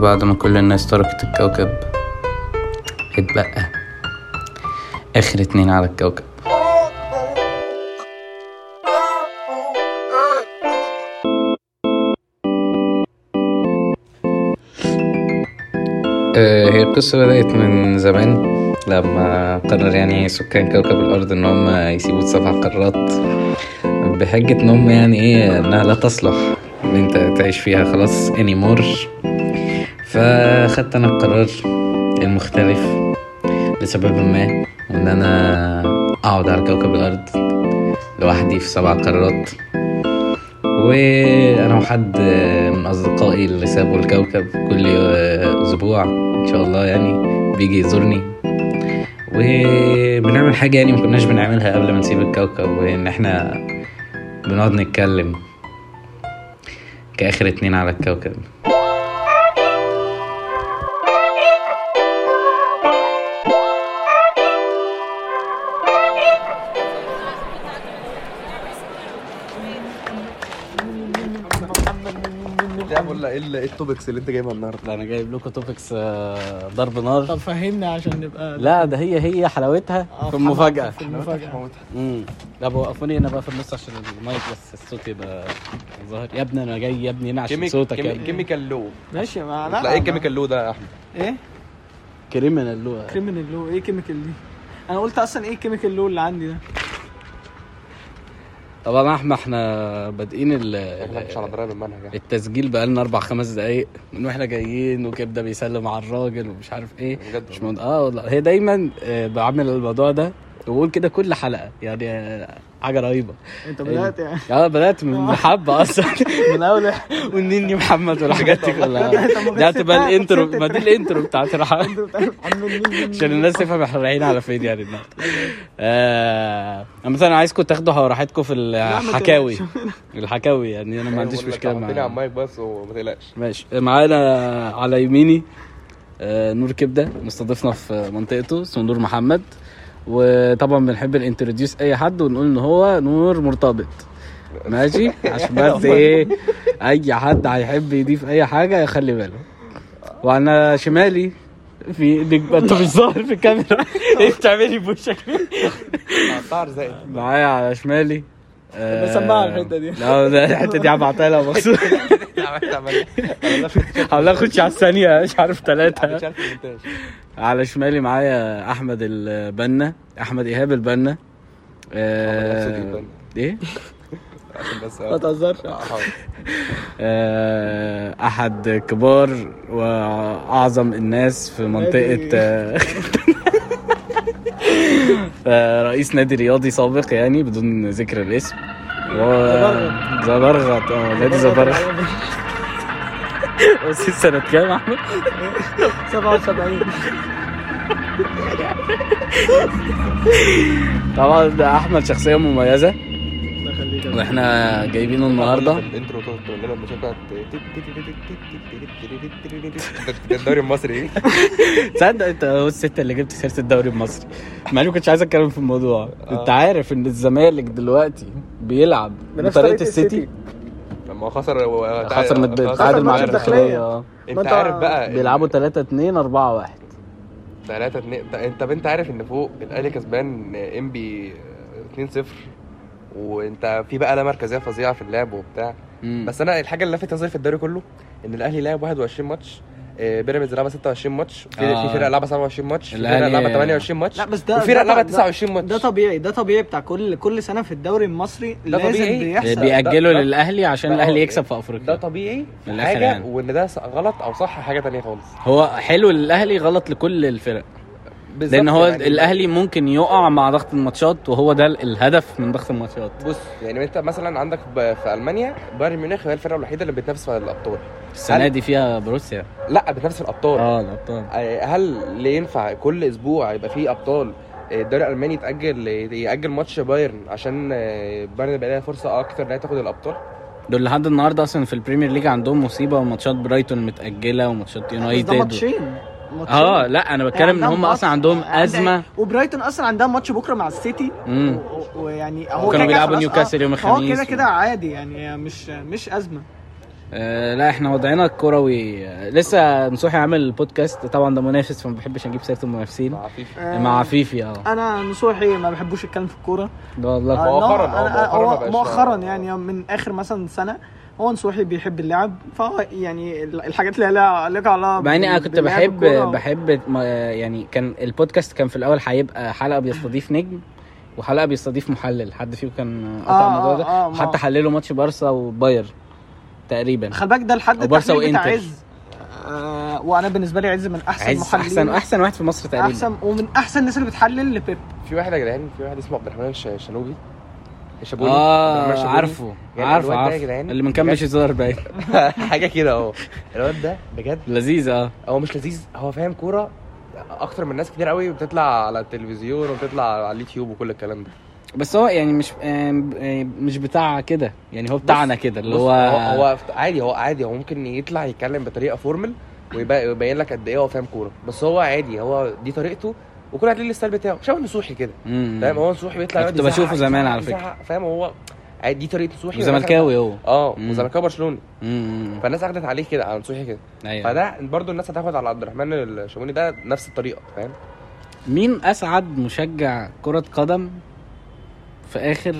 بعد ما كل الناس تركت الكوكب اتبقى آخر 2 على الكوكب. هي القصة بدأت من زمان لما قرر يعني سكان كوكب الأرض إن هم يسيبوا 7 قارات بحجة إن هم يعني إنها لا تصلح إن أنت تعيش فيها خلاص anymore. فخدت أنا القرار المختلف لسبب ما إن أنا أقعد على كوكب الأرض لوحدي في 7 قارات، وانا وحد من اصدقائي اللي سابوا الكوكب كل اسبوع ان شاء الله يعني بيجي يزورني، وبنعمل حاجه يعني ما كناش بنعملها قبل ما نسيب الكوكب، وان احنا بنقعد نتكلم كاخر 2 على الكوكب. ولا ايه التوبكس اللي انت جايبها النهارده؟ لا انا جايب لكم توبكس ضرب نار. طب فهمنا عشان نبقى لا ده هي حلاوتها في المفاجاه. لا وقفوني هنا بقى في النص عشان المايك بس الصوت يبقى ظاهر. يا ابني انا جاي يا ابني هنا عشان صوتك يا ابني. كيميكال لو ماشي معنا. لا ايه كيميكال لو ده يا احمد؟ ايه كريمنال لو؟ كريمنال لو ايه كيميكال دي؟ انا قلت اصلا ايه كيميكال لو اللي عندي ده؟ طبعا احنا بادئين مش على درايه بالمنهج التسجيل بقالنا 4-5 دقايق من واحنا جايين، وكبده بيسلم على الراجل ومش عارف ايه. مش والله هي دايما بعمل الموضوع ده وبقول كده كل حلقه يعني حاجه رهيبه. انت بدات يعني بدات من محبه اصلا من اول ونني محمد والحاجات دي كلها. ده هتبقى الانترو، ما دي الانترو بتاعت الحلقه عشان الناس تفهم احنا رايحين على فين يعني النهارده. مثلا عايزكم تاخدوا راحتكم في الحكاوي يعني انا ما عنديش مشكله معاك. على المايك بس وما تقلقش. ماشي. معانا على يميني نور كبده مستضيفنا في منطقته اسمه نور محمد، وطبعا بنحب الانتروديوس اي حد ونقول ان هو نور مرتبط ماشي عشان بس اي حد هيحب يضيف اي حاجه يخلي باله. وانا شمالي في انت مش ظاهر في الكاميرا ايه بتعملي بوشك طار زائد معايا على شمالي بسمعها الحته دي. لا ده الحته دي هبعتها لها مخصوص. حاول اخش على الثانيه مش عارف 3. على شمالي معايا احمد البنا، احمد ايهاب البنا. ايه بس ما تهزرش. احد كبار واعظم الناس في منطقه رئيس نادي رياضي سابق يعني بدون ذكر الاسم، زبرغط. نادي زبرغط. وسيس سنة كام احمد؟ 77. طبعا ده احمد شخصية مميزة واحنا جايبينه النهارده. الانترو تقول لنا الموسيقى الدوري المصري. تصدق انت هو الست اللي جبت سيره الدوري المصري مع اني كنتش عايز اتكلم في الموضوع. انت عارف ان الزمالك دلوقتي بيلعب بطريقه السيتي لما خسر تعادل مع الداخليه. انت عارف بقى بيلعبوا 3-2 4-1 3-2. انت عارف ان فوق الاهلي كسبان انبي 2-0 وانت في بقى لا مركزيه فظيعه في اللعب وبتاع. بس انا الحاجه اللي لفتت نظري في الدوري كله ان الاهلي لعب 21 ماتش، بيراميدز لعبه 26 ماتش، في فرق لعبه 27 ماتش، في فرق لعبه 28 ماتش، لا بس ده وفي فرق لعبه 29 ماتش. ده طبيعي بتاع كل سنه في الدوري المصري لازم بيحصل. بيأجلوا للأهلي عشان الأهلي يكسب في أفريقيا. ده طبيعي حاجه يعني. وان ده غلط او صح حاجه تانية خالص. هو حلو للأهلي غلط لكل الفرق لان هو يعني الاهلي ممكن يقع مع ضغط الماتشات وهو ده الهدف من ضغط الماتشات. بص يعني انت مثلا عندك في المانيا بايرن ميونخ هي الفرقه الوحيده اللي بتنافس في الابطال. السنه دي فيها بروسيا لا بتنافس في الابطال. الابطال. هل اللي ينفع كل اسبوع يبقى فيه ابطال الدوري الالماني ياجل ماتش بايرن عشان بايرن يبقى لها فرصه اكتر انها تاخد الابطال؟ دول لحد النهارده اصلا في البريمير ليج عندهم مصيبه وماتشات برايتون متاجله وماتشات يونايتد ماتشين. لا انا بتكلم ان هم اصلا عندهم ازمه وبرايتون اصلا عندها ماتش بكره مع السيتي ويعني هو كانوا بيلعبوا نيوكاسل يوم الخميس. هو كده عادي يعني مش ازمه. لا احنا وضعنا الكروي لسه نصوحي عامل بودكاست، طبعا ده منافس فما بحبش نجيب سيره المنافسين. مع عفيفي انا نصوحي ما بحبوش الكلام في الكوره والله. مؤخرا يعني من اخر مثلا سنه هو نصوحي بيحب اللعب، فهو يعني الحاجات اللي لها علاقه مع اني انا كنت بحب يعني كان البودكاست كان في الاول هيبقى حلقه بيستضيف نجم وحلقه بيستضيف محلل، حد فيكم كان قطع الموضوع ده حتى حللوا ماتش بارسا وباير تقريبا. خلي بالك ده لحد بارسا وانتر. وانا بالنسبه لي عز من احسن محللين، احسن واحد في مصر تقريبا، احسن ومن احسن الناس اللي بتحلل لبيب. في واحد يا جدعان، في واحد اسمه عبد الرحمن الشنوبي الشابوني. عارفه اللي من كام مش هزار باين حاجه كده. الواد ده بجد لذيذ. هو مش لذيذ، هو فاهم كوره اكتر من ناس كتير قوي بتطلع على التلفزيون وبتطلع على اليوتيوب وكل الكلام ده. بس هو يعني مش بتاع كده، يعني هو بتاعنا كده اللي هو عادي هو ممكن يطلع يتكلم بطريقه فورمال ويبين لك قد ايه هو فاهم كوره، بس هو عادي، هو دي طريقته وكل واحد ليه الستايل بتاعه. شبه نصوحي كده فاهم، هو نصوحي بيطلع كنت بشوفه زمان على فكره فاهم، هو عادي دي طريقه نصوحي. زملكاوي هو وزملكاوي برشلوني، فالناس اخدت عليه كده على نصوحي كده. أيوة. فده برضو الناس هتاخد على عبد الرحمن الشموني ده نفس الطريقه فاهم. مين اسعد مشجع كره قدم في اخر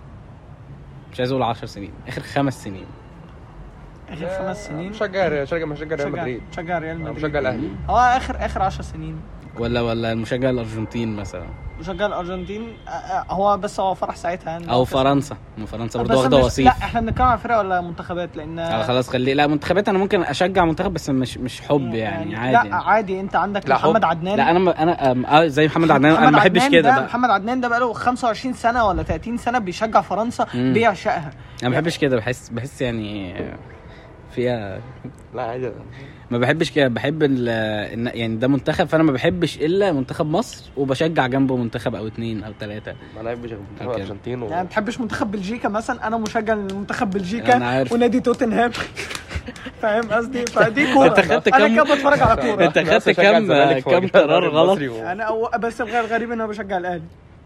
مش عايز اقول 10 سنين، اخر 5 سنين؟ اخر 5 سنين مشجع ريال مدريد، مشجع ريال مدريد، مشجع الاهلي. هو اخر 10 سنين ولا المشجع الارجنتين مثلا؟ مشجع الارجنتين هو بس هو فرح ساعتها يعني. او فرنسا برضه واخده وصيف. لا احنا بنتكلم على فرق ولا منتخبات؟ لان خلاص خلي لا منتخبات. انا ممكن اشجع منتخب بس مش حب يعني عادي. لا عادي انت عندك محمد عدنان. لا انا زي محمد عدنان انا ما بحبش كده بقى. محمد عدنان ده بقاله 25 سنه ولا 30 سنه بيشجع فرنسا بيعشقها. انا ما بحبش كده، بحس يعني فيها لا عادي. ما بحبش كده، بحب يعني ده منتخب، فانا ما بحبش الا منتخب مصر وبشجع جنبه منتخب او 2 أو 3. ما انا بحبش منتخب الارجنتين يعني ما بتحبش منتخب بلجيكا مثلا؟ انا مشجع لمنتخب بلجيكا ونادي توتنهام فاهم قصدي؟ فدي كوره. انا كده بتفرج على كوره. انت خدت كام قرار غلط. انا بس الغريب ان انا بشجع الاهلي.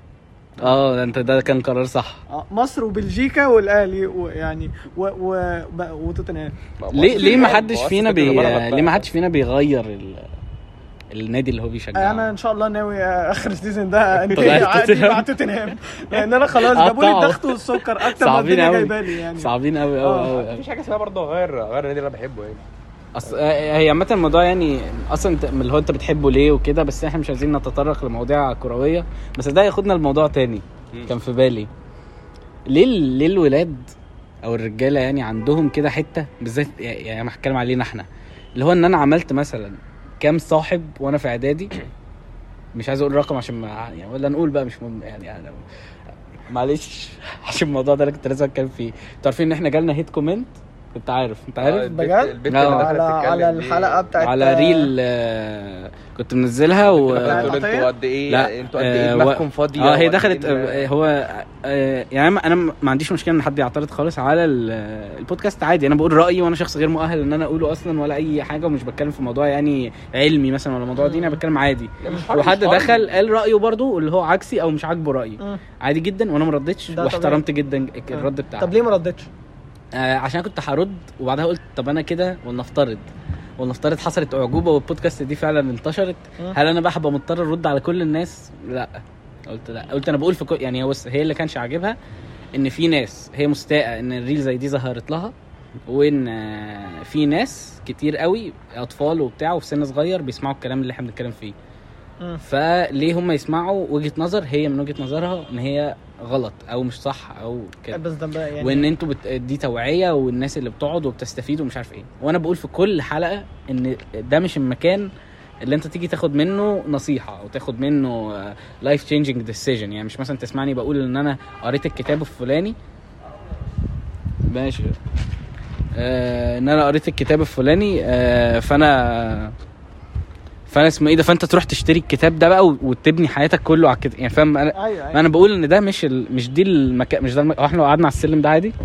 انت ده كان قرار صح. مصر وبلجيكا والاهلي ويعني وتوتنهام. ليه ما حدش فينا بيغير النادي اللي هو بيشجعه؟ انا ان شاء الله ناوي اخر السيزون ده انتهي مع توتنهام، لان انا خلاص جابوا لي الضغط والسكر اكتر ما الدنيا جايبه لي يعني. صعبين قوي. مفيش حاجه اسمها برضه غير النادي اللي انا بحبه يعني. هي عامه الموضوع يعني اصلا من اللي هو انت بتحبه ليه وكده، بس احنا مش عايزين نتطرق لمواضيع كرويه، بس ده ياخدنا لموضوع تاني كان في بالي. ليه الولاد او الرجاله يعني عندهم كده حته بالذات، يعني ما هتكلم علينا احنا، اللي هو ان انا عملت مثلا كام صاحب وانا في اعدادي، مش عايز اقول رقم عشان يعني ولا نقول بقى مش مهم يعني أنا معلش عشان الموضوع ده اللي كنت لازم اتكلم فيه. انتوا عارفين ان احنا جالنا هيت كومنت؟ انت عارف بجد على الحلقه بتاعت على ريل كنت منزلها انتوا قد ايه دماغكم فاضيه. هي دخلت هو يعني انا ما عنديش مشكله ان حد يعترض خالص على البودكاست عادي. انا بقول رايي وانا شخص غير مؤهل ان انا اقوله اصلا ولا اي حاجه، ومش بتكلم في موضوع يعني علمي مثلا ولا موضوع ديني، انا بتكلم عادي. وحد دخل قال رايه برضو اللي هو عكسي او مش عاجبه رايي عادي جدا، وانا ما ردتش واحترمت جدا الرد بتاعه. طب ليه ما ردتش؟ عشان كنت هرد وبعدها قلت طب انا كده ونفترض حصلت اعجوبه والبودكاست دي فعلا انتشرت، هل انا بقى هبقى مضطر ارد على كل الناس؟ لا. قلت انا بقول في يعني هي اللي كانش عاجبها ان في ناس هي مستاءه ان الريل زي دي ظهرت لها، وان في ناس كتير قوي اطفال وبتاع وفي سن صغير بيسمعوا الكلام اللي احنا بنتكلم فيه. فليه هم يسمعوا وجهة نظر هي من وجهة نظرها ان هي غلط او مش صح او كده، بس ده يعني وان انتوا دي توعية والناس اللي بتقعد وبتستفيد ومش عارف ايه. وانا بقول في كل حلقة ان ده مش المكان اللي انت تيجي تاخد منه نصيحة او تاخد منه life changing decision. يعني مش مثلا تسمعني بقول ان انا قريت الكتاب الفلاني ماشي ان انا قريت الكتاب الفلاني فانا اسمه ايه ده، فانت تروح تشتري الكتاب ده بقى وتبني حياتك كله على كده يعني فاهم. انا بقول ان ده مش دي المكان، مش ده احنا لو قعدنا على السلم ده عادي.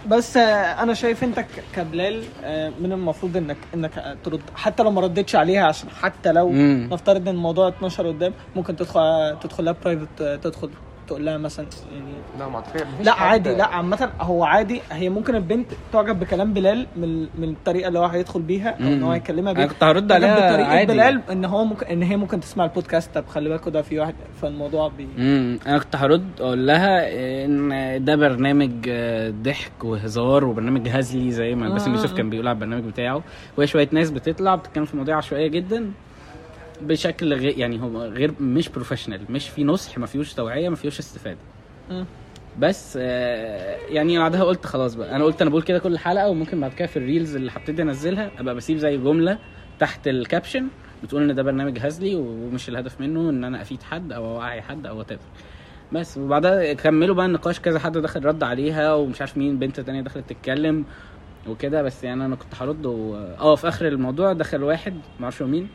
بس انا شايف انت كبلال من المفروض انك ترد حتى لو ما ردتش عليها، عشان حتى لو نفترض ان الموضوع 12 قدام ممكن تدخل لها برايفت، تدخل تقول لها مثلا يعني لا ما اعتقد. لا عادي، لا عامه هو عادي. هي ممكن البنت تعجب بكلام بلال من الطريقه اللي هو هيدخل بيها او ان هو يكلمها بيها. انا كنت هرد عليها بطريقه عادي. بلال ان هو ممكن ان هي ممكن تسمع البودكاست. طب خلي بالكوا ده في واحد فالموضوع انا كنت هرد اقول لها ان ده برنامج ضحك وهزار وبرنامج هزلي زي ما باسم يوسف كان بيقول على البرنامج بتاعه، وهي شويه ناس بتطلع بتتكلم في مواضيع عشوائيه جدا بشكل غير يعني هو غير مش بروفيشنال، مش في نصح، ما فيهوش توعيه، ما فيهوش استفاده. بس يعني بعدها قلت خلاص بقى، انا بقول كده كل حلقه، وممكن بعد كده في الريلز اللي هبتدي انزلها ابقى بسيب زي جمله تحت الكابشن بتقول ان ده برنامج هزلي ومش الهدف منه ان انا افيد حد او اوعي حد او whatever. بس وبعدها كملوا بقى النقاش، كذا حد دخل رد عليها ومش عارف مين بنت تانية دخلت تتكلم وكده. بس يعني انا كنت هرد في اخر الموضوع دخل واحد ما اعرفش مين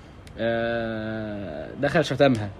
دخل شتمها.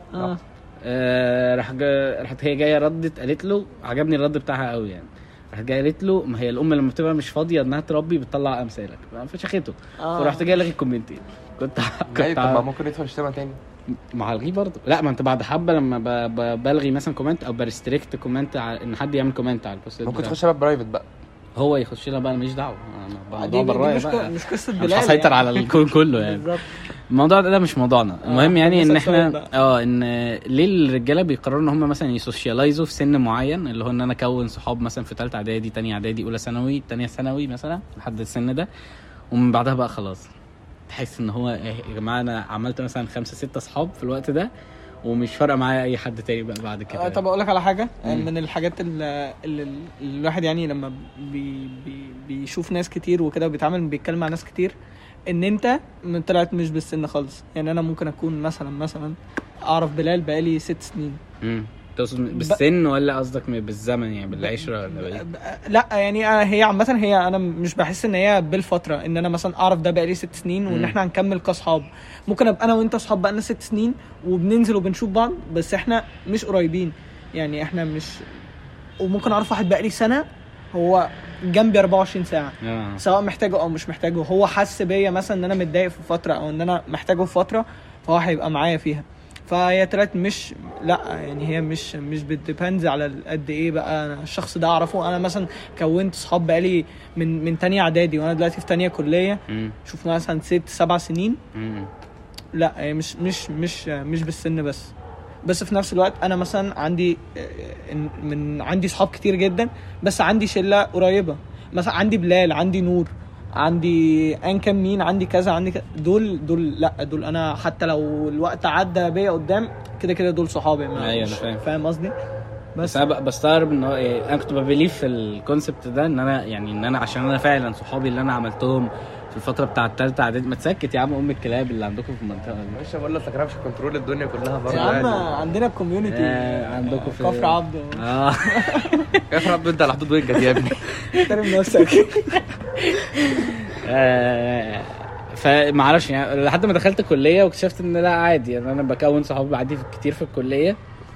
راحت هي جايه ردت قالت له، عجبني الرد بتاعها قوي يعني، راحت جايه قالت له ما هي الام لما بتبقى مش فاضيه انها تربي بتطلع امثالك، فشخته. ورحت جايه لغي الكومنتين. كنت طب ما ممكن يدخل يشتمها تاني مع الغي برضه. لا ما انت بعد حبه لما بلغي مثلا كومنت او بريستريكت كومنت ان حد يعمل كومنت على البوست ممكن تخش بقى برايفت بقى، هو يخش لها بقى، ماليش دعوه. دي مش قصه بلال، مش هسيطر على الكون كله يعني. بالظبط. الموضوع ده مش موضوعنا. المهم يعني ان احنا ان ليه الرجاله بيقرروا ان هم مثلا يسوشيالايزوا في سن معين، اللي هو ان انا اكون صحاب مثلا في ثالثه اعدادي، ثانيه اعدادي، اولى ثانوي، ثانيه ثانوي مثلا لحد السن ده، ومن بعدها بقى خلاص تحس ان هو يا جماعه انا عملت مثلا 5-6 صحاب في الوقت ده ومش فارقه معايا اي حد تاني بقى بعد كده. طب اقول لك على حاجه من الحاجات اللي الواحد يعني لما بيشوف ناس كتير وكده بيتكلم مع ناس كتير، ان انت طلعت مش بالسن خالص. يعني انا ممكن اكون مثلا اعرف بلال بقالي 6 سنين. تقصد بالسن ولا قصدك بالزمن يعني بالعشره ولا لا يعني هي عامه هي انا مش بحس ان هي بالفتره، ان انا مثلا اعرف ده بقالي 6 سنين وان احنا هنكمل كاصحاب. ممكن ابقى انا وانت اصحاب بقالنا 6 سنين وبننزل وبنشوف بعض بس احنا مش قريبين يعني، احنا مش. وممكن اعرف واحد بقالي سنه هو جنبي 24 ساعه سواء محتاجه او مش محتاجه. هو حس بيا مثلا ان انا متضايق في فتره او ان انا محتاجه في فتره، فهو هيبقى معايا فيها. فهي طلعت مش لا يعني هي مش بتديبندز على قد ايه بقى أنا الشخص ده اعرفه. انا مثلا كونت صحاب بقالي من تانية اعدادي وانا دلوقتي في تانية كليه، شوف مثلا 6-7 سنين. لا هي مش بالسن بس في نفس الوقت انا مثلا عندي صحاب كتير جدا، بس عندي شله قريبه. مثلا عندي بلال، عندي نور، عندي كان مين، عندي كذا، عندي دول لا دول انا حتى لو الوقت عدى بيا قدام كده دول صحابي. ايوه فاهم قصدي. بس انا بستغرب ان انا كنت ببليف في الكونسبت ده ان انا يعني ان انا عشان انا فعلا صحابي اللي انا عملتهم في الفتره بتاعه الثالثه اعدادي. ما تسكت يا عم ام الكلاب اللي عندكم في المنطقه دي. مش بقول لك مش كنترول الدنيا كلها بره يا عم عندنا الكوميونتي عندكم في كفر عبده. كفر عبده انت على حدود وين يا ابني؟ احترم نفسك. فما اعرفش يعني لحد ما دخلت الكليه واكتشفت ان لا عادي يعني انا بكون صحاب عادي كتير في الكليه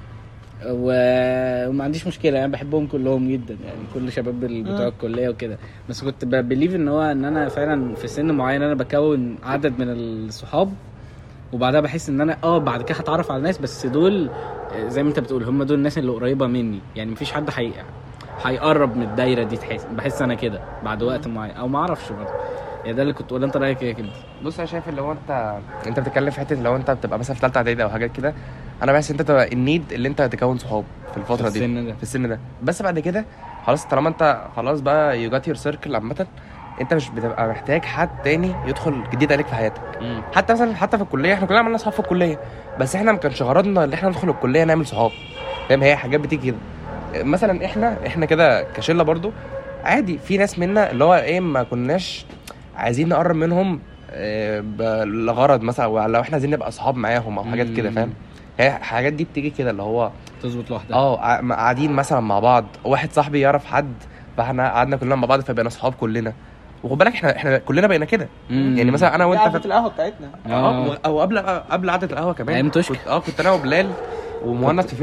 وما عنديش مشكله يعني بحبهم كلهم جدا يعني كل شباب بتوع الكليه وكده. بس كنت ببليف ان انا فعلا في سن معين انا بكون عدد من الصحاب وبعدها بحس ان انا بعد كده هتعرف على ناس، بس دول زي ما انت بتقول هم دول الناس اللي قريبه مني يعني مفيش حد هيقرب من الدايره دي. بحس انا كده بعد وقت معين او ما اعرفش برضه يعني. ده اللي كنت ولا انت رايك ايه كده؟ بص انا شايف اللي هو انت بتتكلم في حته لو انت بتبقى مثلا في ثالثه اعدادي او حاجات كده، انا بحس انت تبقى النيد اللي انت تكون صحاب في الفتره دي في السن ده. بس بعد كده خلاص طالما انت خلاص بقى يو جات يور سيركل عامه، انت مش بتبقى محتاج حد تاني يدخل جديد عليك في حياتك. حتى مثلا في الكليه احنا كلنا عملنا صحاب في الكليه، بس احنا ما كانش غرضنا ان احنا ندخل الكليه نعمل صحاب، فاهم؟ هي حاجات بتيجي كده. مثلا احنا كده كشله برضو عادي في ناس منا اللي هو ما كناش عايزين نقرب منهم لغرض مثلا لو احنا عايزين نبقى اصحاب معاهم او حاجات كده، فاهم؟ هي الحاجات دي بتيجي كده اللي هو تظبط لوحدها. قاعدين مثلا مع بعض، واحد صاحبي يعرف حد فاحنا قعدنا كلنا مع بعض فبقينا اصحاب كلنا. وخد بالك احنا كلنا بقينا كده يعني. مثلا انا وانت قعدة القهوه بتاعتنا او قبل قعده القهوه كمان كنت انا وبلال ومهند في فرقه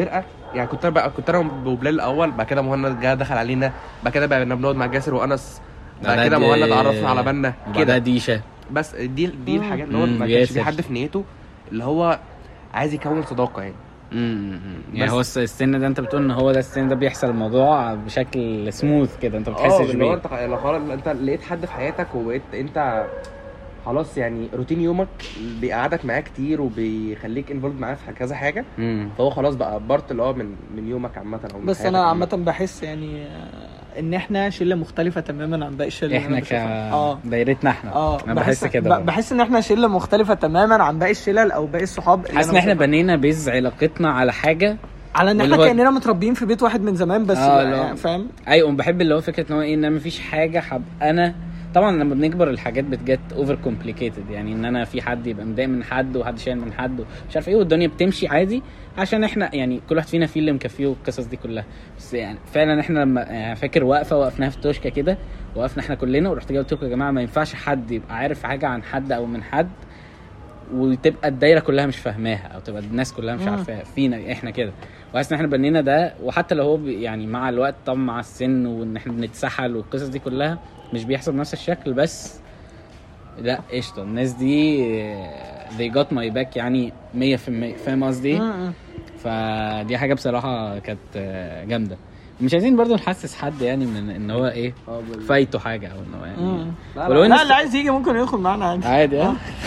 يعني كنت انا وبلال الاول، بعد كده مهند جه دخل علينا، بعد كده بقى بنقعد مع جاسر وانس، بعد كده مهند عرفنا على بنا كده ديشه. بس دي الحاجات اللي هو ما كانش في حد في نيته اللي هو عايز يكون صداقه يعني. يعني هو السن ده انت بتقول ان هو ده السن ده بيحصل الموضوع بشكل سموث كده، انت بتحسش بيه. انت خلاص انت لقيت حد في حياتك وبقيت انت خلاص يعني روتين يومك بيقعدك معاه كتير وبيخليك انفولد معاه في كذا حاجه، فهو خلاص بقى بارت اللي هو من يومك عامه او من بس انا عامه بحس يعني ان احنا شله مختلفه تماما عن باقي الشله. احنا دايرتنا احنا انا بحس كده، بحس ان احنا شله مختلفه تماما عن باقي الشلل او باقي الصحاب. حاسس ان احنا بنينا بيز علاقتنا على حاجه، على ان احنا كاننا متربيين في بيت واحد من زمان بس يعني فاهم. ايوه بحب اللي هو فكره ان هو ايه، ان مفيش حاجه انا طبعا لما بنكبر الحاجات بتجت اوفر كومبليكيتد، يعني ان انا في حد يبقى مضايق من حد وحد شايل من حد مش عارف ايه، والدنيا بتمشي عادي عشان احنا يعني كل واحد فينا فيه اللي مكفيه والقصص دي كلها. بس يعني فعلا احنا لما يعني فاكر وقفناها في توشكا كده، وقفنا احنا كلنا ورحت جاي قلت لكم يا جماعه ما ينفعش حد يبقى عارف حاجه عن حد او من حد وتبقى الدايره كلها مش فاهماها او تبقى الناس كلها مش عارفاها. فينا احنا كده، وحاسس ان احنا بنينا ده. وحتى لو هو يعني مع الوقت طبعا مع السن وان احنا بنتسحل والقصص دي كلها مش بيحصل بنفس الشكل، بس لا قشطه الناس دي they got my back يعني 100%. فاهم قصدي؟ فدي حاجه بصراحه كانت جامده. مش عايزين برضو نحسس حد يعني من ان هو ايه فايته حاجه او انه يعني ولو لا اللي عايز يجي ممكن يدخل معانا عادي عادي.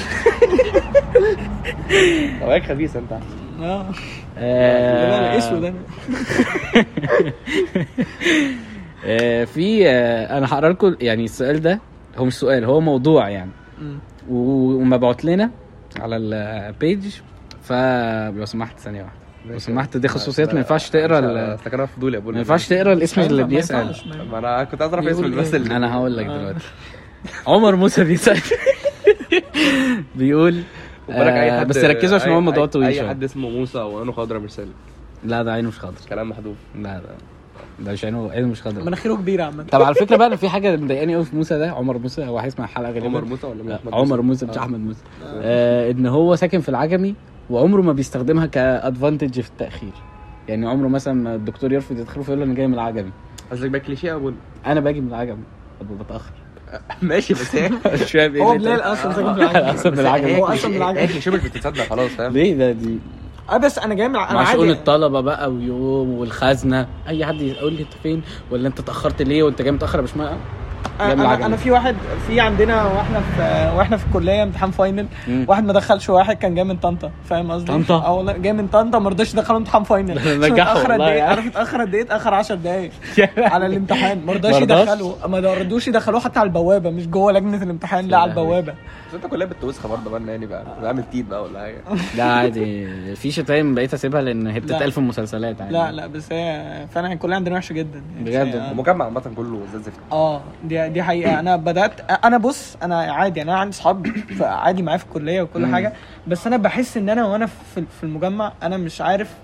هواك خبيث انت. لا الاسود ده. في انا هقرا لكم يعني السؤال ده، هو مش سؤال هو موضوع يعني ومبعوت لنا على البيج، فلو سمحت ثانيه واحده لو سمحت، دي خصوصيات ما ينفعش تقرا فاكرها فضول يا ابو، ما ينفعش تقرا الاسم اللي بيسال. ما انا كنت اعرف اسم بس اللي انا هقول لك دلوقتي. عمر موسى بيسال بيقول بس ركزوا عشان هو الموضوع طويل شويه. اي حد اسمه موسى وعينه خضراء مرسل؟ لا ده عينه مش خضراء، كلام محذوف. لا ده مش عينه مش خضراء، مناخيره كبيره عامه. طب على فكره بقى انا في حاجه مضايقاني قوي في موسى ده، عمر موسى هو هيسمع الحلقه غالبا. عمر موسى ولا احمد؟ عمر موسى مش احمد موسى. ان هو ساكن في العجمي وعمره ما بيستخدمها كادفانتج في التاخير. يعني عمره مثلا الدكتور يرفض يدخله فيقول له انا جاي من العجمي. قصدك بقى كليشيه يا ابو؟ انا باجي من العجمي بتاخر. ماشي بس هي مش فاهم ايه هو بلال اصلا ساكن في العجمي. اصلا من العجمي هو اصلا من العجمي. هي كليشيه مش بتتصدق خلاص فاهم ليه ده دي بس انا جاي من انا عادي شؤون الطلبه بقى ويوم والخزنه. اي حد يقول لي انت فين ولا انت اتاخرت ليه وانت جاي متاخر يا باشمهندس. انا في واحد في عندنا واحنا في الكليه امتحان فاينل، واحد ما دخلش، واحد كان جاي من طنطا. فاهم قصدي؟ طنطا والله جاي من طنطا ما رضاش يدخله امتحان فاينل. نجحه والله. عارف اتاخر قد ايه؟ اتاخر 10 دقايق على الامتحان. ما رضاش يدخله، ما رضوش يدخلوه حتى على البوابه، مش جوه لجنه الامتحان، لا على البوابه. بس انت كليه بتوسخه برضه بقى يعني بقى بعمل تيت بقى ولا حاجه؟ لا عادي، في شتايم بقيت اسيبها لان هي بتتقال في المسلسلات يعني. لا بس هي فعلا الكليه عندنا وحشه جدا بجد. المجمع عامه كله زفت. دي حقيقه. انا بدات بص انا عادي، انا عندي صحاب عادي معايا في الكليه وكل حاجه، بس انا بحس ان وانا في المجمع انا مش عارف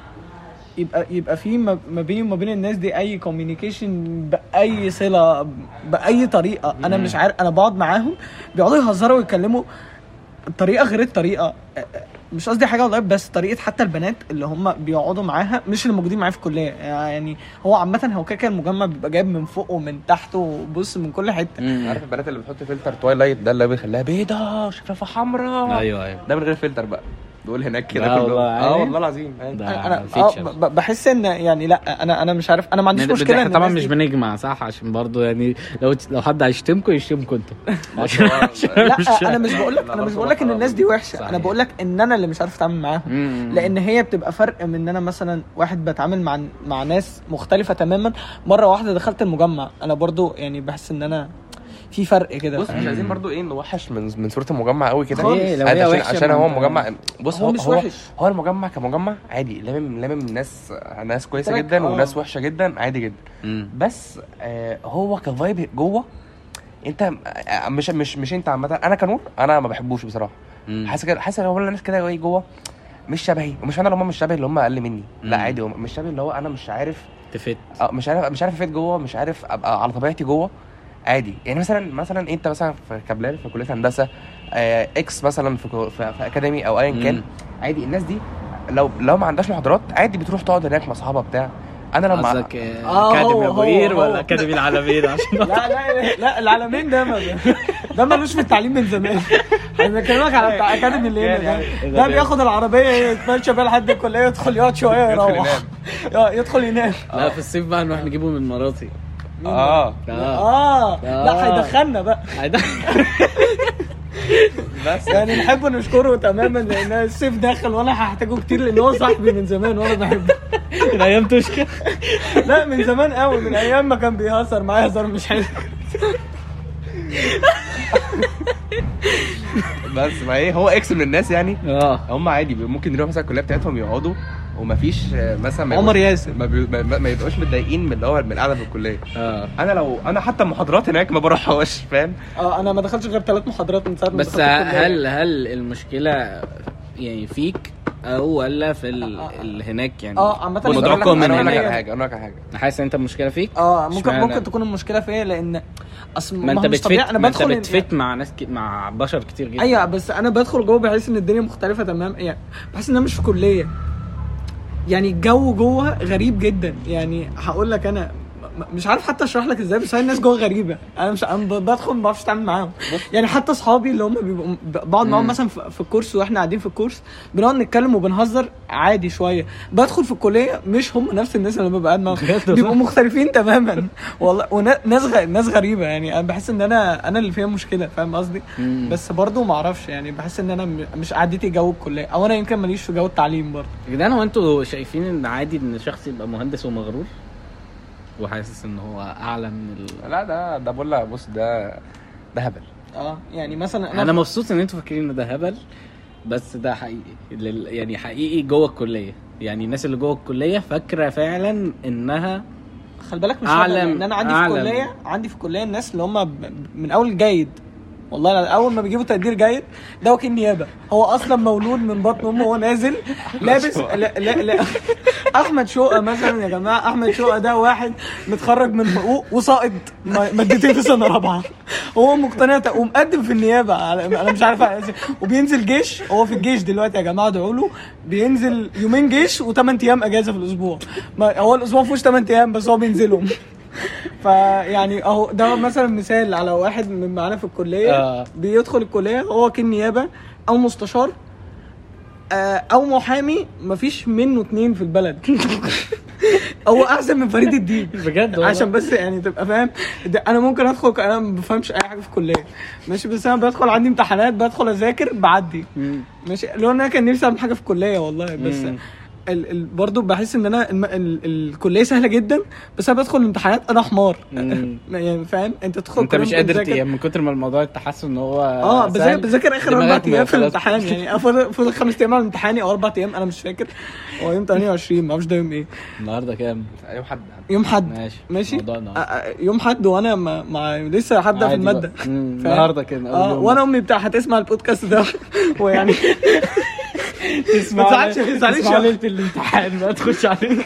يبقى في ما بيني وما بين الناس دي اي كوميونيكيشن باي صله باي طريقه. انا مش عارف، انا بقعد معاهم بيقعدوا يهزروا ويتكلموا بطريقه غير الطريقه. مش قصدي حاجه والله، بس طريقه حتى البنات اللي هم بيقعدوا معاها مش اللي موجودين معايا في الكليه. يعني هو عامه هو كده المجمع بيبقى جايب من فوق ومن تحت وبص من كل حته. عارف البنات اللي بتحط فلتر توايلايت ده اللي بيخليها بيضه شفافه حمراء؟ ايوه ده من غير فلتر بقى، دول هناك كده كله. والله العظيم. انا بحس ان يعني لا انا مش عارف، انا ما عنديش مشكله. طبعا مش بنجمع صح، عشان برضو يعني لو حد هيشتمكم يشتمكم انتوا. لا انا مش بقول لك ان الناس دي وحشه صحيح. انا بقول لك ان انا اللي مش عارف اتعامل معاهم، لان هي بتبقى فرق من ان انا مثلا واحد بتعامل مع ناس مختلفه تماما. مره واحده دخلت المجمع انا برضو يعني بحس ان انا في فرق كده. بص مش عايزين برضو ايه نوحش من صوره المجمع قوي كده عشان هو مجمع. بص هو المجمع كمجمع عادي لامم ناس كويسه جدا وناس وحشه جدا عادي جدا. بس هو كفايب جوه انت مش انت عامه. انا كنور انا ما بحبوش بصراحه. حاسس ان هو الناس كده جوه مش شبهي، ومش انا اللي هم مش شبهي اللي هم اقل مني. لا عادي مش شبهي اللي هو انا مش عارف تفت مش عارف افت جوه، مش عارف ابقى على طبيعتي جوه عادي. يعني مثلا انت مثلا في كبلال في كليه هندسه اكس مثلا في اكاديمي او ايا كان عادي. الناس دي لو ما عندهاش محاضرات عادي بتروح تقعد هناك مع اصحابها بتاع. انا لما قصدك اكاديمي ابو قير ولا اكاديمي العالمين؟ عشان لا العالمين ده ملوش في التعليم من زمان. انا بكلمك على بتاع اكاديمي اللي هنا ده بياخد العربيه يتمشى بيها لحد الكليه، يدخل يقعد شويه يروح يدخل ينام. لا في الصيف بقى نروح نجيبه من مراتي. لا هيدخلنا بقى بس يعني نحب نشكره تماما لان الصيف داخل وانا هحتاجه كتير لان هو صاحبي من زمان وانا بحبه من ايام توشكا. لا من زمان قوي، من ايام ما كان بيهزر معايا هزار مش حلو. بس ما ايه هو اكس من الناس يعني. هم عادي ممكن يروحوا مثلا الكليه بتاعتهم يقعدوا ومفيش مثلا عمر ياسر ما يبقوش متضايقين من اللي هو من القعده في الكليه. انا حتى المحاضرات هناك ما بروحهاش فاهم. انا ما دخلتش غير 3 محاضرات من ساعه ما بس هل المشكله يعني فيك او ولا في هناك يعني؟ عامه مدركه من هناك. انا حاجه حاسس انت المشكله فيك. ممكن تكون المشكله فيا لان اصل ما انت بتفت مع ناس مع بشر كتير جدا. ايوه بس انا بدخل جوه بحس ان الدنيا مختلفه تمام. يعني بحس ان انا مش في كليه، يعني الجو جوه غريب جدا. يعني هقول لك انا مش عارف حتى اشرح لك ازاي، بس هي الناس جوه غريبه. انا بدخل ما بعرفش اتعامل معاهم. يعني حتى اصحابي اللي هم بيبقوا بقعد معاهم مثلا في الكورس واحنا قاعدين في الكورس بنقعد نتكلم وبنهزر عادي شويه. بدخل في الكليه مش هم نفس الناس اللي ببقى قاعد معاهم، بيبقوا مختلفين تماما والله. وناس غريبه. يعني انا بحس ان انا اللي فيها مشكله، فاهم قصدي؟ بس برضو ما اعرفش، يعني بحس ان انا مش قعدتي جو الكليه، او انا يمكن ماليش في جو التعليم برضو. كده انا وانتوا شايفين ان عادي ان شخص يبقى مهندس ومغرور وحاسس ان هو اعلى من لا ده بقول لك بص ده هبل. يعني مثلا انا مبسوط ان انتوا فاكرين ان ده هبل، بس ده حقيقي. يعني حقيقي جوه الكليه. يعني الناس اللي جوه الكليه فاكره فعلا انها خلي بالك مش اعلى. ان انا عندي في الكليه الناس اللي هم من اول جيد، والله اول ما بيجيبوا تقدير جيد ده وكيل نيابه. هو اصلا مولود من بطن امه وهو نازل لابس لا احمد شوقه مثلا يا جماعه. احمد شوقه ده واحد متخرج من حقوق وساقط مادتين في سنه رابعه، هو مقتنع ومقدم في النيابه. انا مش عارف وبينزل جيش. هو في الجيش دلوقتي يا جماعه، ادعوا له. بينزل 2 جيش و8 ايام اجازه في الاسبوع. هو الاسبوع فيهوش 8 ايام بس هو بينزلهم. فيعني اهو ده مثلا مثال على واحد من معانا في الكليه بيدخل الكليه هو وكيل نيابه او مستشار او محامي، مفيش منه 2 في البلد. هو احسن من فريد الدين بجد عشان بس يعني تبقى فاهم. انا ممكن ادخل انا ما بفهمش اي حاجه في الكليه ماشي، بس انا بدخل عندي امتحانات بدخل اذاكر بعدي ماشي. لو انا كان نفسي اعمل حاجه في الكليه والله، بس برضو بحس ان انا الكليه سهله جدا، بس انا بدخل الامتحانات انا حمار. يعني فاهم انت تدخل انت مش قادر من كتر ما الموضوع تحس ان هو بذاكر اخر 4 ايام في الامتحان. يعني فاضل 5 ايام على الامتحان او 4 ايام انا مش فاكر. هو يوم 28 ما اعرفش ده يوم ايه. النهارده كام؟ يوم حد ماشي يوم حد وانا مع لسه هبدا في الماده النهارده كده. وانا امي هتسمع البودكاست ده ويعني تسمع ليله الامتحان ما تخش عليك.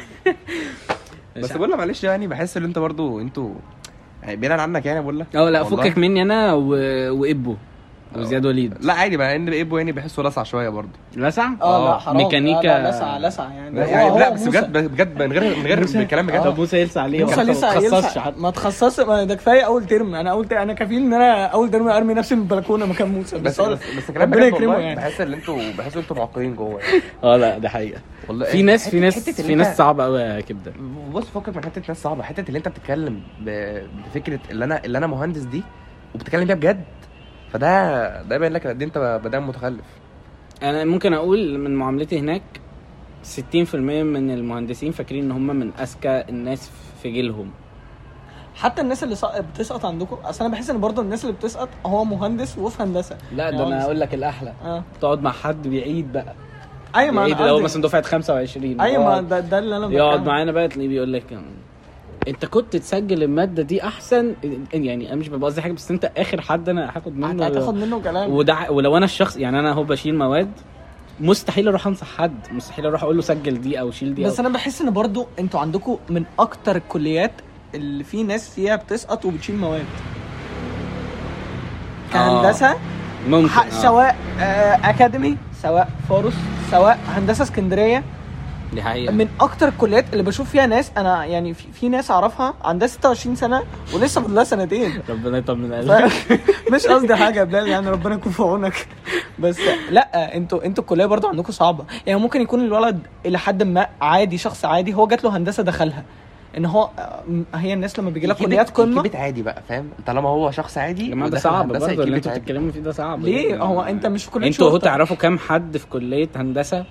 بس بقول لك معلش، يعني بحس ان انت برضو انتوا يعني بعيدا عنك. يعني بقول لك لا فكك مني انا وابو وزياد وليد. لا عادي بقى ان ابو يعني بحسه لسع شويه برضو. لسع لا حرام. ميكانيكا لسع يعني لا بس بجد من غير بالكلام بجد. طب موسى يلسع عليه ما تخصصش. ده كفايه اول ترم. انا كفيل ان انا اول ترم ارمي نفسي من البلكونه مكان موسى. بس كلام بجد والله. يعني بحس ان انتوا معقدين جوه. لا ده حقيقه والله. في ناس صعبه قوي يا كبده. بص فكك من حته ناس صعبه، حته اللي انت بتتكلم بفكره اللي انا مهندس دي وبتتكلم بيها بجد، فده يبين لك قد انت بدأ متخلف. انا ممكن اقول من معاملتي هناك 60% من المهندسين فاكرين ان هم من اذكى الناس في جيلهم. حتى الناس اللي بتسقط عندكم، اصل انا بحس ان برضو الناس اللي بتسقط هو مهندس وفي هندسه. لا ده انا اقول لك الاحلى تقعد مع حد بيعيد بقى. ايوه ما انا لو مثلا دفعه 25 ايوه ما ده اللي انا يقعد معانا بقى تلاقيه بيقول لك انت كنت تسجل الماده دي احسن. يعني انا مش ببقى قصدي حاجه، بس انت اخر حد انا هاخد منه كلام. ولو انا الشخص يعني انا هو بشيل مواد، مستحيل اروح انصح حد، مستحيل اروح اقول له سجل دي او شيل دي. بس انا بحس ان برضو انتوا عندكم من اكتر الكليات اللي في ناس فيها بتسقط وبتشيل مواد كهندسه ممكن سواء اكاديمي سواء فاروس سواء هندسه اسكندريه، دي حقيقه من اكتر الكليات اللي بشوف فيها ناس انا يعني في ناس اعرفها عندها 26 سنه ولسه فاضل لها سنتين. ربنا يطمن قلبك. مش قصدي حاجه يا بلال، يعني ربنا يكون في عونك، بس لا انتوا الكليه برضو عندكم صعبه. يعني ممكن يكون الولد الى حد ما عادي، شخص عادي هو جات له هندسه دخلها، ان هو هي الناس لما بيجي لها كليات قمه كيبت عادي بقى، فاهم؟ طالما هو شخص عادي يا جماعه ده ودخل صعب هندسة، برضه اللي يكيبت انتوا عادي. بتتكلموا فيه ده صعب. ليه؟ هو انت مش في كليه انتوا هو شرطة. تعرفوا كام حد في كليه هندسه؟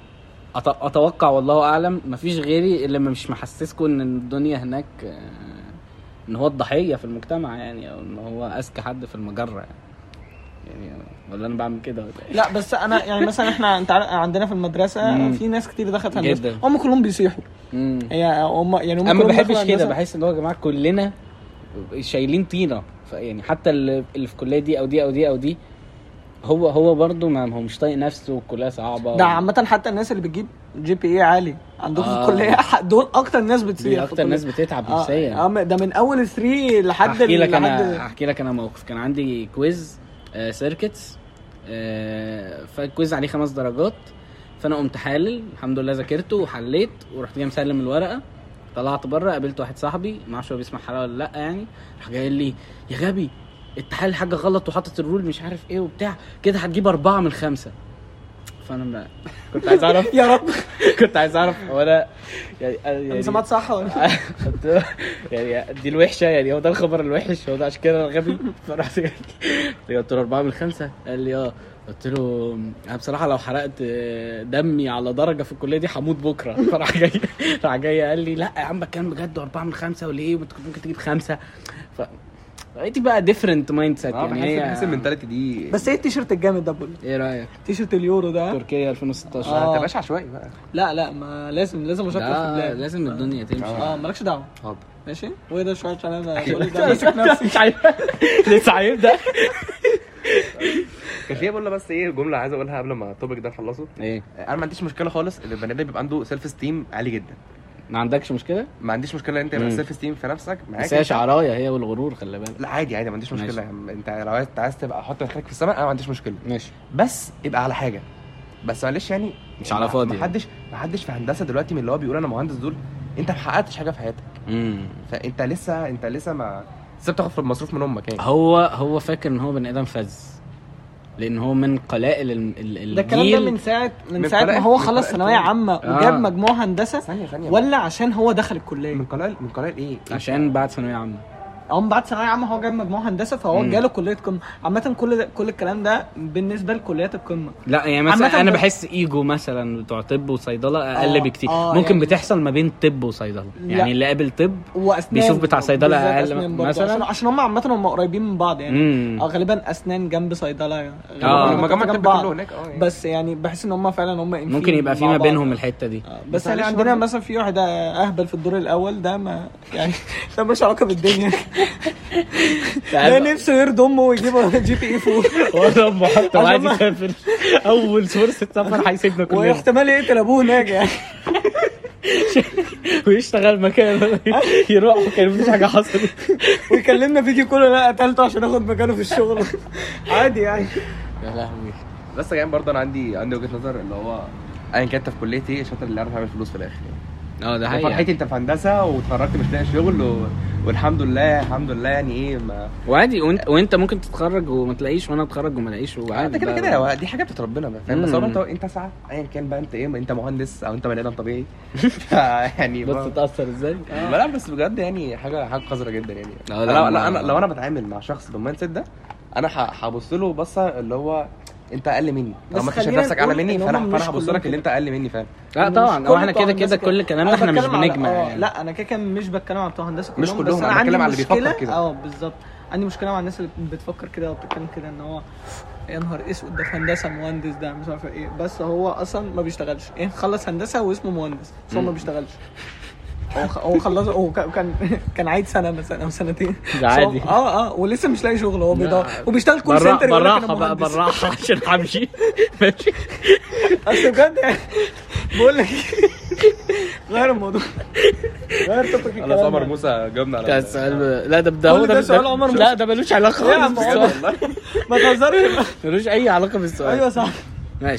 اتوقع والله اعلم مفيش غيري اللي مش محسسكم ان الدنيا هناك ان هو الضحيه في المجتمع يعني، او ان هو اذكى حد في المجره يعني ولا انا بعمل كده ولا ايه؟ لا بس انا يعني مثلا احنا انت عندنا في المدرسه في ناس كتير دخلت هندسه جدا. هم كلهم بيصيحوا. هي هم يعني هم اما كلهم بحبش دخلوا كده، هندسة. بحس ان هو يا جماعه كلنا شايلين طينه يعني، حتى اللي في الكليه دي او دي او دي او دي هو برضه ما هو مش طايق نفسه والكليه صعبه. ده عامه حتى الناس اللي بتجيب GPA عالي عندهم في الكليه دول اكتر ناس بتصيح، دي اكتر ناس بتتعب نفسيا. ده من اول 3 لحد احكي لك انا موقف. كان عندي كويز سيركتس، فالكويز عليه 5 درجات، فانا قمت حالل الحمد لله، ذاكرته وحليت ورحت جاي مسلم الورقه. طلعت بره قابلت واحد صاحبي ما اعرفش هو بيسمع حلقه ولا لا يعني، راح جاي قال لي يا غبي انت حل حاجه غلط وحاطط الرول مش عارف ايه وبتاع كده، هتجيب 4 من 5. فانا كنت عايز اعرف يا رب كنت عايز اعرف هو انا يعني سمعت صح ولا يعني دي الوحشه يعني، هو ده الخبر الوحش، هو ده عشان كده انا غبي. فرحت قلت له 4 من 5. قال لي قلت له انا بصراحه لو حرقت دمي على درجه في الكليه دي هموت بكره. راح جاي قال لي لا يا عم بتكلم بجد، 4 من 5 وليه ممكن تجيب 5. لقيتي بقى ديفرنت مايند سيت يعني. هي بحس المنتاليتي دي. بس ايه التيشيرت الجامد ده بقول؟ ايه رايك تيشيرت اليورو ده تركيا 2016؟ ما تبقاش عشوائي بقى. لا ما لازم اشكر في البلاد، لازم الدنيا تمشي. مالكش دعوه. حاضر ماشي. وايه ده شويه كلام ماسك نفسي مش عارف لسه هيبدا. كان في بقول بس ايه جمله عايز اقولها قبل ما التوبيك ده نخلصه. ايه؟ انا ما عنديش مشكله خالص ان البني ادم بيبقى عنده سيلف استيم عالي جدا. ما عندكش مشكله؟ ما عنديش مشكله ان انت يبقى سيلف استيم في نفسك معاك، بس هي شعرايه هي والغرور، خلي بالك. لا عادي ما عنديش مشكله. انت لو عايز تبقى حط رجلك في السماء انا ما عنديش مشكله، ماشي، بس يبقى على حاجه. بس معلش يعني مش على فاضي. ما حدش في هندسه دلوقتي من اللي هو بيقول انا مهندس دول انت ما حققتش حاجه في حياتك. فانت لسه ما بتاخد في المصروف من امك يعني. هو فاكر ان هو بني ادم فز، لان هو من قلائل الجيل. ده الكلام ده من ساعه ما هو خلص ثانويه عامه وجاب مجموع هندسه ثانية ولا عشان هو دخل الكليه؟ من قلائل ايه؟ عشان بعد ثانويه عامه بعد ثانويه عامه هو جاب مجموع هندسه فهو جاله كليه قمه. عامه كل الكلام ده بالنسبه لكليات القمه. لا يعني مثلا انا بحس ايجو مثلا بتوع طب وصيدله اقل بكتير. ممكن يعني بتحصل ما بين طب وصيدله يعني، اللي قابل طب بيشوف بتاع صيدله اقل مثلا، عشان هم قريبين من بعض يعني. غالبا اسنان جنب صيدله هم جنب بعض كله هناك. بس يعني بحس ان هم فعلا ممكن يبقى في ما بينهم الحته دي. بس يعني عندنا مثلا في واحد اهبل في الدور الاول ده ما يعني ده مش علاقه بالدنيا. ده نفسه يرضي امه ويجيب GPA فوق ولا امه حتى عادي يسافر اول فرصه سفر هيسيبنا كلنا، واحتمال يقتل ابوه هناك يعني ويشتغل مكانه يروح وكان مفيش حاجه حصلت ويكلمنا فيديو كله لا قتلته عشان اخد مكانه في الشغل عادي يعني. يا لهوي. بس يعني برضه انا عندي وجهه نظر اللي هو ايا كانت في كليتي الشاطر اللي يعرف يعمل فلوس في الاخر يعني. ده حقيقي. فرحتي انت في هندسه واتخرجت مش لاقي شغل والحمد لله يعني ايه ما وعادي. وانت ممكن تتخرج وما تلاقيش، وانا اتخرج وما الاقيش، وعادي كده دي حاجه بتاعت ربنا بقى، فاهم؟ بس انت ساعه ايا كان بقى انت ايه، انت مهندس او انت بني ادم طبيعي يعني بس تتاثر ازاي. لا بس بجد يعني حاجه قذره جدا يعني. انا لو انا بتعامل مع شخص بالمايند سيت ده انا هبص له بصه اللي هو انت اقل مني، لما انت شايف نفسك اعلى مني فانا هبص لك اللي انت اقل مني، فاهم؟ لا طبعا هو احنا كده كل كلامنا احنا مش بنجمع يعني. لا انا كده مش بتكلم على بتوع هندسه مش كلهم، انا بتكلم على اللي بيفكر كده. بالظبط عندي مشكله مع الناس اللي بتفكر كده وبتتكلم كده ان هو يا نهار اسود ده في هندسه مهندس ده مش عارف ايه، بس هو اصلا ما بيشتغلش. خلص هندسه واسمه مهندس بس هو ما بيشتغلش. هو خلص، هو كان عايد سنه مثلا او سنتين عادي. ولسه مش لاقي شغل. هو بيدور وبيشتغل كول سنتر. بالراحه عشان همشي ماشي. اصل بجد يعني بقول لك غير الموضوع، غير توبيك الكلام. انا عمر موسى جاوبنا على السؤال. لا ده سؤال عمر موسى. لا ده ملوش علاقه خالص بالسؤال. ما تهزرش، ملوش اي علاقه بالسؤال. ايوه صح ماشي.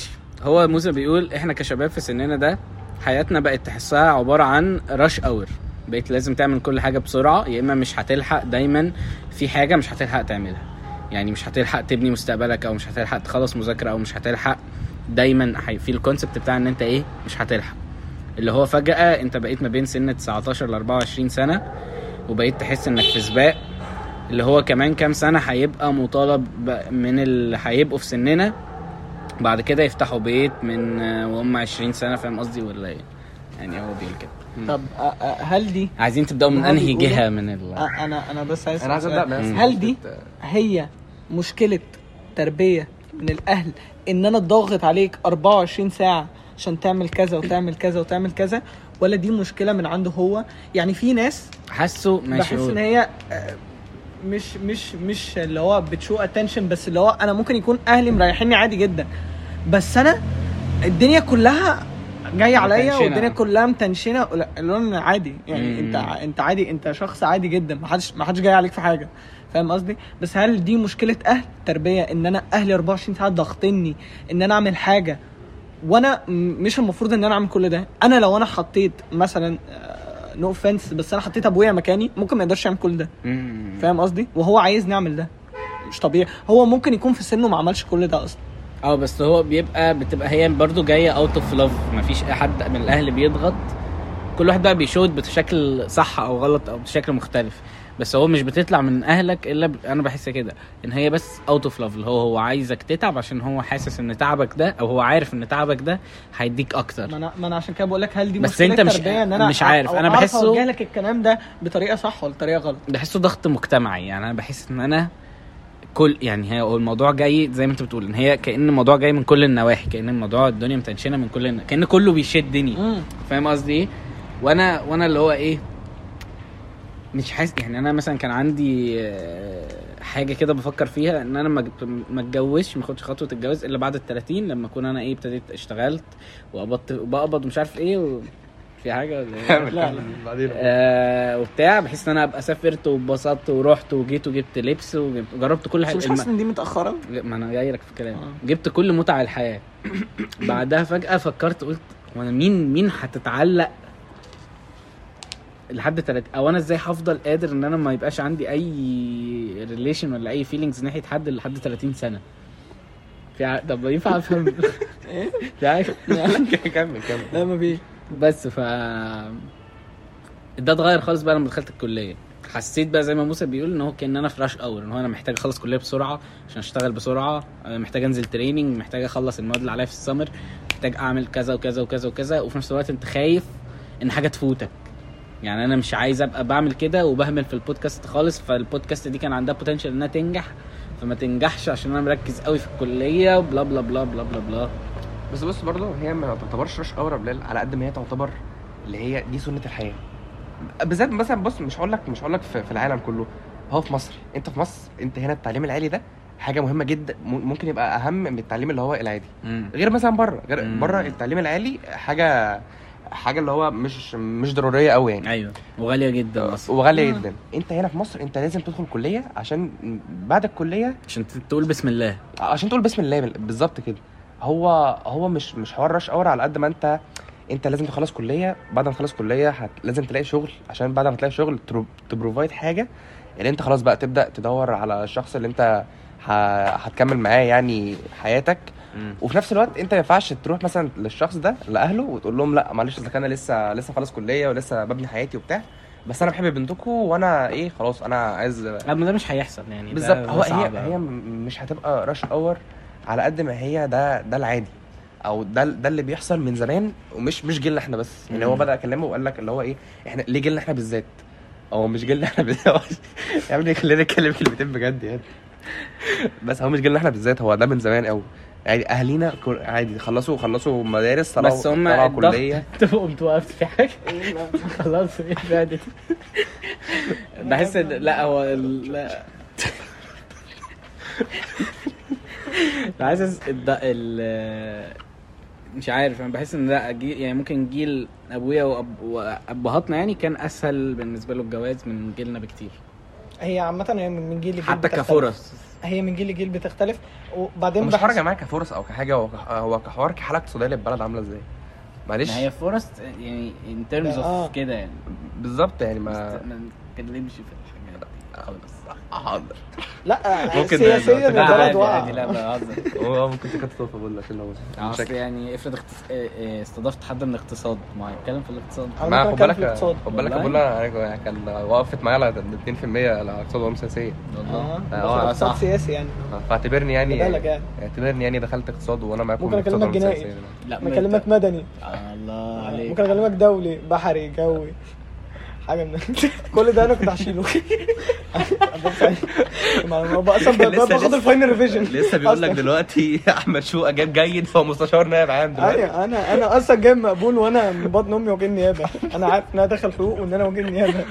هو موسى بيقول احنا كشباب في سننا ده حياتنا بقت تحسها عباره عن رش اور، بقيت لازم تعمل كل حاجه بسرعه، يا اما مش هتلحق، دايما في حاجه مش هتلحق تعملها، يعني مش هتلحق تبني مستقبلك، او مش هتلحق تخلص مذاكره، او مش هتلحق. دايما في الكونسبت بتاع ان انت ايه مش هتلحق، اللي هو فجاه انت بقيت ما بين سن 19 ل 24 سنه وبقيت تحس انك في سباق، اللي هو كمان كام سنه هيبقى مطالب من اللي هيبقوا في سننا بعد كده يفتحوا بيت من وهم 20 سنه، فاهم قصدي ولا ايه؟ يعني هو بيقول كده. طب هل دي عايزين تبداوا من انهي جهه من انا بس عايز ابدا. هل دي هي مشكله تربيه من الاهل ان انا ضاغط عليك 24 ساعه عشان تعمل كذا وتعمل كذا وتعمل كذا، ولا دي مشكله من عنده هو؟ يعني في ناس حاسه ماشي، بحس ان هي مش اللي هو بتشو اتنشن، بس اللي هو انا ممكن يكون اهلي مريحيني عادي جدا، بس انا الدنيا كلها جاي عليا والدنيا كلها متنشنه، اللي هو عادي يعني. انت عادي، انت شخص عادي جدا، ما حدش جاي عليك في حاجه، فاهم قصدي؟ بس هل دي مشكله اهل تربيه ان انا اهلي 24 ساعه ضاغطيني ان انا اعمل حاجه وانا مش المفروض ان انا اعمل كل ده؟ انا لو انا حطيت مثلا نو اوفنس، بس انا حطيت ابويا مكاني ممكن ما يقدرش يعمل كل ده، فاهم قصدي؟ وهو عايز نعمل ده، مش طبيعي. هو ممكن يكون في سنه ما عملش كل ده اصلا، بس هو بتبقى هي برضو جايه اوت اوف لاف، مفيش حد من الاهل بيضغط، كل واحد بقى بيشود بشكل صح او غلط او بشكل مختلف، بس هو مش بتطلع من اهلك الا انا بحس كده ان هي بس اوت اوف لاف، اللي هو عايزك تتعب عشان هو حاسس ان تعبك ده، او هو عارف ان تعبك ده هيديك اكتر. ما انا عشان كده بقول لك هل دي بس مشكله انت تربيه ان انا مش عارف، انا بحسه اوجه لك الكلام ده بطريقه صح ولا طريقه غلط؟ بحسه ضغط مجتمعي، يعني انا بحس ان انا يعني هي الموضوع جاي زي ما انت بتقول، ان هي كأن الموضوع جاي من كل النواحي، كأن الموضوع الدنيا متنشنه من كل كأن كله بيشدني، فاهم قصدي ايه؟ وانا اللي هو ايه مش حاسس، يعني انا مثلا كان عندي حاجه كده بفكر فيها ان انا ما اتجوزش، ما اخدش خطوه الجواز الا بعد ال30، لما اكون انا ابتديت اشتغلت وبقبض ومش عارف ايه في حاجه ولا لا بعدين وبتاع، بحس ان انا ابقى سافرت واتبسطت ورحت وجيت وجبت لبس وجربت كل حاجه. مش حاسس ان دي متاخره؟ ما انا جاي لك في الكلام. جبت كل متع الحياه. بعدها فجاه فكرت قلت وانا مين هتتعلق لحد 30، او انا ازاي هفضل قادر ان انا ما يبقاش عندي اي ريليشن ولا اي فيلينجز ناحيه حد لحد 30 سنه؟ طب ينفع افهم ايه؟ كمل لا ما فيش. بس ده اتغير خالص بقى لما دخلت الكليه. حسيت بقى زي ما موسى بيقول ان هو كان انا فراش اور، ان هو انا محتاج اخلص كليه بسرعه عشان اشتغل بسرعه، محتاج انزل تريننج، محتاج اخلص المواد اللي عليا في السمر، محتاج اعمل كذا وكذا وكذا وكذا، وفي نفس الوقت انت خايف ان حاجه تفوتك. يعني انا مش عايز ابقى بعمل كده وبهمل في البودكاست خالص، فالبودكاست دي كان عندها بوتنشال انها تنجح فما تنجحش عشان انا مركز قوي في الكليه وبلا بلا بلا بلا بلا بلا. بس برضه هي ما تعتبرش رش اور بلال على قد ما هي تعتبر اللي هي دي سنه الحياه، بالذات مثلا. بص مش هقول لك في العالم كله، هو في مصر. انت في مصر انت هنا التعليم العالي ده حاجه مهمه جدا، ممكن يبقى اهم من التعليم اللي هو العادي. غير مثلا بره التعليم العالي حاجه اللي هو مش ضروريه قوي يعني. ايوه وغاليه جدا اصلا، وغاليه جدا. انت هنا في مصر انت لازم تدخل كليه عشان بعد الكليه عشان تقول بسم الله، بالظبط كده. هو مش حوار رش اور على قد ما انت لازم تخلص كليه. بعد ما تخلص كليه لازم تلاقي شغل، عشان بعد ما تلاقي شغل تبروفايد حاجه اللي انت خلاص بقى تبدا تدور على الشخص اللي انت هتكمل معاه يعني حياتك. وفي نفس الوقت انت ما ينفعش تروح مثلا للشخص ده لاهله وتقول لهم لا معلش اذا كان لسه خلص كليه ولسه ببني حياتي وبتاع، بس انا بحب بنتكم وانا ايه خلاص انا عايز. اما ده مش هيحصل يعني. بالظبط. هي مش هتبقى رش اور على قد ما هي ده العادي، او ده اللي بيحصل من زمان، ومش جيلنا احنا بس يعني. هو بدا اكلمه وقال لك اللي هو ايه، احنا ليه جيلنا احنا بالذات، او مش جيلنا احنا بالذات يا ابني خلينا نتكلم كلمتين بجد يعني. بس هو مش جيلنا احنا بالذات، هو ده من زمان قوي يعني. اهالينا عادي خلصوا مدارس، طلعوا كليه. قمت وقفت في حاجه خلاص ايه فادت. بحس لا هو لا حاسس مش عارف، انا بحس ان لا يعني ممكن جيل ابويا وابهاتنا يعني كان اسهل بالنسبه له الجواز من جيلنا بكتير. هي عامه هي من جيل لجيل حتى بتختلف. كفرص هي من جيل لجيل بتختلف. وبعدين مش حوار يا جماعه كفرص او كحاجه، هو كحوار كحاله اقتصاديه للبلد عامله ازاي. معلش ما هي فرص يعني in terms of كده يعني بالظبط يعني ما نتكلمش في الحاجات دي خالص. حاضر. لا ممكن سياسيا ده البلد عادي لا واقع. بهزر. ممكن تكون تطلب ولا عشان لو اصل يعني افرض استضفت حد من الاقتصاد، ما هيتكلم في الاقتصاد. أنا ممكن خد أتكلم بالك في الاقتصاد. خد بالك والله. بقول كان وقفت معايا على 2% على اقتصاد وعلوم سياسيه. والله اقتصاد صح. سياسي يعني. فاعتبرني يعني خلي بالك يعني. اعتبرني يعني دخلت اقتصاد وانا معاكم ممكن اقتصاد أكلمك وعلوم جنائي. سياسية. لا بكلمك مدني. الله عليك. ممكن اكلمك دولي بحري جوي حاجه من كل ده انا كنت هشيله. ما بقى اصلا باخد الفاينل ريفيجن. لسه بيقول لك دلوقتي احمد شوقة جاب جيد فهو مستشار نائب عام دلوقتي. ايوه انا اصلا جاي مقبول وانا من بطن امي وكيل نيابه. انا عارف ان انا داخل حقوق وان انا وكيل نيابه.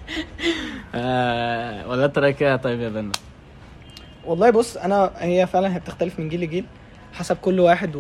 ولا انت رايك ايه طيب يا بنا؟ والله بص هي فعلا بتختلف من جيل لجيل حسب كل واحد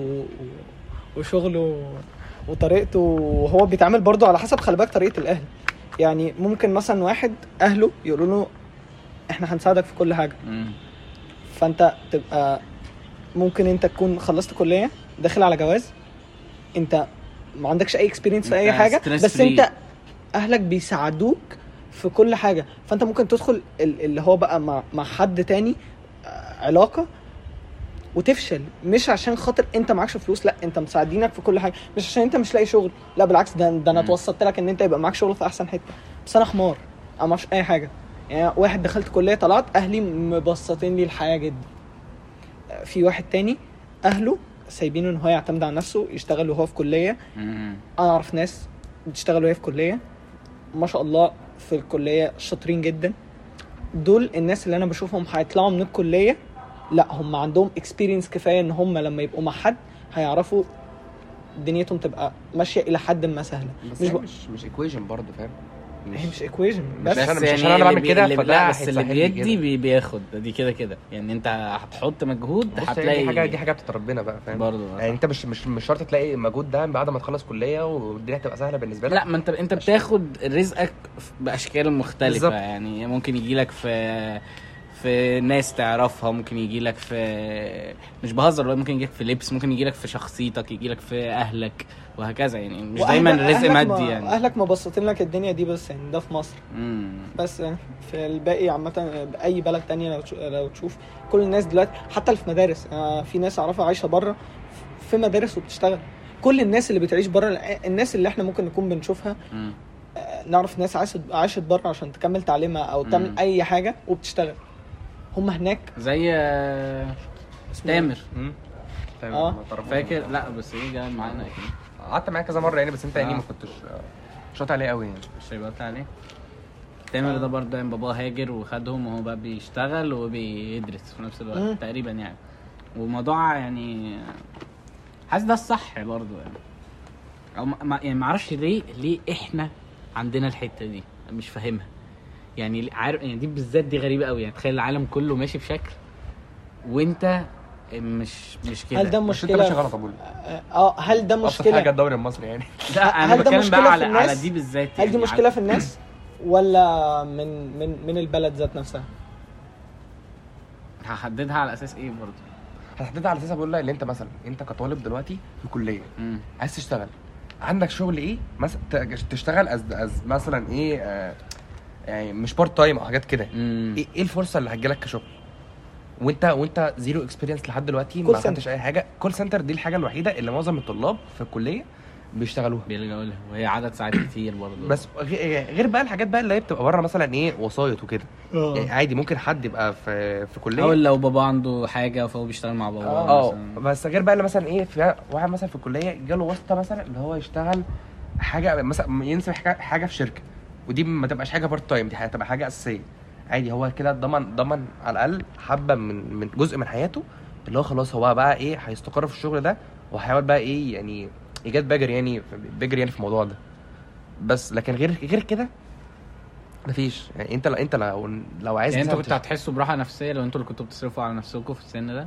وشغله وطريقته، وهو بيتعامل برضو على حسب خلي بالك طريقه الاهل. يعني ممكن مثلا واحد اهله يقولوا له احنا هنساعدك في كل حاجه، فانت تبقى ممكن انت تكون خلصت كليه داخل على جواز، انت ما عندكش اي اكسبيرينس في اي حاجه، بس انت اهلك بيساعدوك في كل حاجه، فانت ممكن تدخل اللي هو بقى مع حد تاني علاقه وتفشل، مش عشان خاطر انت معكش فلوس، لا انت مساعدينك في كل حاجه، مش عشان انت مش لاقي شغل، لا بالعكس ده انا توسطت لك ان انت يبقى معاك شغل في احسن حته، بس انا حمار انا ما اي حاجه. يعني واحد دخلت كليه طلعت اهلي مبسطين لي الحياه جدا، في واحد تاني اهله سايبينه ان هو يعتمد على نفسه يشتغل وهو في كليه. انا اعرف ناس بتشتغل وهي في كليه ما شاء الله في الكليه شاطرين جدا، دول الناس اللي انا بشوفهم هيطلعوا من الكليه لا هم عندهم اكسبيرينس كفايه ان هم لما يبقوا مع حد هيعرفوا دنيتهم تبقى ماشيه الى حد ما سهله. مش ايكويشن برضه فاهم، هي مش ايكويشن بس يعني عشان انا بعمل كده فده بس اللي بيدي بياخد دي كده يعني انت هتحط مجهود هتلاقي دي حاجه بتتربينا بقى فاهم برضه. يعني انت مش شرط تلاقي المجهود ده بعد ما تخلص كليه والدنيا هتبقى سهله بالنسبه لك. لا ما انت بتاخد رزقك باشكال مختلفه بالزبط. يعني ممكن يجي لك في ناس تعرفها، ممكن يجي لك في مش بهزر، ممكن يجي لك في لبس، ممكن يجي لك في شخصيتك، يجي لك في اهلك وهكذا يعني مش دايما الرزق مادي يعني اهلك مبسطين لك الدنيا دي بس يعني ده في مصر. بس في الباقي عامه باي بلد تانية لو تشوف كل الناس دلوقتي حتى في مدارس، في ناس اعرفها عايشه بره في مدارس وبتشتغل. كل الناس اللي بتعيش بره الناس اللي احنا ممكن نكون بنشوفها نعرف ناس عاشت بره عشان تكمل تعليمها او تعمل اي حاجه وبتشتغل. هم هناك زي تامر فاكر؟ لا بس ايه جاي معانا اكيد قعدت معاك كذا مره يعني، بس انت يعني ما كنتش شاط عليه قوي يعني. مش هيبقى عليه تامر ده برضه يعني باباه هاجر وخدهم وهو بقى بيشتغل وبيدرس في نفس الوقت تقريبا يعني، وموضوع يعني حاسس ده الصح برضه يعني، او يعني ما اعرفش ليه احنا عندنا الحته دي مش فاهمها يعني عارف يعني دي بالذات دي غريبه قوي يعني. تخيل العالم كله ماشي بشكل وانت مش كده. هل ده مشكله؟ انت مش غلط ابو هل ده مشكله حاجه الدوري المصري يعني؟ لا انا بتكلم بقى على دي بالذات يعني. هل دي مشكله في الناس ولا من البلد ذات نفسها؟ هحددها على اساس ايه برضه؟ هتحددها على اساس بقول لك اللي انت مثلا انت كطالب دلوقتي في كليه عايز تشتغل، عندك شغل ايه مثلا تشتغل از مثلا ايه يعني مش بارت تايم او حاجات كده، ايه الفرصه اللي هتجيلك كشغل وانت زيرو اكسبيرينس لحد دلوقتي ما عملتش اي حاجه؟ كول سنتر دي الحاجه الوحيده اللي معظم الطلاب في الكليه بيشتغلوها بيلجأوا لها، وهي عدد ساعات كتير برضه. بس غير بقى الحاجات بقى اللي هي بتبقى بره مثلا ايه وسايط وكده يعني عادي ممكن حد يبقى في كليه او لو بابا عنده حاجه فهو بيشتغل مع بابا بس غير بقى اللي مثلا ايه في واحد مثلا في الكليه جاله واسطه مثلا اللي هو يشتغل حاجه مثلا ينسب حاجه في شركه، ودي ما تبقاش حاجه بارت تايم، دي هتبقى حاجه اساسيه عادي. هو كده ضمن على الاقل حبه من جزء من حياته اللي هو خلاص هو بقى ايه هيستقر في الشغل ده وهيحاول بقى ايه يعني يجاد بيجري يعني في الموضوع ده. بس لكن غير كده مفيش يعني. انت لو عايز يعني انت كنت هتحسوا براحه نفسيه لو انتوا اللي كنتوا بتصرفوا على نفسكم في السن ده؟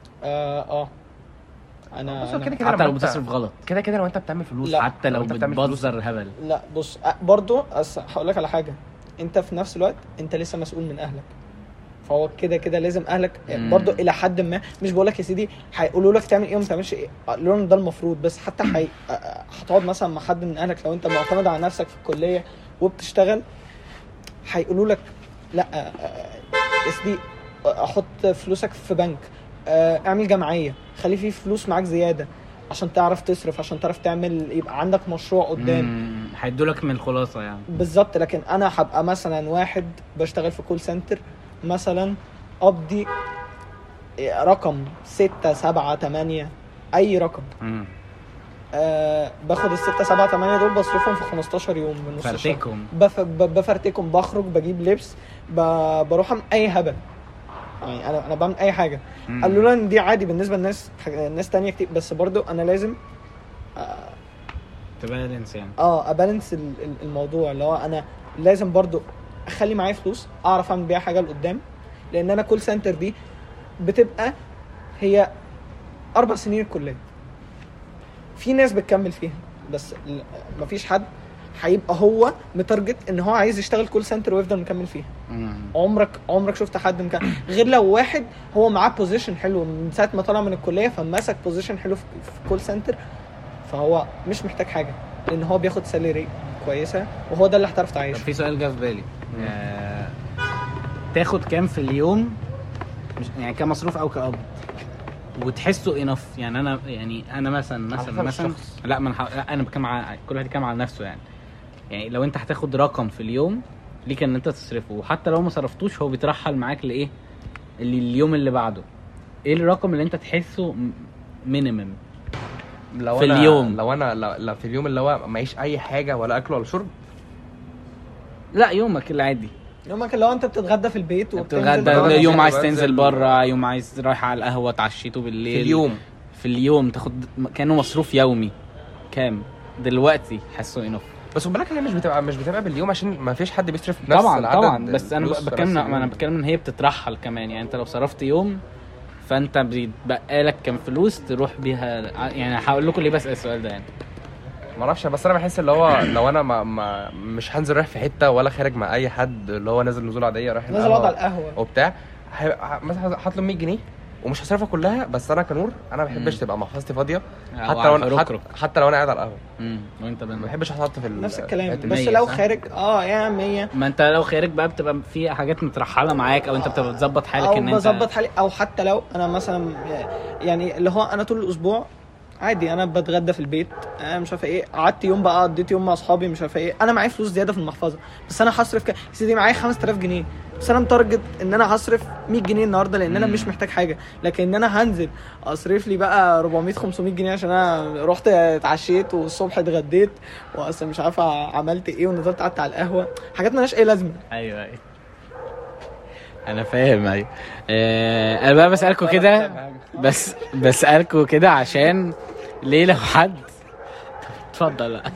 انا كده حتى لو بتصرف غلط كده لو انت بتعمل فلوس، حتى لو بتبذر هبل. لا بص برضو هقول لك على حاجه، انت في نفس الوقت انت لسه مسؤول من اهلك، فهو كده كده لازم اهلك برضو الى حد ما. مش بقولك يا سيدي هيقولوا لك تعمل ايه وما تعملش ايه، قالوا ده المفروض، بس حتى هتقعد مثلا مع حد من اهلك لو انت معتمد على نفسك في الكليه وبتشتغل، هيقولوا لك لا يا سيدي احط فلوسك في بنك، اعمل جمعيه، خلي فيه فلوس معاك زياده عشان تعرف تصرف، عشان تعرف تعمل، يبقى عندك مشروع قدام. هيدولك من الخلاصه يعني بالظبط. لكن انا هبقى مثلا واحد بشتغل في كول سنتر مثلا، ابدي رقم 6 7 8 اي رقم، باخد ال6 7 8 دول بصرفهم في 15 يوم من نص الشهر، بفرتكم، بخرج، بجيب لبس، بروح اي هبل يعني، انا بعمل اي حاجه. قالوا لنا ان دي عادي بالنسبه لناس تانية كتير، بس برضو انا لازم تبالانس يعني ابالانس الموضوع، اللي هو انا لازم برضو اخلي معايا فلوس اعرف اعمل بيها حاجه لقدام، لان انا كول سنتر دي بتبقى هي 4 سنين الكليه، في ناس بتكمل فيها بس مفيش حد هيبقى هو متارجت ان هو عايز يشتغل كول سنتر ويفضل مكمل فيها. عمرك شفت حد مكمل، غير لو واحد هو معاه بوزيشن حلو من ساعه ما طلع من الكليه، فمسك بوزيشن حلو في كول سنتر، فهو مش محتاج حاجه لان هو بياخد سالري كويسه، وهو ده اللي هتعرف تعيشه. في سؤال جه في بالي، تاخد كام في اليوم مش يعني كمصروف او كقبض وتحسه انف؟ يعني انا مثلا لا انا بكام كل واحد كام على نفسه يعني لو انت هتاخد رقم في اليوم ليك ان انت تصرفه، وحتى لو ما صرفتوش هو بيترحل معاك لايه اللي اليوم اللي بعده، ايه الرقم اللي انت تحسه مينيمم لو في اليوم؟ لو في اليوم اللي هو معيش اي حاجه ولا اكل ولا شرب، لا يومك العادي، يومك اللي هو انت بتتغدى في البيت وبتتغدى، يوم عايز تنزل بره، يوم عايز رايح على القهوه اتعشيته بالليل، في اليوم تاخد كانه مصروف يومي كام دلوقتي حاسه انف؟ بس بالك هي مش بتبقى باليوم، عشان ما فيش حد بيصرف نفس العدد. طبعا بس انا بتكلم ان هي بتترحل كمان، يعني انت لو صرفت يوم فانت بيتبقى لك كام فلوس تروح بيها. يعني هقول لكم ليه بسأل السؤال ده، يعني ما اعرفش، بس انا بحس اللي هو لو انا مش هنزل رايح في حته ولا خارج مع اي حد، اللي هو نازل نزول عاديه رايح نازل اقعد على القهوه وبتاع، مثلا هطلب 100 جنيه ومش هصرفها كلها، بس انا كنور انا ما بحبش تبقى محفظتي فاضيه، حتى لو انا قاعد على القهوه. وانت ما بحبش احط في نفس الكلام، بس لو خارج يعني 100. ما انت لو خارج بقى بتبقى في حاجات مترحله معاك، او انت بتبقى بتظبط حالك ان انت بظبط حالي، او حتى لو انا مثلا يعني اللي هو انا طول الاسبوع عادي انا بتغدى في البيت، مش عارف ايه، قعدت يوم بقى قضيت يوم مع اصحابي مش عارف ايه، انا معايا فلوس زياده في المحفظه، بس انا هصرف سيدي معايا 5000 جنيه، بس انا متارجت ان انا هصرف 100 جنيه النهارده لان انا مش محتاج حاجه، لكن انا هنزل اصرف لي بقى 400 500 جنيه عشان انا رحت اتعشيت والصبح اتغديت واصلا مش عارفه عملت ايه ونزلت قعدت على القهوه، حاجات مالهاش اي لازمه. ايوه انا فاهم. ايوه انا بقى بسالكم كده، بس بسالكم كده عشان ليه لو حد اتفضل لا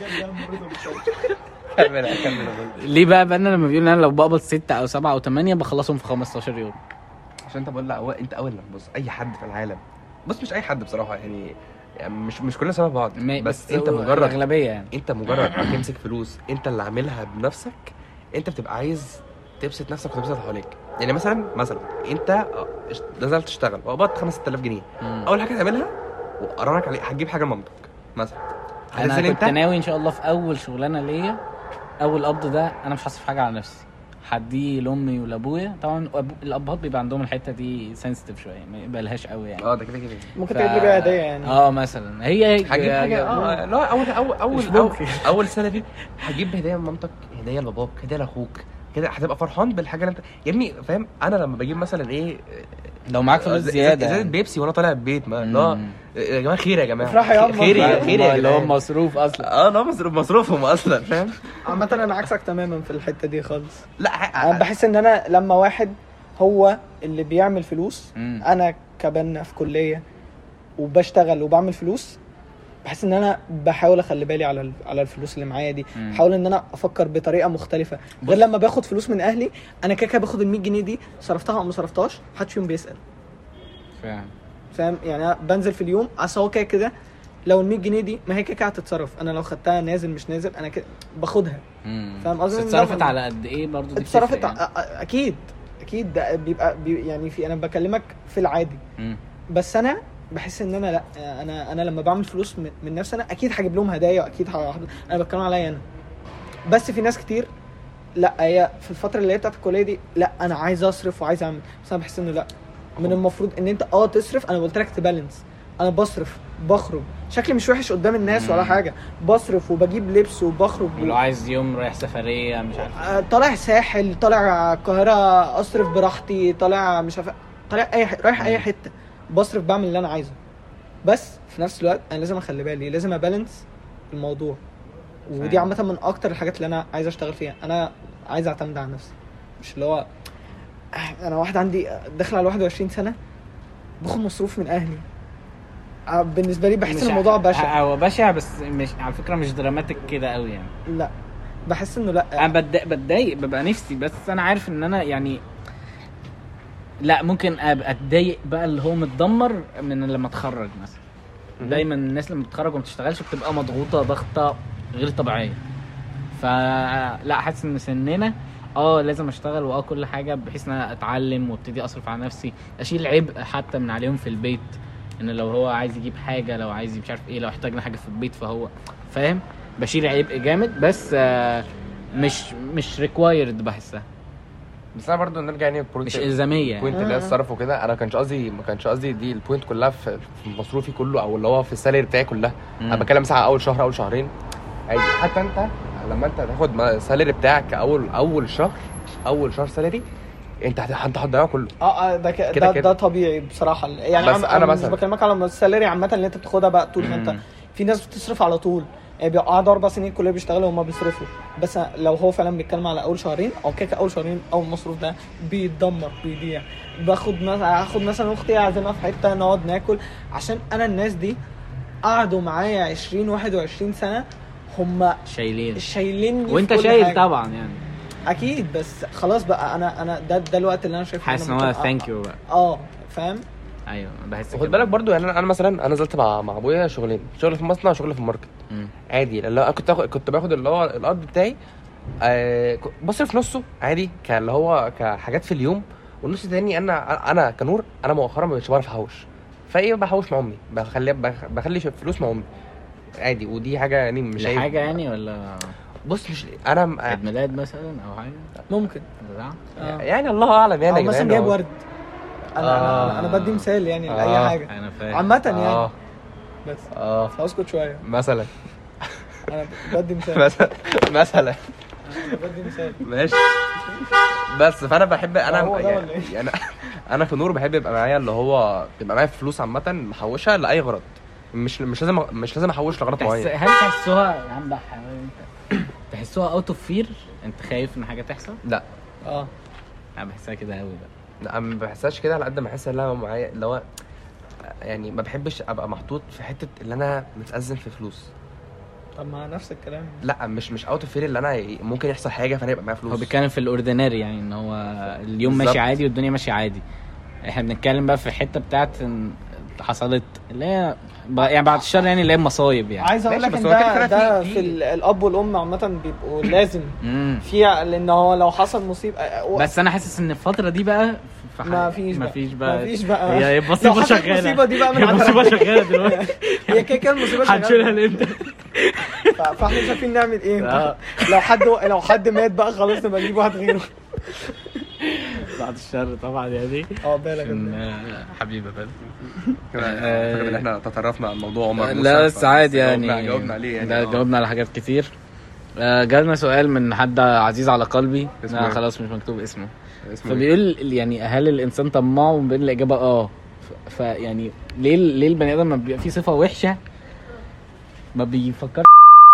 كمل ليه بقى انا لما بيقول انا لو بقبض 6 او 7 او 8 بخلصهم في 15 يوم؟ عشان انت بقول لا، انت اول بص اي حد في العالم، بص مش اي حد بصراحه، يعني مش كلنا شبه بعض، بس انت مجرد الاغلبيه يعني انت مجرد ما تمسك فلوس انت اللي عاملها بنفسك، انت بتبقى عايز تبسط نفسك وتبسط اللي حواليك. يعني مثلا انت نزلت تشتغل وقبضت 5000 جنيه، اول حاجه تعملها وقرارك عليه هتجيب حاجه لمامتك مثلا. انا كنت ناوي ان شاء الله في اول شغلانه ليا، اول قبض ده انا مش هصرف حاجه على نفسي، هديه لامي ولابويا. طبعا الابهات بيبقى عندهم الحته دي سنسيتيف شويه، ما يبقالهاش قوي يعني. ده كده ممكن تجيب لي بيها هديه يعني. مثلا هي هجيب حاجه لا اول سنه دي هجيب هديه لمامتك، هديه لباباك، هديه لاخوك، كده هتبقى فرحان بالحاجه اللي انت يا ابني فاهم. انا لما بجيب مثلا ايه لو معاك فلوس زياده زي بيبسي وانا طالع البيت، ما لا يا جماعه خير، يا جماعه خير يا اللي هو مصروف اصلا لا مصروفهم اصلا فاهم. عامه انا عكسك تماما في الحته دي خالص. لا انا بحس ان انا لما واحد هو اللي بيعمل فلوس، انا كبنا في كليه وبشتغل وبعمل فلوس، بحس ان انا بحاول اخلي بالي على الفلوس اللي معايا دي، بحاول ان انا افكر بطريقه مختلفه غير لما باخد فلوس من اهلي. انا كده باخد ال100 جنيه دي صرفتها او ما صرفتهاش محدش فيهم بيسال، فاهم يعني. أنا بنزل في اليوم اصل هو كده لو ال 100 جنيه دي ما هي كده هتتصرف، انا لو خدتها نازل مش نازل انا كده باخدها. فاهم قصدي؟ اتصرفت على قد ايه برضو دي اتصرفت يعني. اكيد ده بيبقى يعني في انا بكلمك في العادي. بس انا بحس ان انا لا انا لما بعمل فلوس من نفسي انا اكيد هجيب لهم هدايا واكيد انا بتكلم عليا انا. بس في ناس كتير لا هي في الفتره اللي هي بتاعت الكليه دي لا انا عايز اصرف وعايز اعمل، بس انا بحس انه لا من المفروض ان انت تصرف. انا قلت لك تبالانس، انا بصرف بخرج شكلي مش وحش قدام الناس ولا حاجه، بصرف وبجيب لبس وبخرج ولو عايز يوم رايح سفريه مش عارف طالع ساحل طالع القاهره اصرف براحتي، طالع مش عارف طالع رايح اي حته بصرف بعمل اللي انا عايزه. بس في نفس الوقت انا لازم اخلي بالي، لازم ابالانس الموضوع. ودي عامه من اكتر الحاجات اللي انا عايز اشتغل فيها. انا عايز اعتمد على نفسي، مش اللي هو انا واحد عندي داخل على 21 سنه باخد مصروف من اهلي. بالنسبه لي بحس الموضوع بشع. هو بشع بس مش على فكره مش دراماتيك كده قوي يعني. لا بحس انه لا انا بتضايق ببقى نفسي، بس انا عارف ان انا يعني لا ممكن ابقى اتضايق بقى اللي هو متدمر من لما اتخرج مثلا. دايما الناس لما بتتخرج وما بتشتغلش بتبقى مضغوطه ضغطه غير طبيعيه. فلا حاسس ان سننا لازم اشتغل كل حاجه بحيث ان انا اتعلم وابتدي اصرف على نفسي، اشيل عبء حتى من عليهم في البيت، ان لو هو عايز يجيب حاجه، لو عايز مش عارف ايه، لو احتاجنا حاجه في البيت فهو فاهم، بشيل عبء جامد. بس مش ريكوايرد بحسها. بس انا برضو نرجع يعني مش الزاميه البوينت اللي هي الصرف وكده. انا ما كانش قصدي دي البوينت كلها في مصروفي كله او اللي هو في السالري بتاعي كلها. انا بتكلم مثلا اول شهر اول شهرين عادي. حتى انت لما انت تاخد السالري بتاعك اول شهر سالري انت هتضيعه كله. ده طبيعي بصراحه يعني. انا مش بكلمك على السالري عامه اللي انت بتاخدها بقى طول ما انت. في ناس بتصرف على طول يعني بيقعدوا 4 سنين كلهم بيشتغلوا وما بيصرفوا. بس لو هو فعلا بيتكلم على اول شهرين او كده، اول شهرين او المصروف ده بيتدمر بيضيع. هاخد مثلا اختي اعزمها في حته نقعد ناكل، عشان انا الناس دي قعدوا معايا 20 21 سنه هم شايلين وانت شايل حاجة. طبعا يعني اكيد. بس خلاص بقى انا ده الوقت اللي انا شايفه حاسس ان هو ثانك يو بقى. فاهم. ايوه بحس خد بالك برضو يعني انا مثلا نزلت مع ابويا شغلين، شغل في مصنع وشغل في الماركت عادي. لأن انا كنت باخد اللي هو القبض بتاعي بصرف نصه عادي اللي هو كحاجات في اليوم، والنص الثاني انا كنور انا مؤخرا مش بعرف احوش. فايه بحوش مع امي، بخلي فلوس مع امي عادي. ودي حاجه يعني مش حاجه يعني ولا بص مش انا عيد ميلاد مثلا او حاجه ممكن يعني الله اعلم يعني. مثلا جايب ورد. انا بدي مثال يعني لاي حاجه عامه يعني. بس فاسكت شويه مثلا. انا بدي مثال مثلا بدي مثال ماشي. بس فانا بحب يعني انا في نور بحب يبقى معايا اللي هو يبقى معايا فلوس عامه محوشها لاي غرض. مش لازم احوش لغرض معين. هل تحسوها يا عم بقى انت تحسوها اوت اوف فير؟ انت خايف ان حاجه تحصل؟ لا انا بحسها كده قوي بقى. لا ما بحسهاش كده على قد ما احس ان انا معايا اللي هو يعني ما بحبش ابقى محطوط في حته اللي انا متأزم في فلوس. طب ما نفس الكلام. لا مش اوت اوف فير اللي انا ممكن يحصل حاجه فانا يبقى معايا فلوس. هو بيتكلم في الاورديناري يعني ان هو اليوم بالزبط. ماشي عادي والدنيا ماشيه عادي. احنا بنتكلم بقى في الحته بتاعت حصلت اللي هي يعني بعد الشر يعني اللي هي مصايب يعني. عايز اقول لك ان ده في الاب والام عامه بيبقوا لازم فيها، لان هو لو حصل مصيبه بس انا حاسس ان الفتره دي بقى ما فيش بقى هي مصيبه شغاله. المصيبه دي بقى من المصيبه شغاله دلوقتي. هي كده المصيبه شغاله هنشيلها لامتى؟ فاحنا مش عارفين نعمل ايه. لو حد مات بقى خلاص نبقى نجيب واحد غيره بعد الشر طبعا يعني. بالك حبيبه بالك فاكر ان احنا تطرفنا على الموضوع عمر. لا بس عادي يعني جاوبنا عليه يعني. لا جاوبنا على حاجات كتير. جالنا سؤال من حد عزيز على قلبي خلاص مش مكتوب اسمه. فبيقول يعني هل الانسان طماع؟ وبين الاجابه فيعني ليه البني ادم ما بيبقى فيه صفه وحشه ما بيفكر؟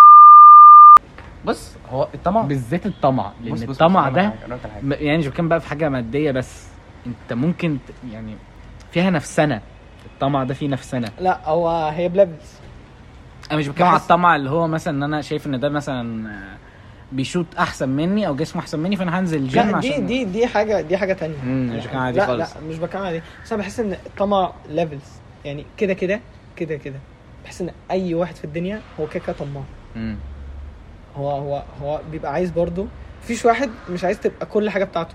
بص هو الطمع بالذات الطمع، لان الطمع ده يعني مش بتكلم بقى في حاجه ماديه بس، انت ممكن يعني فيها نفسنا. الطمع ده فيه نفسنا. لا هي بلبس. انا مش بتكلم على الطمع اللي هو مثلا ان انا شايف ان ده مثلا بيشوت احسن مني او جسمه احسن مني فانا هنزل الجيم عشان دي حاجه تانية. مش بتكلم على دي خالص. لا مش بتكلم على دي. بس انا بحس ان الطمع ليفلز يعني كده بحس ان اي واحد في الدنيا هو كده طماع. هو بيبقى عايز برضه. مفيش واحد مش عايز تبقى كل حاجه بتاعته.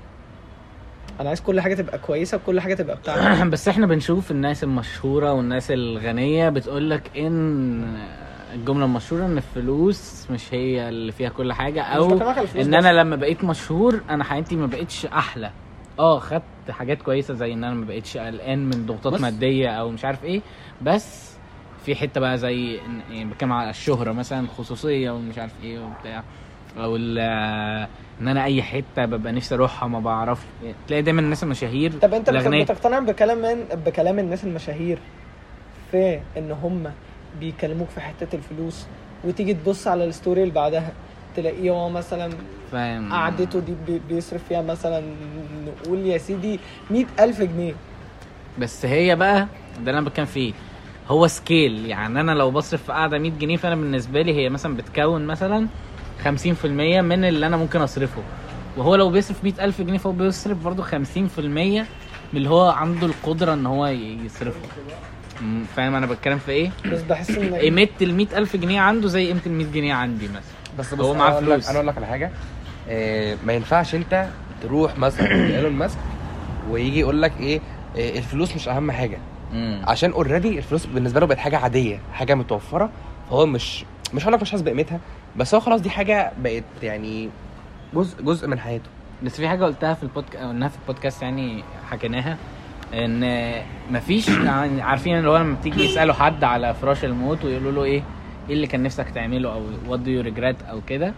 انا عايز كل حاجه تبقى كويسه وكل حاجه تبقى بتاعتي. بس احنا بنشوف الناس المشهوره والناس الغنيه بتقولك ان الجمله المشهوره ان الفلوس مش هي اللي فيها كل حاجه، او ان انا لما بقيت مشهور انا حياتي ما بقتش احلى. خدت حاجات كويسه زي ان انا ما بقتش قلقان من ضغوطات ماديه او مش عارف ايه، بس في حته بقى زي يعني بتكلم على الشهره مثلا، خصوصيه ومش عارف ايه وبتاع، او ان انا اي حته ببقى نفسي اروحها ما بعرف. تلاقي دايما الناس المشاهير. طب انت بتقتنع بكلام الناس المشاهير في ان هم بيكلموك في حته الفلوس، وتيجي تبص على الستوري اللي بعدها تلاقيه هو مثلا قعدته دي بيصرف فيها مثلا نقول يا سيدي 100,000 جنيه؟ بس هي بقى ده انا بتكلم فيه، هو سكيل. يعني انا لو بصرف في قعده 100 جنيه فانا بالنسبه لي هي مثلا بتكون مثلا 50% من اللي انا ممكن اصرفه، وهو لو بيصرف 100,000 جنيه فهو بيصرف برضو 50% من اللي هو عنده القدره ان هو يصرفه. فاهم انا بتكلم في ايه؟ بس بحس ان قيمه ال 100,000 جنيه عنده زي قيمه ال 100 جنيه عندي مثلا. بس هو معاه فلوس. انا اقول لك على حاجه، ما ينفعش انت تروح مثلا ايلون ماسك ويجي يقول لك ايه الفلوس مش اهم حاجه، عشان اوريدي الفلوس بالنسبه له بقت حاجه عاديه، حاجه متوفره، فهو مش هقول لك مش حاسس بقيمتها، بس هو خلاص دي حاجه بقت يعني جزء من حياته. بس في حاجه قلتها في البودكاست، قلناها في البودكاست يعني حكيناها، ان مفيش يعني عارفين اللي هو لما بتيجي يسالوا حد على فراش الموت ويقولوا له ايه اللي كان نفسك تعمله او what do you regret او كده،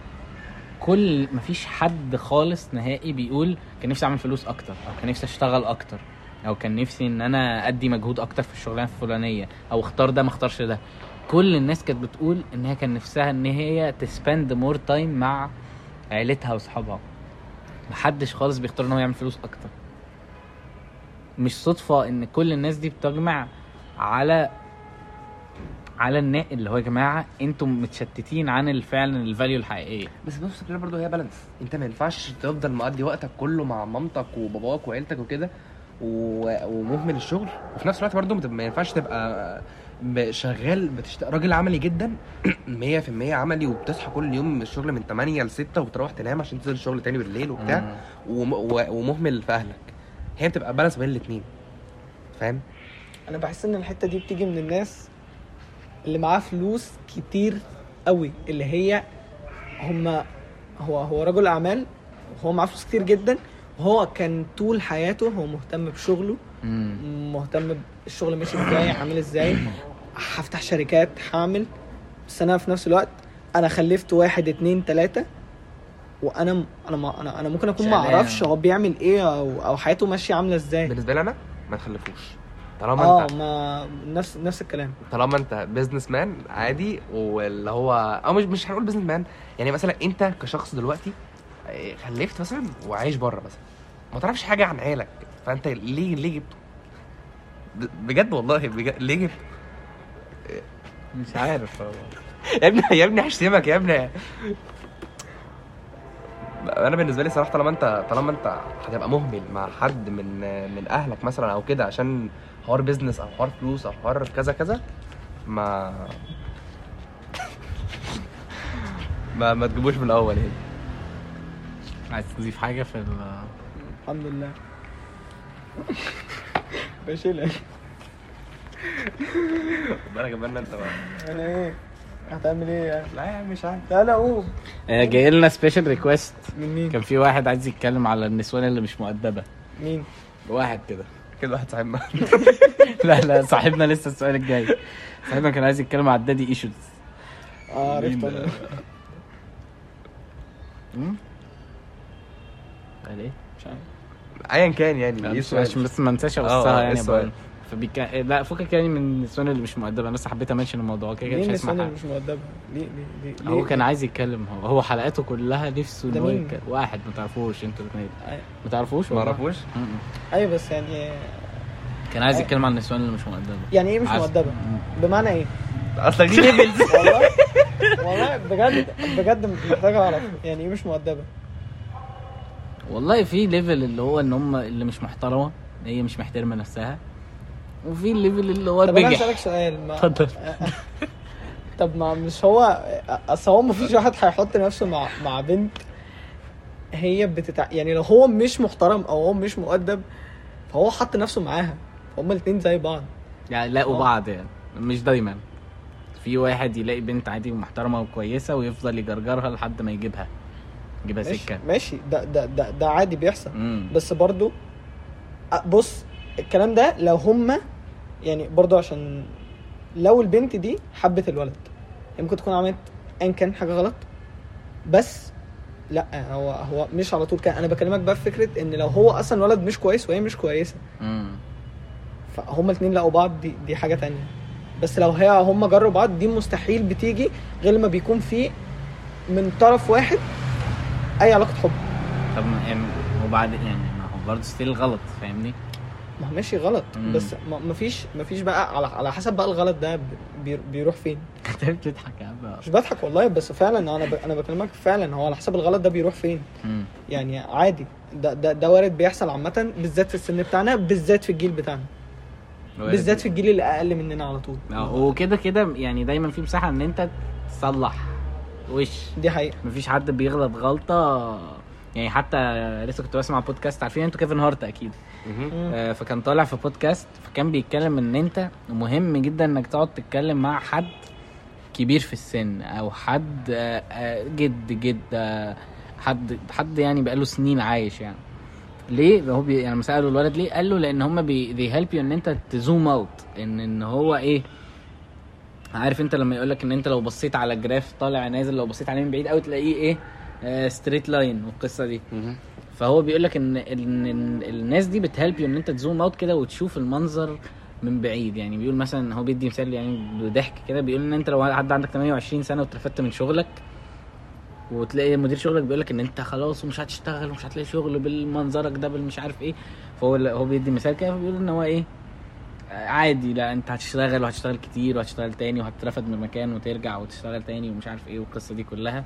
مفيش حد خالص نهائي بيقول كان نفسي اعمل فلوس اكتر، او كان نفسي اشتغل اكتر، او كان نفسي ان انا ادي مجهود اكتر في الشغلانه الفلانيه، او اختار ده ما اختارش ده. كل الناس كانت بتقول ان هي كان نفسها ان هي تسبند مور تايم مع عيلتها واصحابها. محدش خالص بيختار ان هو يعمل فلوس اكتر. مش صدفه ان كل الناس دي بتجمع على اللي هو يا جماعه انتم متشتتين عن فعلا الفاليو الحقيقيه. بس بص كده برضه هي بالانس، انت ما ينفعش تفضل مقضي وقتك كله مع مامتك وباباك وعيلتك وكده ومهمل الشغل، وفي نفس الوقت برضه ما ينفعش تبقى شغال راجل عملي جدا 100% عملي، وبتصحى كل يوم الشغل من 8 ل 6 وبتروح تنام عشان تنزل الشغل تاني بالليل وبتاع ومهمل في اهلك. هي بتبقى بالانس بين الاثنين، فاهم؟ انا بحس ان الحته دي بتيجي من الناس اللي معاه فلوس كتير قوي، اللي هي هو رجل اعمال وهو معاه فلوس كتير جدا، وهو كان طول حياته هو مهتم بشغله، مهتم بالشغل ماشي ازاي، عامل ازاي، هفتح شركات، هعمل. بس انا في نفس الوقت انا خلفت 1 2 3 وانا ممكن اكون ما اعرفش هو بيعمل ايه او حياته ماشيه عامله ازاي. بالنسبه لي انا ما تخلفوش طالما انت ما نفس الكلام، طالما انت بيزنس مان عادي، واللي هو او مش هنقول بيزنس مان، يعني مثلا انت كشخص دلوقتي خلفت مثلا وعايش بره مثلا، ما تعرفش حاجه عن عيالك، فانت ليه جبته؟ بجد والله بجد ليه جبته؟ مش عارف يا ابني هشتمك يا ابني. انا بالنسبه لي صراحه طالما انت هتبقى مهمل مع حد من اهلك مثلا او كده عشان حوار بيزنس او حوار فلوس او حوار كذا كذا، ما تجيبوش من الاول. يعني عايز تضيف حاجه في الحمد لله بشيلك بالك بالنا انت بقى. انا ايه هتعمل ايه يعني؟ لا يا عم مش عارف. لا قوم. جاي لنا سبيشال ريكويست من مين؟ كان في واحد عايز يتكلم على النسوان اللي مش مؤدبه. مين؟ واحد كده واحد صاحبنا لا صاحبنا لسه السؤال الجاي. صاحبنا كان عايز يتكلم على الدادي ايشوز. عرفت انا. قال ايه؟ مش عارف ايا كان يعني عشان بس ما انساش اوصلها يعني بقى. لا فكك يعني من النسوان اللي مش مؤدبه. انا بس حبيت امنشن الموضوع كده مش هسمع حاجه. مش مؤدبه ليه هو كان عايز يتكلم. هو حلقاته كلها نفسه ان هو يتكلم. واحد ما تعرفوش انتوا الاثنين ما تعرفوش ما اعرفوش. ايوه بس يعني كان عايز يتكلم عن النسوان اللي مش مؤدبه. يعني ايه مش مؤدبه؟ بمعنى ايه؟ اصلا دي ليفلز والله بجد محتاج اعرف يعني ايه مش مؤدبه. والله في ليفل اللي هو ان هم اللي مش محترمه، هي مش محترمه نفسها، وفي الليفل اللي هو طب انا البجح. هسألك سؤال اتفضل. طب ما مش هو اصل هو مفيش واحد هيحط نفسه مع بنت هي يعني لو هو مش محترم او هو مش مؤدب فهو حط نفسه معاها، هما الاتنين زي بعض. يعني لاقوا بعض يعني، مش دايما. في واحد يلاقي بنت عادي ومحترمه وكويسه ويفضل يجرجرها لحد ما يجيبها سكه. ماشي، ده عادي بيحصل. بس برضو بص الكلام ده لو هما يعني برضو عشان لو البنت دي حبت الولد ممكن تكون عملت ان كان حاجه غلط، بس لا هو مش على طول كان. انا بكلمك بقى في فكره ان لو هو اصلا ولد مش كويس وهي مش كويسه فهما الاثنين لقوا بعض، دي حاجه تانية. بس لو هما جروا بعض دي مستحيل بتيجي غير لما بيكون في من طرف واحد اي علاقه حب. طب يعني وبعد يعني ما هو برضه ستيل غلط، فاهمني؟ ما هو ماشي غلط. بس ما فيش بقى على حسب بقى الغلط ده بيروح فين. انت بتضحك يا عم. مش بضحك والله، بس فعلا انا بكلمك فعلا هو على حسب الغلط ده بيروح فين. يعني عادي ده وارد بيحصل عامه، بالذات في السن بتاعنا، بالذات في الجيل بتاعنا، بالذات في الجيل اللي اقل مننا على طول. وكده كده يعني دايما في مساحه ان انت تصلح وش. دي حقيقه، مفيش حد بيغلط غلطه يعني. حتى لسه كنت بسمع بودكاست، عارفين انتوا كيفن هارت اكيد؟ فكان طالع في بودكاست فكان بيتكلم ان انت مهم جدا انك تقعد تتكلم مع حد كبير في السن او حد جد حد يعني بقاله سنين عايش يعني. ليه هو يعني مسأله الولد ليه؟ قال له لان هم they help you ان انت تزوم اوت، ان هو ايه، عارف انت لما يقولك ان انت لو بصيت على جراف طالع نازل لو بصيت عليه من بعيد قوي تلاقيه ايه ستريت لاين والقصه دي. فهو بيقولك ان الناس دي بتهلب يو ان انت تزوم اوت كده وتشوف المنظر من بعيد. يعني بيقول مثلا، هو بيدي مثال يعني بضحك كده، بيقول ان انت لو حد عندك 28 سنه واترفدت من شغلك وتلاقي مدير شغلك بيقولك ان انت خلاص ومش هتشتغل ومش هتلاقي شغل بالمنظرك ده بالمش عارف ايه، فهو بيدي مثال كده بيقول ان هو ايه عادي، لا انت هتشتغل وهتشتغل كتير وهتشتغل تاني وهتترفد من مكان وترجع وتشتغل تاني ومش عارف ايه والقصه دي كلها.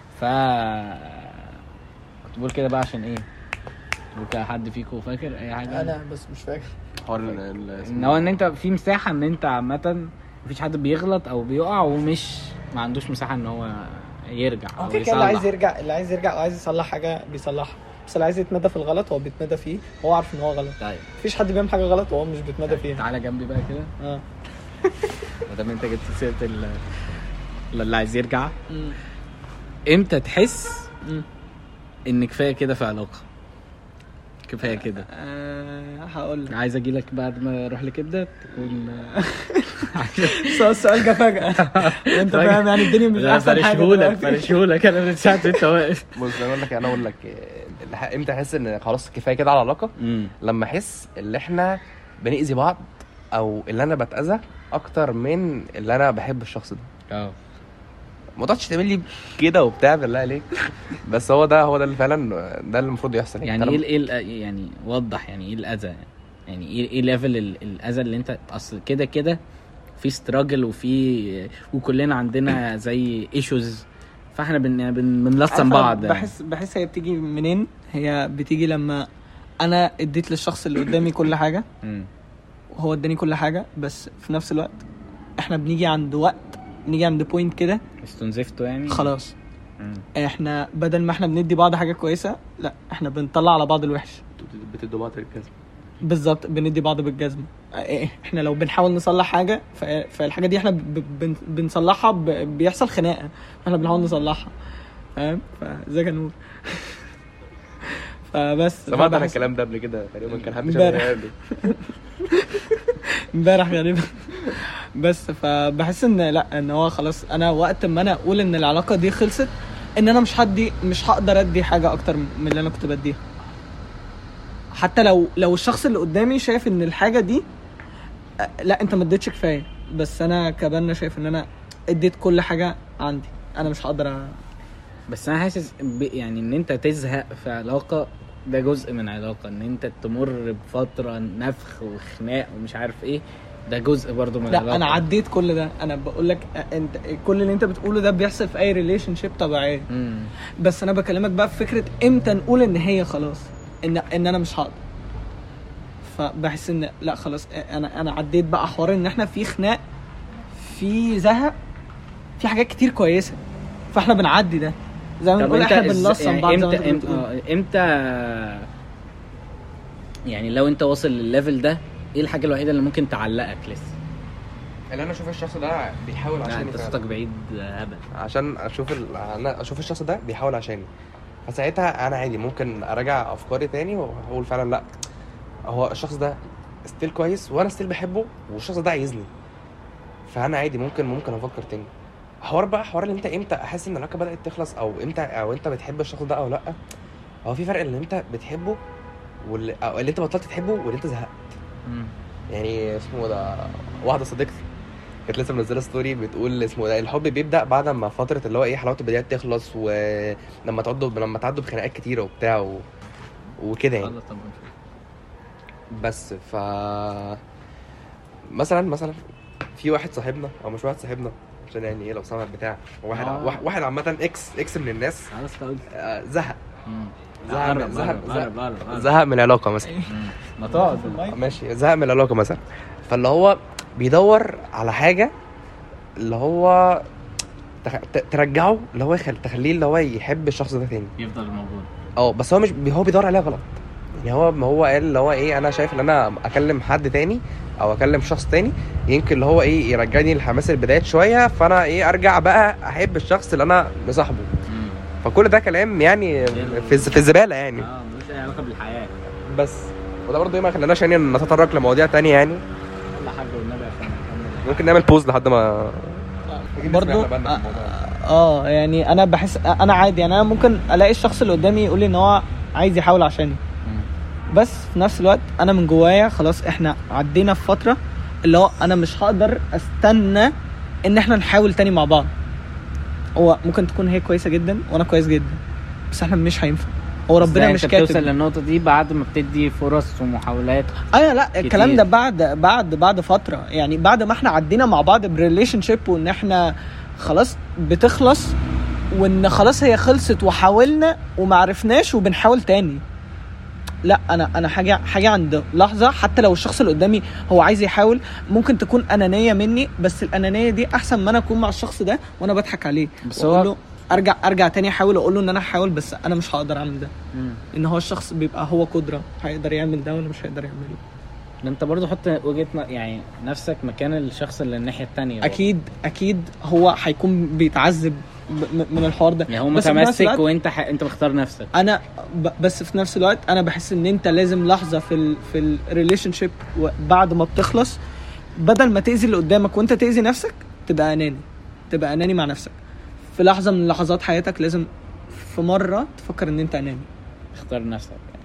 كنت بقول كده بقى عشان ايه؟ بقى حد فيكم فاكر اي حاجه؟ انا بس مش فاكر حوار ان هو ان انت في مساحه ان انت عامه مفيش حد بيغلط او بيقع ومش ما عندوش مساحه ان هو يرجع او يصلح. اللي عايز يرجع او عايز يصلح حاجه بيصلحها، بس اللي عايز يتمدى في الغلط هو بيتمدى فيه، هو عارف ان هو غلط. طيب مفيش حد بيعمل حاجه غلط وهو مش بيتمدى فيها. تعالى جنبي بقى كده. ما دام انت جبت سيره اللي عايز يرجع، امتى تحس ان كفايه كده في علاقه؟ كفايه كده. هقول لك، عايز اجي لك بعد ما اروح لكبده تقول السؤال جه فجاه وانت فاهم يعني الدنيا مش احسن حاجه. فرشهولك انا من ساعه انت واقف. بص انا اقول لك امتى احس ان خلاص كفايه كده على العلاقه. لما احس ان احنا بنأذي بعض او اللي انا بتأذى اكتر من اللي انا بحب الشخص ده. ما تقعدش تعمل لي كده وبتاع بالله عليك. بس هو ده اللي فعلا ده اللي المفروض يحصل. يعني ايه يعني وضح يعني ايه الاذى، يعني ايه ليفل الاذى اللي انت اصل كده في ستراجل وكلنا عندنا زي ايشوز، فاحنا بنلصم بعض. بحس هي بتيجي منين؟ هي بتيجي لما انا اديت للشخص اللي قدامي كل حاجه وهو اداني كل حاجه، بس في نفس الوقت احنا بنيجي عند بوينت كده استنزفته يعني خلاص. احنا بدل ما احنا بندي بعض حاجه كويسه، لا احنا بنطلع على بعض الوحش. بتدوا بعض الجزمه بالظبط، بندي بعض بالجزمه. احنا لو بنحاول نصلح حاجه فالحاجه دي احنا بنصلحها بيحصل خناقه، احنا بنحاول نصلحها، فاهم؟ فازيك يا نور. فبس سمعت انا الكلام ده قبل كده تقريبا، كان حد امبارح غالبا. بس فبحس ان هو خلاص انا وقت ما انا اقول ان العلاقه دي خلصت، ان انا مش هقدر ادي حاجه اكتر من اللي انا كنت بديها، حتى لو الشخص اللي قدامي شايف ان الحاجه دي لا انت ما اديتش كفايه، بس انا كبنا شايف ان انا اديت كل حاجه عندي، انا مش هقدر بس انا حاسس يعني ان انت تزهق في علاقه ده جزء من علاقه، ان انت تمر بفتره نفخ وخناق ومش عارف ايه ده جزء برضو من العلاقه. لا انا عديت كل ده، انا بقول لك انت كل اللي انت بتقوله ده بيحصل في اي ريليشن شيب طبيعيه. بس انا بكلمك بقى في فكره امتى نقول ان هي خلاص، ان انا مش هقدر. فبحس ان لا خلاص انا عديت بقى حوار ان احنا في خناق، في زهق، في حاجات كتير كويسه، فاحنا بنعدي ده زي ما بنقول احنا بنلصم بعض. امتى يعني لو انت واصل للليفل ده ايه الحاجه الوحيده اللي ممكن تعلقك لسه؟ اللي انا اشوف الشخص ده بيحاول عشاني، انت صوتك بعيد هبل، عشان انا اشوف الشخص ده بيحاول عشاني، فساعتها انا عادي ممكن اراجع افكاري تاني واقول فعلا لا هو الشخص ده ستيل كويس وانا ستيل بحبه والشخص ده عايزني، فانا عادي ممكن افكر تاني. حوار اللي انت امتى احس ان العلاقه بدات تخلص او امتى او انت بتحب الشخص ده او لا، هو في فرق اللي انت بتحبه او اللي انت بطلت تحبه واللي انت زهقت. يعني اسمه ده واحده صديقتي كانت لسه منزله ستوري بتقول اسمه ده الحب بيبدا بعد ما فتره اللي هو ايه حلاوته بدات تخلص، ولما تعدوا بخناقات كتيره وبتاع وكده يعني. بس ف مثلا في واحد صاحبنا او مش واحد صاحبنا عشان يعني ايه لو سمع بتاع واحد عامه اكس من الناس زهق من العلاقه مثلا ما تقعد ماشي زهق من العلاقه مثلا، فاللي هو بيدور على حاجه اللي هو ترجعه اللي هو تخليه اللي هو يحب الشخص ده تاني يفضل موجود. بس هو مش هو بيدور عليها غلط يعني. هو قال اللي هو ايه انا شايف ان انا اكلم حد تاني او اكلم شخص تاني يمكن اللي هو ايه يرجعني لحماس البدايات شويه، فانا ايه ارجع بقى احب الشخص اللي انا مصاحبه. فكل ده كلام يعني في الزباله يعني ملوش اي علاقه بالحياه بس. وده برضه ما خلاناش يعني نتطرق لمواضيع تانية يعني. يلا حاج والنبي عشان ممكن نعمل بوز لحد ما برضو يعني انا بحس انا عادي يعني انا ممكن الاقي الشخص اللي قدامي يقول لي ان هو عايز يحاول عشاني، بس في نفس الوقت انا من جوايا خلاص احنا عدينا في فتره اللي هو انا مش هقدر استنى ان احنا نحاول تاني مع بعض. هو ممكن تكون هي كويسه جدا وانا كويس جدا بس احنا مش هينفع، هو ربنا مش كاتب. توصل للنقطه دي بعد ما بتدي فرص ومحاولات. لا الكلام ده بعد فتره يعني بعد ما احنا عدينا مع بعض بريليشن شيب وان احنا خلاص بتخلص وان خلاص هي خلصت وحاولنا وما عرفناش وبنحاول تاني. لا انا حاجه عند لحظه حتى لو الشخص اللي قدامي هو عايز يحاول ممكن تكون انانيه مني، بس الانانيه دي احسن ما انا اكون مع الشخص ده وانا بضحك عليه بس هو له ارجع تاني احاول اقول له ان انا هحاول بس انا مش هقدر اعمل ده. ان هو الشخص بيبقى هو قدره هيقدر يعمل ده وانا مش هقدر اعمله. انت برضو حط وجهتنا يعني نفسك مكان الشخص اللي الناحيه التانية. اكيد هو هيكون بيتعذب من الحوار ده يعني هو متمسك وانت انت مختار نفسك. انا بس في نفس الوقت انا بحس ان انت لازم لحظه في الريليشن شيب بعد ما بتخلص بدل ما تاذي اللي قدامك وانت تاذي نفسك تبقى اناني مع نفسك. في لحظه من لحظات حياتك لازم في مره تفكر ان انت اناني، اختار نفسك يعني.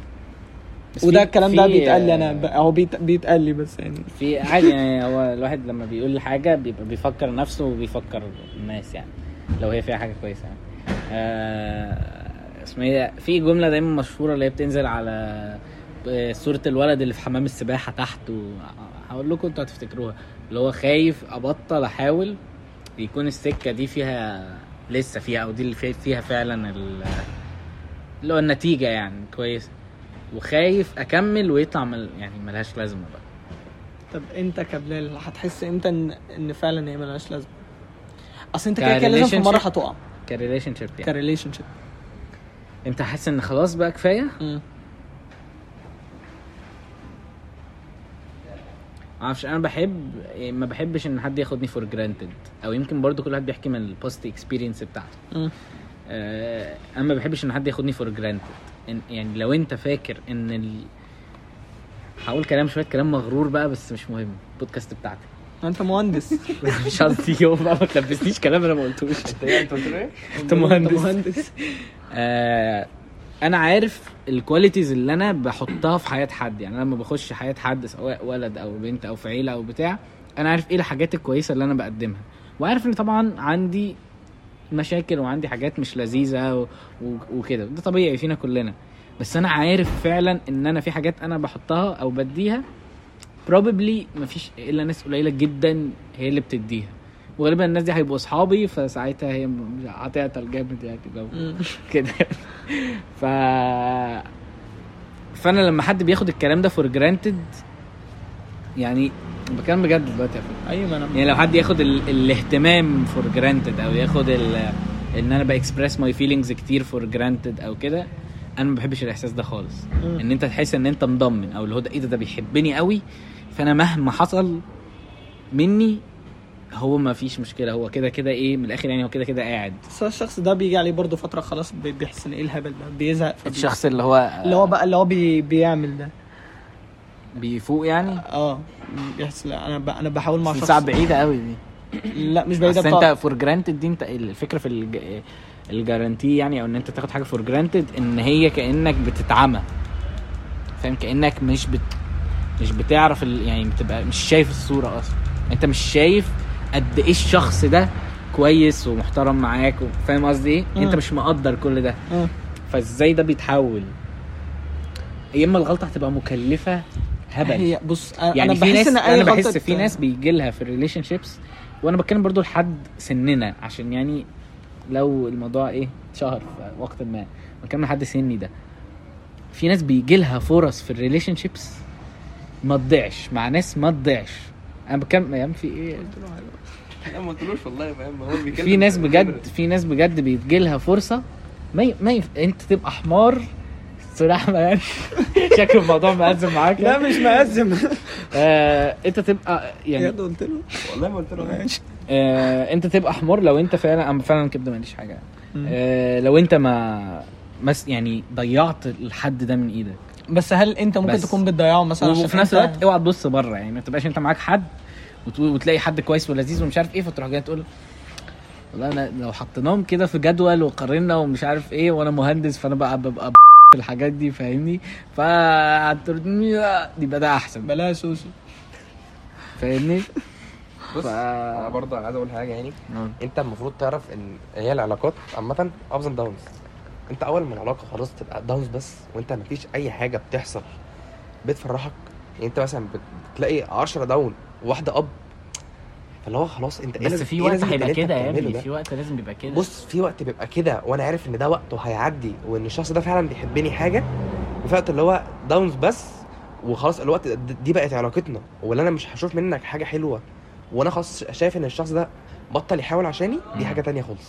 وده الكلام ده بيتقال لي انا هو بيتقال لي بس يعني في عادي يعني هو الواحد لما بيقول حاجه بيبقى بيفكر نفسه وبيفكر الناس يعني لو هي فيها حاجه كويسه يعني. اسمها في جمله دايما مشهوره اللي هي بتنزل على صوره الولد اللي في حمام السباحه تحت، وهقول لكم انتوا هتفتكروها اللي هو خايف ابطل احاول يكون السكه دي فيها لسه فيها او دي اللي فيها فعلا اللي هو النتيجه يعني كويسه، وخايف اكمل ويطلع يعني ملهاش لازمه بقى. طب انت كبلال هتحس امتى ان فعلا هي ملهاش لازمه؟ اصل انت كده لازم في مره هتقع كريليشن شيب يعني. كريليشن شيب انت حاسس ان خلاص بقى كفايه؟ معرفش انا ما بحبش ان حد ياخدني فور جرانتد، او يمكن برضو كل واحد بيحكي من البوست اكسبيرينس بتاعته. انا ما بحبش ان حد ياخدني فور جرانتد. يعني لو انت فاكر ان هقول كلام مغرور بقى بس مش مهم، البودكاست بتاعتي انت مهندس مش قصدي يوم بقى ما تلبسنيش كلام انا ما قلتوش. انت قلت له ايه؟ انت مهندس. انا عارف الكواليتيز اللي انا بحطها في حياه حد. يعني لما بخش حياه حد سواء ولد او بنت او في عيله او بتاع، انا عارف ايه الحاجات الكويسه اللي انا بقدمها، وعارف ان طبعا عندي مشاكل وعندي حاجات مش لذيذه وكده، ده طبيعي فينا كلنا. بس انا عارف فعلا ان انا في حاجات انا بحطها او بديها probably مفيش الا ناس قليله جدا هي اللي بتديها، وغالبا الناس دي هيبقوا اصحابي، فساعتها هي هتعطل جامد يعني لو كده. فانا لما حد بياخد الكلام ده فور جرانتد، يعني بكلم بجد دلوقتي ايوه ما انا يعني لو حد ياخد الاهتمام فور جرانتد، او ياخد ان انا باكسبرس ماي فيلينجز كتير فور جرانتد او كده، انا ما بحبش الاحساس ده خالص. ان انت تحس ان انت مضمن، او اللي هو ده ايه ده بيحبني قوي، فانا مهما حصل مني هو ما فيش مشكله، هو كده كده ايه من الاخر يعني، هو كده كده قاعد. بس الشخص ده بيجي عليه برضه فتره خلاص بيحس ان ايه الهبل ده، بيزهق. الشخص اللي هو بقى اللي هو بيعمل ده بيفوق يعني، بيحس لا انا بحاول مع شخص. صعب بعيده قوي دي. لا مش بعيده بس انت فور جرانتد دي، انت الفكره في الجارانتي يعني، او ان انت تاخد حاجه فور جرانتد، ان هي كانك بتتعمى، فاهم؟ كانك مش بتعرف يعني بتبقى مش شايف الصوره اصلا. انت مش شايف قد ايه الشخص ده كويس ومحترم معاك، فاهم قصدي ايه؟ انت مش مقدر كل ده. فازاي ده بيتحول؟ يا اما الغلطه هتبقى مكلفه هبل. هي بص يعني انا بحس ان انا بحس في ناس بيجي لها في الريليشن شيبس، وانا بتكلم برضو لحد سننا، عشان يعني لو الموضوع ايه شهر في وقت ما بتكلم لحد سني ده، في ناس بيجي لها فرص في الريليشن شيبس ما تضيعش مع ناس ما تضيعش. انا بتكلم يعني في ايه، انا ما قلتلوش والله، فاهم؟ هو بيتكلم في ناس بجد بيجي لها فرصه انت تبقى حمار صراحه يعني. شكل الموضوع مأزم معاك. لا مش مأزم. انت تبقى يعني قلت له والله ما قلت له ماشي. انت تبقى حمار لو انت فعلا كده ماليش حاجه. لو انت ما يعني ضيعت الحد ده من ايدك. بس هل انت ممكن تكون بتضيعه مثلا؟ وفي نفس الوقت اوعى تبص بره، يعني ما تبقاش انت معاك حد وتلاقي حد كويس ولذيذ ومش عارف ايه، فتروح جاي تقول والله انا لو حطيناهم كده في جدول وقارنا ومش عارف ايه، وانا مهندس فانا ببقى في الحاجات دي، فاهمني؟ يبقى ده احسن، بلاش سوسي، فاهمني؟ بص انا برضه عايز اقول حاجه يعني. انت المفروض تعرف ان هي العلاقات عامه ابز اند داونز. انت اول ما العلاقه خلاص تبقى داونز بس، وانت مفيش اي حاجه بتحصل بتفرحك، يعني انت مثلا بتلاقي 10 داون وواحده اب، فاللي هو خلاص انت بس في وقت هيبقى كده يا ابني، في وقت لازم يبقى كده. بص في وقت بيبقى كده، وانا عارف ان ده وقته هيعدي، وان الشخص ده فعلا بيحبني حاجه، وفي وقت اللي هو داونز بس وخلاص الوقت دي بقت علاقتنا، ولا انا مش هشوف منك حاجه حلوه، وانا خلاص شايف ان الشخص ده بطل يحاول عشاني، دي حاجه تانية خالص.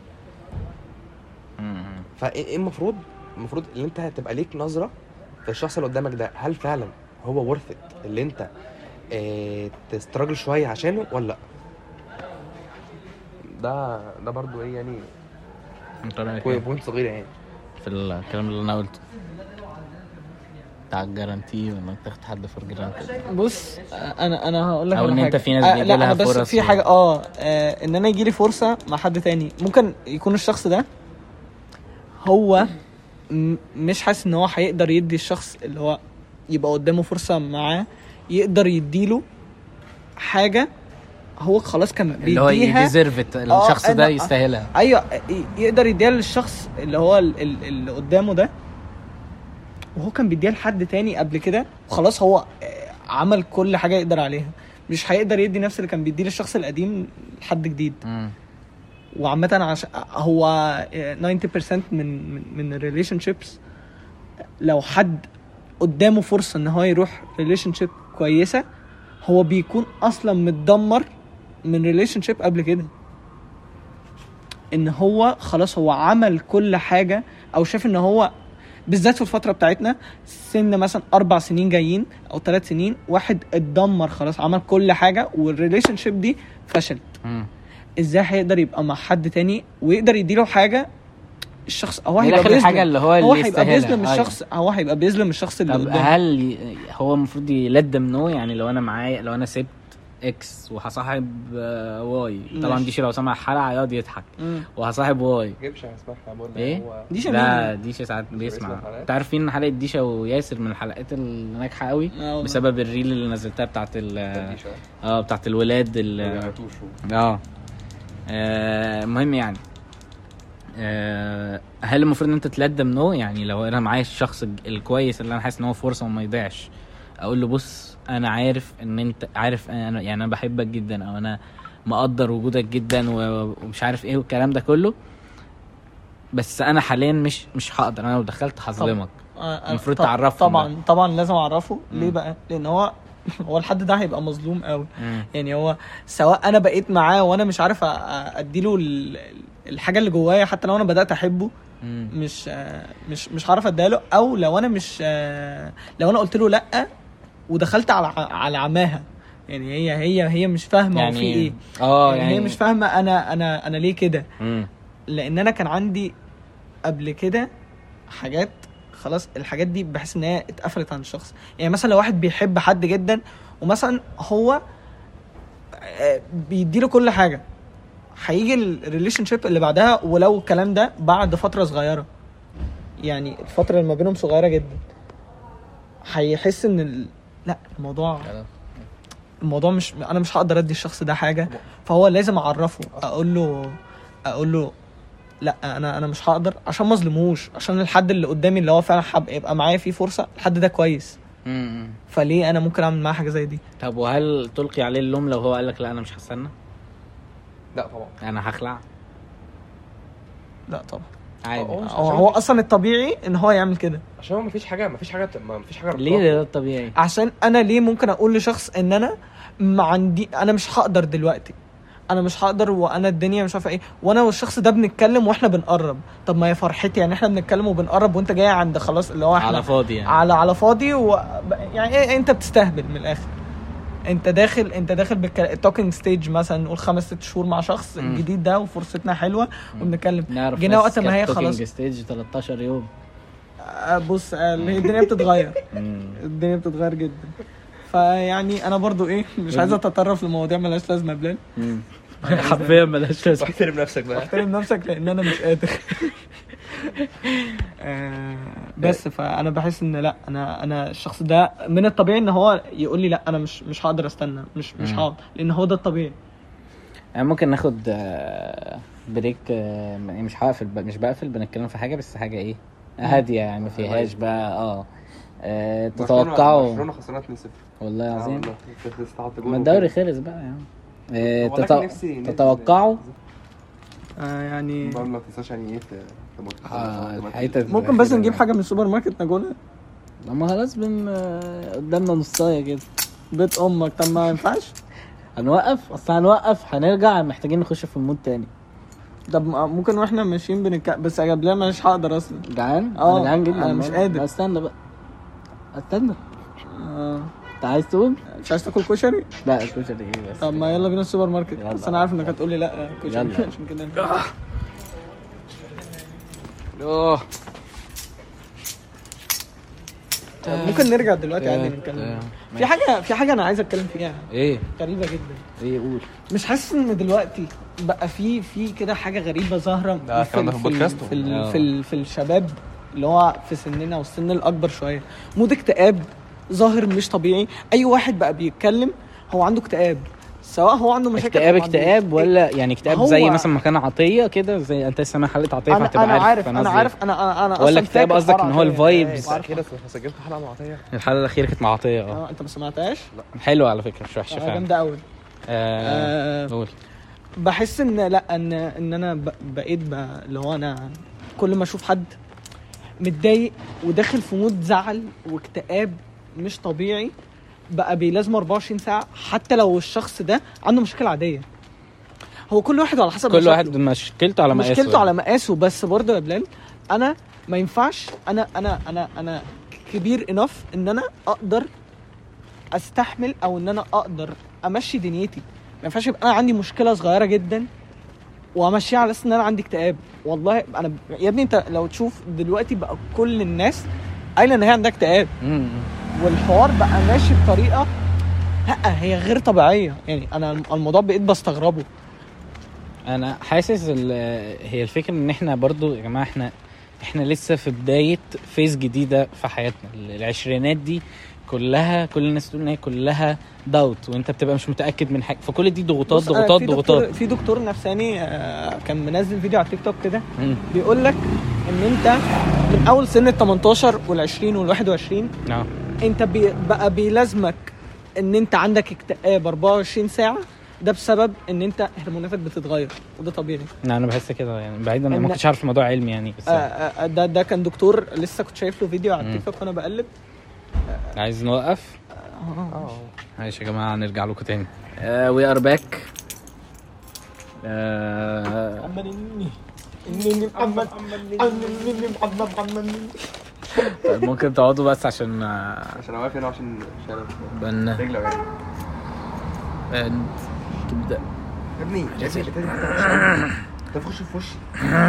فايه المفروض ان انت هتبقى ليك نظره في الشخص اللي قدامك ده، هل فعلا هو ورث اللي انت تستراجل شويه عشانه ولا لا؟ ده برضو ايه يعني بوينت صغيره يعني في الكلام اللي انا قلته بتاع الجارانتي، وانك تاخد حد فور جرانتد. بص انا هقول لك او ان حاجة. انت في ناس بيجي لها فرص، بس في حاجه ان انا يجي لي فرصه مع حد تاني، ممكن يكون الشخص ده هو مش حاسس ان هو هيقدر يدي الشخص اللي هو يبقى قدامه فرصه معاه يقدر يديله حاجه هو خلاص كان بيديها، اللي هو يديزيرفت الشخص ده يستاهلها. ايوه يقدر يديها للشخص اللي هو اللي قدامه ده، وهو كان بيديها لحد تاني قبل كده، وخلاص هو عمل كل حاجه يقدر عليها، مش هيقدر يدي نفس اللي كان بيديه للشخص القديم لحد جديد. وعامه هو 90% من الريليشن شيبس، لو حد قدامه فرصه ان هو يروح ريليشن شيب كويسه، هو بيكون اصلا متدمر من ريليشن شيب قبل كده، ان هو خلاص هو عمل كل حاجه، او شاف ان هو بالذات في الفتره بتاعتنا سن مثلا 4 سنين جايين او 3 سنين، واحد اتدمر خلاص عمل كل حاجه والريليشن شيب دي فشلت. ازاي هيقدر يبقى مع حد تاني ويقدر يديله حاجه الشخص هو هيبقى بيظلم الحاجه اللي هو هيبقى بيظلم الشخص، هو هيبقى بيظلم الشخص اللي قدامه. هل هو المفروض يلدم نو؟ يعني لو انا سبت اكس وهصاحب واي، طبعا ديشا لو سمع الحلقه هيقعد يضحك، وهصاحب واي جيبش هسمعها بقول ايه هو ديشا. لا ديشا ساعات بيسمع. انت عارفين حلقه ديشا وياسر من الحلقات الناجحه قوي بسبب الريل اللي نزلتها بتاعت بتاعت الولاد المهم يعني هل المفروض ان انت تلدم نو؟ يعني لو انا معايا الشخص الكويس اللي انا حاسس ان هو فرصه وما يضيعش، اقول له بص انا عارف ان انت عارف انا يعني انا بحبك جدا، او انا مقدر وجودك جدا ومش عارف ايه والكلام ده كله، بس انا حاليا مش هقدر، انا لو دخلت هظلمك. المفروض تعرفه. طبعا لازم اعرفه. ليه بقى؟ لان هو الحد ده هيبقى مظلوم قوي. يعني هو سواء انا بقيت معاه وانا مش عارف اديله الحاجه اللي جوايا، حتى لو انا بدات احبه مش عارف اديله، او لو انا مش لو انا قلت له لا ودخلت على عماها. يعني هي مش فاهمه يعني في ايه. يعني هي مش فاهمه انا ليه كده. لان انا كان عندي قبل كده حاجات خلاص، الحاجات دي بحس ان هي اتقفلت عن الشخص. يعني مثلا لو واحد بيحب حد جدا ومثلا هو بيديله كل حاجه، هيجي الريليشن شيب اللي بعدها ولو الكلام ده بعد فتره صغيره، يعني الفتره اللي ما بينهم صغيره جدا، هيحس ان لا الموضوع مش، انا مش هقدر ادي الشخص ده حاجه. فهو لازم اعرفه، اقول له لا انا مش هقدر، عشان ما اظلموش، عشان الحد اللي قدامي اللي هو فعلا حب يبقى معايا فيه فرصه، الحد ده كويس. فليه انا ممكن اعمل معاه حاجه زي دي؟ طب وهل تلقي عليه اللوم لو هو قال لك لا انا مش هستنى؟ لا طبعا. انا هخلع؟ لا طبعا عادي. هو اصلا الطبيعي ان هو يعمل كده، عشان مفيش حاجه ليه ده الطبيعي؟ عشان انا ليه ممكن اقول لشخص ان انا ما عندي، انا مش هقدر دلوقتي، انا مش هقدر، وانا الدنيا مش عارفه ايه، وانا والشخص ده بنتكلم واحنا بنقرب. طب ما هي فرحتي يعني احنا بنتكلم وبنقرب وانت جاي عند خلاص اللي هو احنا على فاضي يعني. على فاضي يعني ايه، انت بتستهبل من الاخر. انت داخل بالتوكينج ستيج مثلا نقول 5-6 شهور مع شخص جديد ده وفرصتنا حلوه وبنتكلم، جينا وقت ما هي خلاص ستيج 13 يوم. بص الدنيا بتتغير. الدنيا بتتغير جدا. فيعني انا برضو مش عايز اتطرف لمواضيع ملهاش لازمه بلال. حرفيا ملهاش لازمه. احترم نفسك بقى. احترم نفسك لان انا مش قادر. بس فانا بحس ان لا، انا الشخص ده من الطبيعي ان هو يقول لي لا انا مش هقدر استنى، مش هقدر، لان هو ده الطبيعي. يعني ممكن ناخد بريك. مش بقفل، بنتكلم في حاجه بس حاجه هاديه يعني ما فيهاش بقى تتوقعوا. برشلونه خسرانه 2-0 والله العظيم. ما الدوري خلص بقى يعني. تتوقعوا يعني ما تنساش يعني ممكن بس نجيب حاجه من السوبر ماركت ناكلها. لما خلاص قدامنا نصايه كده. بيت امك. طب ما ينفعش هنوقف هنرجع محتاجين نخش في المود تاني. طب ممكن واحنا ماشيين بس اجاب لها مش هقدر اصلا. جعان. انا جعان جدا. انا مش قادر. استنى انت عايز تقوم؟ مش عايز تاكل كشري؟ لا كشري بس. طب ما يلا بينا السوبر ماركت. بس انا عارف انك هتقول لي لا كشري عشان كده. ممكن نرجع دلوقتي عادي نتكلم. في حاجه انا عايز اتكلم فيها. غريبه جدا. قول. مش حاسس ان دلوقتي بقى في كده حاجه غريبه ظاهره في الشباب اللي هو في سننا والسن الاكبر شويه، مود اكتئاب ظاهر مش طبيعي. اي واحد بقى بيتكلم هو عنده اكتئاب، سواء هو عنده مشاكل اكتئاب ولا يعني اكتئاب زي مثلا مكان عطيه كده، زي انت سامع حلقه عطيه فهتبقى عارف. انا عارف انا ولا اكتئاب قصدك ان هو الفايبز. اخيرا سجلت حلقه مع عطيه. الحلقه الاخيره كانت مع عطيه. انت ما سمعتهاش؟ لا حلوه على فكره، مش وحشه فعلا، جامده قوي. قول. بحس ان لا ان انا بقيت اللي هو انا كل ما اشوف حد متضايق وداخل في مود زعل واكتئاب مش طبيعي بقى بيلازمه 24 ساعه، حتى لو الشخص ده عنده مشكله عاديه. هو كل واحد على حسب كل واحد مشكلته على مقاسه. بس برضه يا بلال انا ما ينفعش انا كبير انف ان انا اقدر استحمل او ان انا اقدر امشي دنيتي. ما ينفعش يبقى انا عندي مشكله صغيره جدا وامشيها على اساس ان انا عندي اكتئاب. والله انا يا ابني انت لو تشوف دلوقتي بقى كل الناس قايله ان هي عندها اكتئاب، والحوار بقى ماشي بطريقه لا هي غير طبيعيه. يعني انا الموضوع بقيت بستغربه. انا حاسس هي الفكره ان احنا برضو يا جماعه احنا لسه في بدايه فيز جديده في حياتنا. العشرينات دي كلها كل الناس تقول ان هي كلها داوت، وانت بتبقى مش متاكد من حاجه، فكل دي ضغوطات. في دكتور نفساني كان منزل فيديو على التيك توك كده بيقول لك ان انت من اول سن ال 18 وال20 وال21 انت بقى بيلازمك ان انت عندك اكتئاب 24 ساعه ده بسبب ان انت هرموناتك بتتغير وده طبيعي. انا بحس كده يعني بعيدا ما كنتش عارف الموضوع علمي يعني بس ده كان دكتور لسه كنت شايف له فيديو على التيك توك وانا بقلب. عايز نوقف؟ ماشي يا جماعه نرجع لكم تاني. وي ار باك. طيب ممكن تقعدوا بس عشان واقف هنا عشان بن رجله يعني تبدا يا ابني تخش في وشي.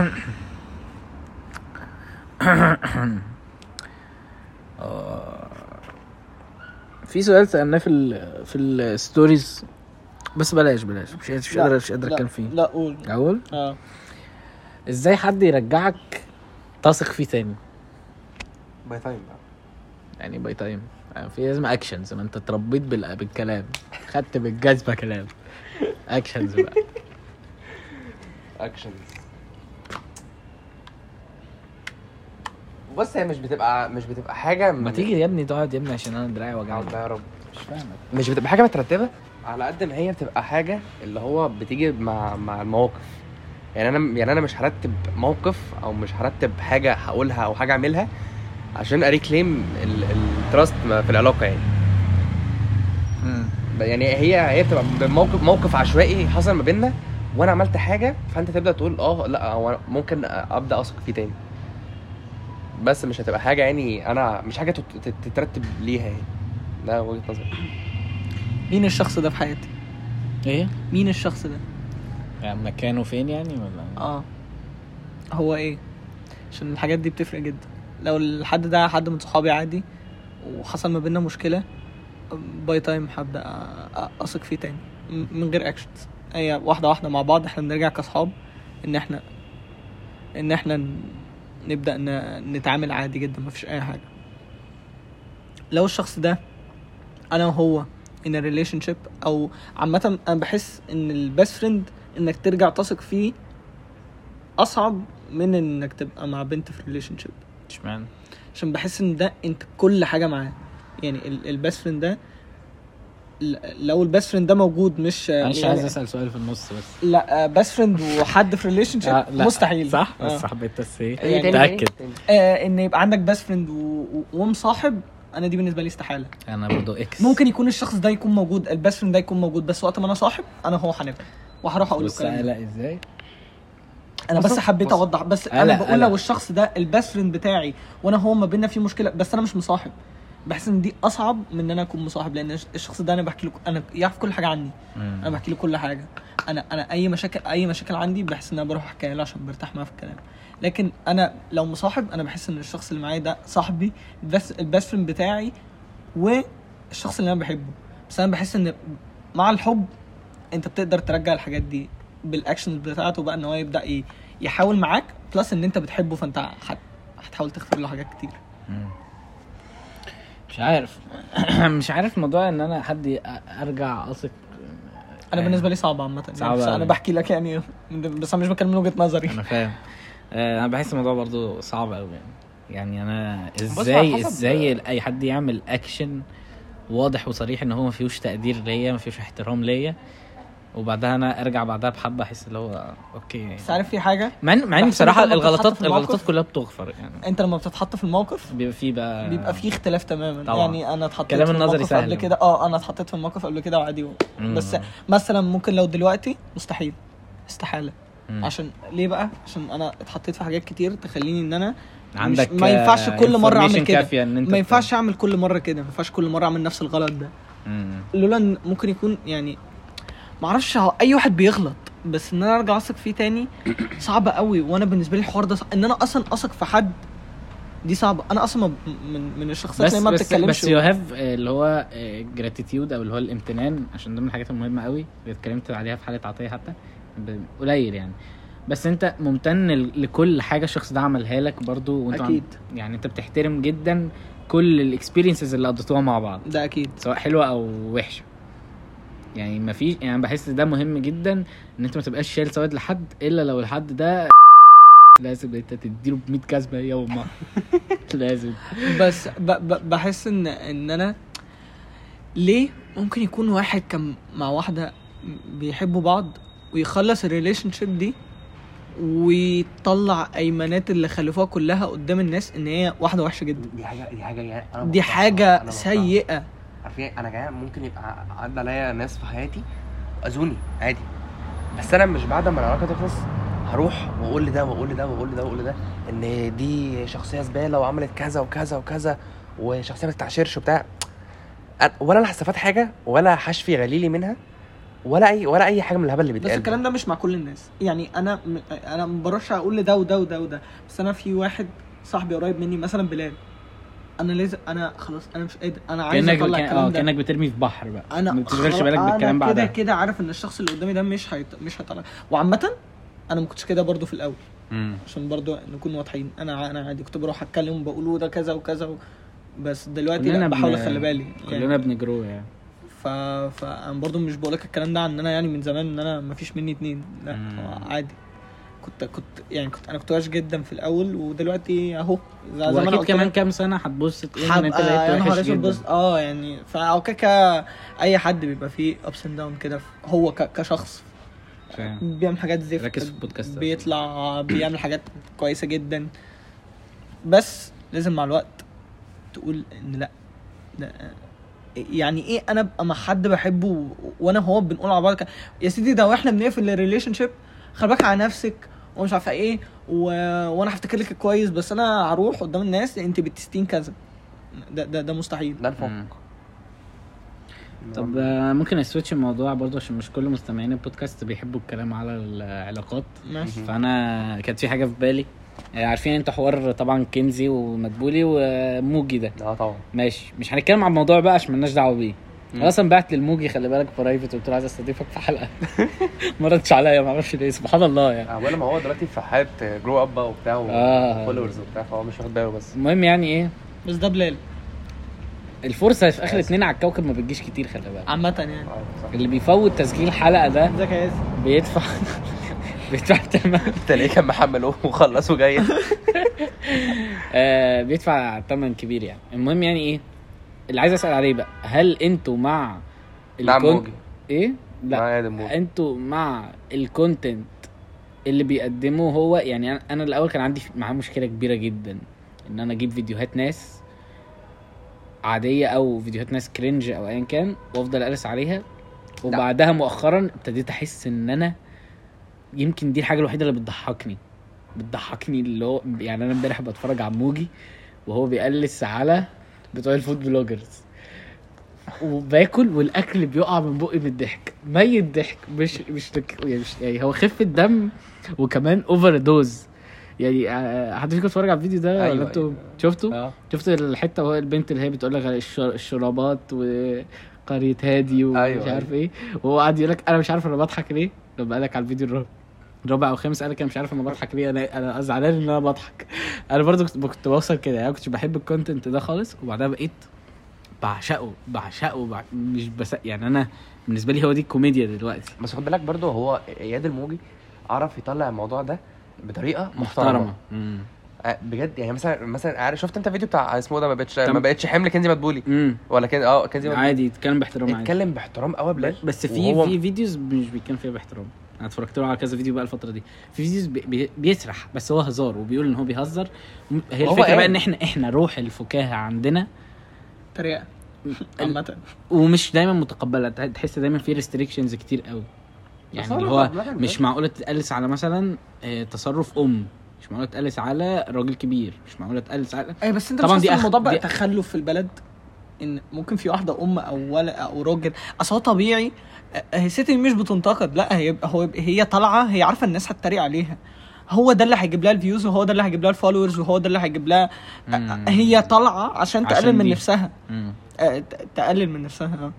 في سؤال سألناه في الستوريز بس بلاش مش قادر اتكلم فيه. لا قول. ازاي حد يرجعك تثق فيه تاني؟ باي تايم يعني باي تايم في لازم اكشنز. ما انت اتربيت بالكلام، خدت بالجذبه كلام. اكشنز بقى. اكشنز. بص هي مش بتبقى حاجه ما تيجي يا ابني تقعد يا ابني عشان انا دراعي وجعني يا رب. مش فاهمك. مش بتبقى حاجه مترتبه على قد ما هي بتبقى حاجه اللي هو بتيجي مع المواقف. يعني انا مش هرتب موقف او مش هرتب حاجه هقولها او حاجه اعملها عشان اريكليم التراست في العلاقه يعني. يعني هي بتبقى موقف عشوائي حصل ما بيننا وانا عملت حاجه فانت تبدا تقول لا هو ممكن ابدا اثق فيه تاني. بس مش هتبقى حاجه يعني انا مش حاجه تترتب ليها يعني. ده وجهه نظري. مين الشخص ده في حياتي؟ ايه مين الشخص ده يعني مكانه فين يعني ولا هو ايه؟ عشان الحاجات دي بتفرق جدا. لو الحد ده حد من صحابي عادي وحصل ما بيننا مشكله باي تايم هبدا اثق فيه تاني من غير اكشنز. هي واحده مع بعض احنا بنرجع كاصحاب ان احنا نبدا نتعامل عادي جدا مفيش اي حاجه. لو الشخص ده انا وهو in a relationship او عامه انا بحس ان البيست فريند انك ترجع تثق فيه اصعب من انك تبقى مع بنت في ريليشن شيب. اشمعنى؟ عشان بحس ان ده انت كل حاجه معاه. يعني البيست فريند ده لو البيست فريند ده موجود مش عايز اسال سؤال في النص بس. لا بيست فريند وحد في ريليشن شيب مستحيل. صح بس حبيت تسيه متاكد ان يبقى عندك بيست فريند ومصاحب. انا دي بالنسبه لي استحاله. انا برضو اكس. ممكن يكون الشخص ده يكون موجود البيست فريند ده يكون موجود بس وقت ما انا صاحب انا هو هنبقى وهروح اقول له الكلام. لا ازاي؟ انا بس حبيت اوضح بس انا بقول لو الشخص ده البيست فريند بتاعي وانا هو ما بيننا في مشكله بس انا مش مصاحب بحس ان دي اصعب من ان انا اكون مصاحب. لان الشخص ده انا بحكي له انا يعرف كل حاجه عني. انا بحكي له كل حاجه. انا اي مشاكل عندي بحس ان انا بروح احكيها له عشان برتاح معاه في الكلام. لكن انا لو مصاحب انا بحس ان الشخص اللي معايا ده صاحبي البيست فريند بتاعي والشخص اللي انا بحبه. بس انا بحس ان مع الحب انت بتقدر ترجع الحاجات دي بالاكشن بتاعته بقى ان هو يبدا يحاول معاك بلس ان انت بتحبه فانت هتحاول تغفر له حاجات كتير. مش عارف موضوع ان انا حد ارجع اثق. انا بالنسبه لي صعبه عامه يعني انا بحكي لك يعني بس انا مش بتكلم من وجهه نظري. انا فاهم. انا بحس الموضوع برضو صعب قوي يعني انا ازاي اي حد يعمل اكشن واضح وصريح ان هو ما فيهوش تقدير ليا ما فيهوش احترام ليا وبعدها انا ارجع بعدها بحبه احس اللي هو اوكي. بس عارف في حاجه مع ان بصراحه الغلطات كلها بتغفر يعني. انت لما بتتحط في الموقف بيبقى فيه اختلاف تماما طبعا. يعني انا اتحطيت في الموقف قبل كده انا اتحطيت في الموقف قبل كده وعادي بس مثلا ممكن لو دلوقتي مستحيل استحاله. عشان ليه بقى؟ عشان انا اتحطيت في حاجات كتير تخليني ان انا عندك ما ينفعش كل مره اعمل كده. ما ينفعش اعمل كل مره كده. ما ينفعش كل مره اعمل نفس الغلط ده. لولا ممكن يكون يعني ما اعرفش اي واحد بيغلط بس ان انا ارجع اثق فيه تاني صعبه قوي. وانا بالنسبه لي الحوار ده ان انا اصلا اثق في حد دي صعبه. انا اصلا من الشخصيات اللي ما بتتكلمش بس يو هاف اللي هو جراتيتيود او اللي هو الامتنان عشان ده من الحاجات المهمه قوي اللي اتكلمت عليها في حاله عطيه حتى قليل يعني. بس انت ممتن لكل حاجه الشخص ده عملها لك برضو وانت اكيد يعني انت بتحترم جدا كل الاكسبيرينسز اللي قضيتوها مع بعض. ده اكيد سواء حلوه او وحشه يعني. ما فيش يعني بحس ده مهم جدا ان انت ما تبقاش شايل سواد لحد الا لو الحد ده لازم انت تديله ب100 كسبه يوم لازم. بس بحس ان انا ليه ممكن يكون واحد كان مع واحده بيحبوا بعض ويخلص الريليشن شيب دي ويطلع ايمانات اللي خلفوها كلها قدام الناس ان هي واحده وحشه جدا. دي حاجه سيئه. عارفين انا جاي ممكن يبقى عدى عليا ناس في حياتي اذوني عادي، بس انا مش بعد ما العلاقه تخلص هروح واقول لده واقول لده واقول لده واقول لده ان دي شخصيه زباله وعملت كذا وكذا وكذا وشخصيه ما بتعشرش وبتاع، ولا انا هستفاد حاجه ولا هشفي غليلي منها ولا اي حاجه من الهبل اللي بيتقال. بس الكلام ده مش مع كل الناس. يعني انا ما بروحش اقول لده وده وده وده، بس انا في واحد صاحبي قريب مني مثلا بلال، انا لازم انا خلاص انا مش قادر، انا عايز اطلع الكلام ده. كانك بترمي في بحر بقى، انا ما تشغلش بالك بالكلام بعدها. كده عارف ان الشخص اللي قدامي ده مش هيطلع. وعامه انا ما كنتش كده برضو في الاول، عشان برضو نكون واضحين. انا عادي كنت بروح اتكلم وبقوله ده كذا وكذا بس دلوقتي لا بحاول اخلي بالي يعني. كلنا بنجرو يعني. فانا برضو مش بقولك الكلام ده عن انا يعني من زمان ان انا مفيش مني اتنين، لا عادي. كنت وحش جدا في الاول ودلوقتي اهو زي ما انا قلت كمان كام سنه هتبص تقول ان انت بقيت وحش جدا. يعني فاوكا اي حد بيبقى فيه ابس اند داون كده، هو كشخص بيعمل حاجات زفت، ركز في البودكاست، بيطلع بيعمل حاجات كويسه جدا، بس لازم مع الوقت تقول ان لا يعني ايه انا ابقى مع حد بحبه وانا هو بنقول على بعض يا سيدي ده واحنا بنقفل الريليشن شيب خلي بالك على نفسك ومش عارفه ايه وانا هفتكر لك كويس بس انا هروح قدام الناس انت بتستين كذا. ده مستحيل، ده الفوق. طب ممكن اسويتش الموضوع برضه عشان مش كل مستمعين البودكاست بيحبوا الكلام على العلاقات. ماشي. فانا كانت في حاجه في بالي، عارفين انت حوار طبعا كنزي ومدبولي وموجي ده. طبعا ماشي، مش هنتكلم عن الموضوع بقى عشان مالناش دعوه بيه. انا اصلا بعت للموجي خلي بالك برايفت وقلت له عايز استضيفك في حلقه ما ردش عليا، ما اعرفش ليه، سبحان الله يعني. اولا ما هو دلوقتي في حاله جرو اب بقى وبتاع وفولورز وبتاع، فهو مش واخد باله. بس المهم يعني ايه، بس ده بلال الفرصه في اخر اتنين على الكوكب ما بتجيش كتير خلي بالك عامه يعني. اللي بيفوت تسجيل حلقه ده ازيك يا ياسر بيدفع تمام. تلاقيه كان محمل وخلص وجاي بيدفع ثمن كبير يعني. المهم يعني ايه اللي عايز اسال عليه بقى، هل انتوا مع ايه لا انتوا مع الكونتنت اللي بيقدمه هو؟ يعني انا الاول كان عندي معاه مشكله كبيره جدا ان انا اجيب فيديوهات ناس عاديه او فيديوهات ناس كرنج او ايا كان وافضل اقلس عليها، وبعدها مؤخرا ابتديت احس ان انا يمكن دي الحاجه الوحيده اللي بتضحكني اللي هو يعني انا امبارح بتفرج على موجي وهو بيقلس على بتوع الفود بلوجرز وباكل والاكل بيقع من بقي بالضحك، ميت ضحك، مش يعني هو خفه دم وكمان اوفر دوز يعني. حد فيكم اتفرج على الفيديو ده ولا انتوا شفتوا؟ شفت الحته وهو البنت اللي هي بتقول لك الشرابات وقريه هادي ومش عارف ايه، وهو قاعد يقول لك انا مش عارف انا بضحك ليه. لما قالك على الفيديو الرابع او الخامس قالك انا مش عارف انا بضحك ليه، انا زعلان ان انا بضحك. انا برضو كنت بوصل كده يعني، كنت بحب الكونتنت ده خالص وبعدها بقيت بعشقه مش بس يعني انا بالنسبه لي هو دي الكوميديا دلوقتي. بس خد بالك برضو هو اياد الموجي عرف يطلع الموضوع ده بطريقه محترمه بجد يعني. مثلا عارف شفت انت فيديو بتاع اسمه ده ما بقتش حمل كنزي مدبولي ولا كان كنزي مدبولي عادي يتكلم باحترام قوي بلال. بس في فيديوز مش بيتكلم فيها باحترام. انا اتفرجت له على كذا فيديو بقى الفتره دي، في فيديوز بيسرح بس هو هزار وبيقول ان هو بيهزر. هي الفكره بقى ان احنا روح الفكاهه عندنا طريقه عامه ومش دايما متقبله، تحس دايما في ريستريكشنز كتير قوي يعني. اللي هو مش معقوله تقلس على مثلا تصرف مش معقوله تقلس على راجل كبير، مش معقوله تقلس على بس انت طبعا دي الموضوع بقى تخلف في البلد ان ممكن في واحده او ولا او راجل اصلا طبيعي. هي ست مش بتنتقد، لا هي طالعه هي عارفه الناس هتتريق عليها، هو ده اللي هيجيب لها الفيوز وهو ده اللي هيجيب لها الفولورز وهو ده اللي هيجيب لها هي طالعه عشان تقلل من نفسها تقلل من نفسها.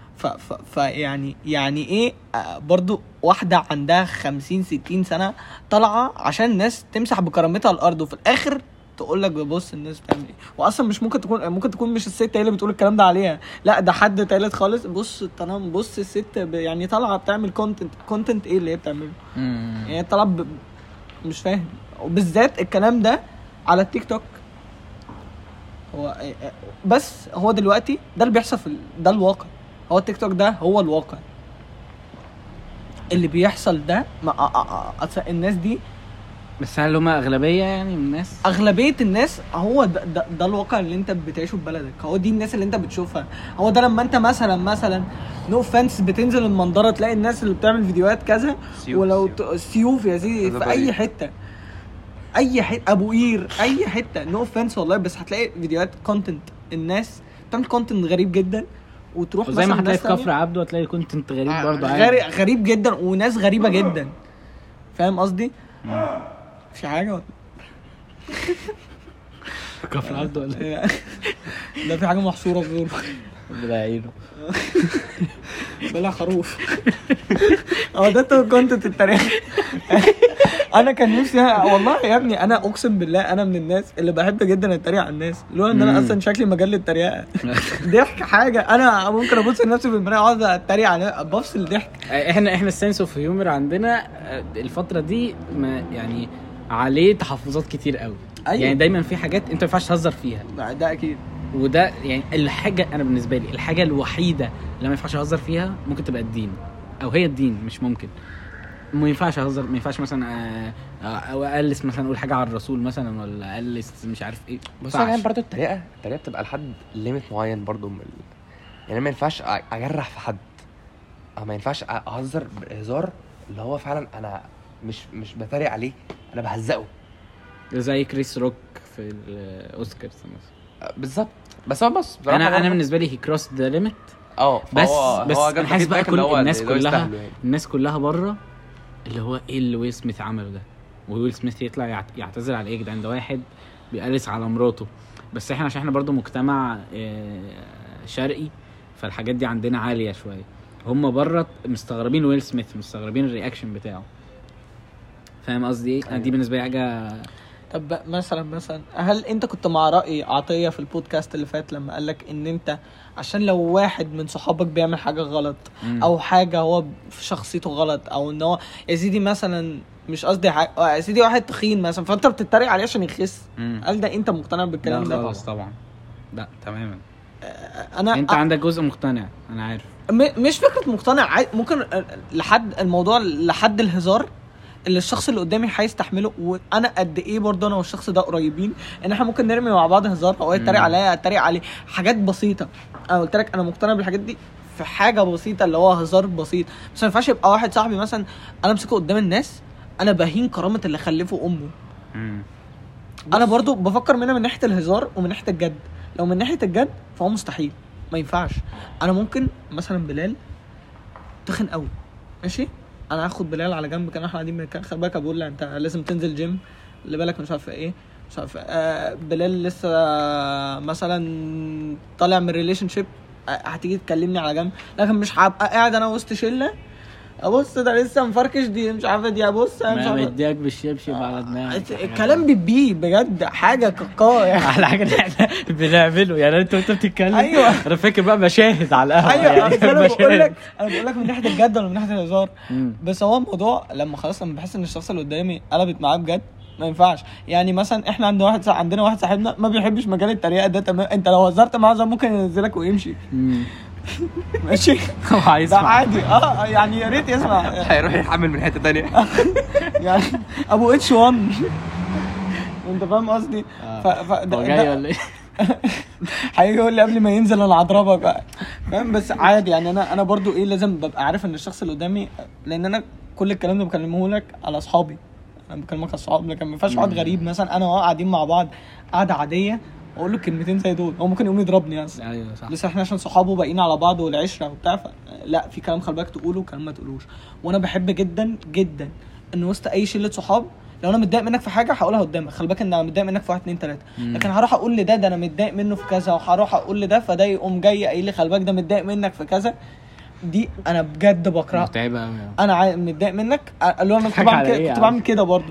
يعني ايه برضو واحده عندها 50-60 سنه طالعه عشان الناس تمسح بكرامتها الارض وفي الاخر تقول لك ببص الناس بتعمل ايه. واصلا مش ممكن تكون مش الست هي اللي بتقول الكلام ده عليها، لا ده حد تالت خالص. بص الست يعني طالعه بتعمل كونتنت ايه اللي هي بتعمله يعني طالعه مش فاهم. وبالذات الكلام ده على التيك توك هو بس هو دلوقتي ده اللي بيحصل ده الواقع. هو التيك توك ده هو الواقع اللي بيحصل ده الناس دي بس هل هم اغلبيه يعني من الناس؟ اغلبيه الناس هو ده الواقع اللي انت بتعيشه في بلدك. هو دي الناس اللي انت بتشوفها. هو ده لما انت مثلا نو فانس بتنزل المنظره تلاقي الناس اللي بتعمل فيديوهات كذا، ولو سيوف يا سيدي في اي حته ابو قير اي حته نو فانس والله، بس هتلاقي فيديوهات كونتنت الناس بتعمل كونتنت غريب جدا، وتروح زي ما هتلاقي في كفر عبده هتلاقي كونتنت غريب برضه غريب جدا وناس غريبه جدا. فاهم قصدي؟ في حاجه كفر عبده ولا ايه؟ ده في حاجه محصوره في دول ربنا يعينه بلا خروف. ده كونتنت التاريخ. انا كان نفسي والله يا ابني، انا اقسم بالله انا من الناس اللي بحب جدا اتريق على الناس، لو ان انا اصلا شكلي مجال للتريقه. ضحك حاجه انا ممكن ابص لنفسي في المرايه اقعد اتريق على بفصل ضحك. احنا السنس اوف هيومر عندنا الفتره دي ما يعني عليه تحفظات كتير قوي. أيوة. يعني دايما في حاجات انت ما ينفعش تهزر فيها، ده اكيد. وده يعني الحاجه انا بالنسبه لي الحاجه الوحيده اللي ما ينفعش اهزر فيها ممكن تبقى الدين، او هي الدين مش ممكن. ما ينفعش اهزر، ما ينفعش مثلا او اقلس مثلا اقول حاجه على الرسول مثلا، ولا اقلس مش عارف ايه. بس يعني برضو الطريقه بتبقى لحد ليميت معين برضو يعني ما ينفعش اجرح في حد، او ما ينفعش اهزر بهزار اللي هو فعلا انا مش بتريق عليه، انا بهزقه زي كريس روك في الاوسكارز مثلا. بالظبط. بس هو انا بالنسبه لي هي كروس ذا ليميت. بس انا حاسس بقى كل الناس كلها بره اللي هو ايه اللي ويل سميث عمله ده، وويل سميث يطلع يعتذر على ايه يا جدعان؟ ده واحد بيقلس على مراته. بس احنا عشان احنا برضو مجتمع شرقي، فالحاجات دي عندنا عاليه شويه. هم بره مستغربين ويل سميث، مستغربين الرياكشن بتاعه. فاهم قصدي ايه؟ أيوة. دي بالنسبه لي حاجه. طب مثلا هل انت كنت مع رأي عطية في البودكاست اللي فات لما قالك ان انت عشان لو واحد من صحابك بيعمل حاجة غلط او حاجة هو في شخصيته غلط، او ان هو يا سيدي مثلا مش قصدي يا سيدي واحد تخين مثلا فانت بتتريق عليه عشان يخس، هل ده انت مقتنع بالكلام ده؟ خلاص طبعا لا تماما. انت عندك جزء مقتنع، انا عارف. مش فكرة مقتنع، ممكن لحد الموضوع لحد الهزار اللي الشخص اللي قدامي هيستحمله، وانا قد ايه برضه انا والشخص ده قريبين ان احنا ممكن نرمي مع بعض هزار، او يتريق عليا اتريق عليه، حاجات بسيطه. انا قلت لك انا مقتنع بالحاجات دي في حاجه بسيطه اللي هو هزار بسيط. بس ما ينفعش يبقى واحد صاحبي مثلا انا امسكه قدام الناس انا بهين كرامه اللي خلفه امه. انا برضه بفكر منها من ناحيه الهزار ومن ناحيه الجد. لو من ناحيه الجد فهو مستحيل، ما ينفعش. انا ممكن مثلا بلال تخن قوي ماشي، انا هاخد بلال على جنب كان احنا قاعدين بنتكلم، خلي بالك بقول له انت لازم تنزل جيم، اللي بالك مش عارف ايه مش عارف بلال لسه مثلا طالع من ريليشن شيب، هتيجي تكلمني على جنب، لكن مش هبقى قاعد انا وسط شله ابص ده لسه مفركش دي مش عارفه دي ابص مش عارفه مديك بالشبشب على دماغك. الكلام بيبي بجد حاجه كاكا يعني على حاجه اللي احنا بنعمله يعني. انت بتتكلم ايوه انا فاكر بقى مشاهد على القهوه. ايوه يعني انا بقول لك من ناحيه الجد ولا من ناحيه الهزار. بس هو الموضوع لما خلاص لما بحس ان الشخص اللي قدامي قلبت معاه بجد ما ينفعش. يعني مثلا احنا عندنا واحد صاحبنا ما بيحبش مجال التريقه ده تمام، انت لو هزرت معاه ممكن ينزلك ويمشي. ماشي هو عايز ده عادي يعني يا ريت يسمع هيروح يحمل من حته ثانيه يعني ابو اتش 1 انت فاهم قصدي؟ ده جاي ولا ايه؟ هيجي يقول لي قبل ما ينزل انا هضربك بقى فاهم. بس عادي يعني انا برضو ايه لازم ببقى عارف ان الشخص اللي قدامي، لان انا كل الكلام ده بكلمه لك على اصحابي، انا بكلمك على الصحاب، لكن ما ينفعش اقعد غريب مثلا انا قاعدين مع بعض قاعده عاديه اقول له كلمتين زي دول، هو ممكن يقوم يضربني اصلا. ايوه صح. لسه احنا عشان صحابه باقيين على بعض والعشره وبتاع، لا في كلام خلي بالك تقوله وكلام ما تقولوش. وانا بحب جدا جدا ان وسط اي شله صحاب لو انا متضايق منك في حاجه هقولها قدامك، خلي بالك ان انا متضايق منك في 1 2 3، لكن هروح اقول لده انا متضايق منه في كذا، وهروح اقول لده فده يقوم جاي قايل لي خلي بالك ده متضايق منك في كذا، دي انا بجد بكرهها. متعبه قوي. انا متضايق منك اللي هو انا كنت بعمل كده برضه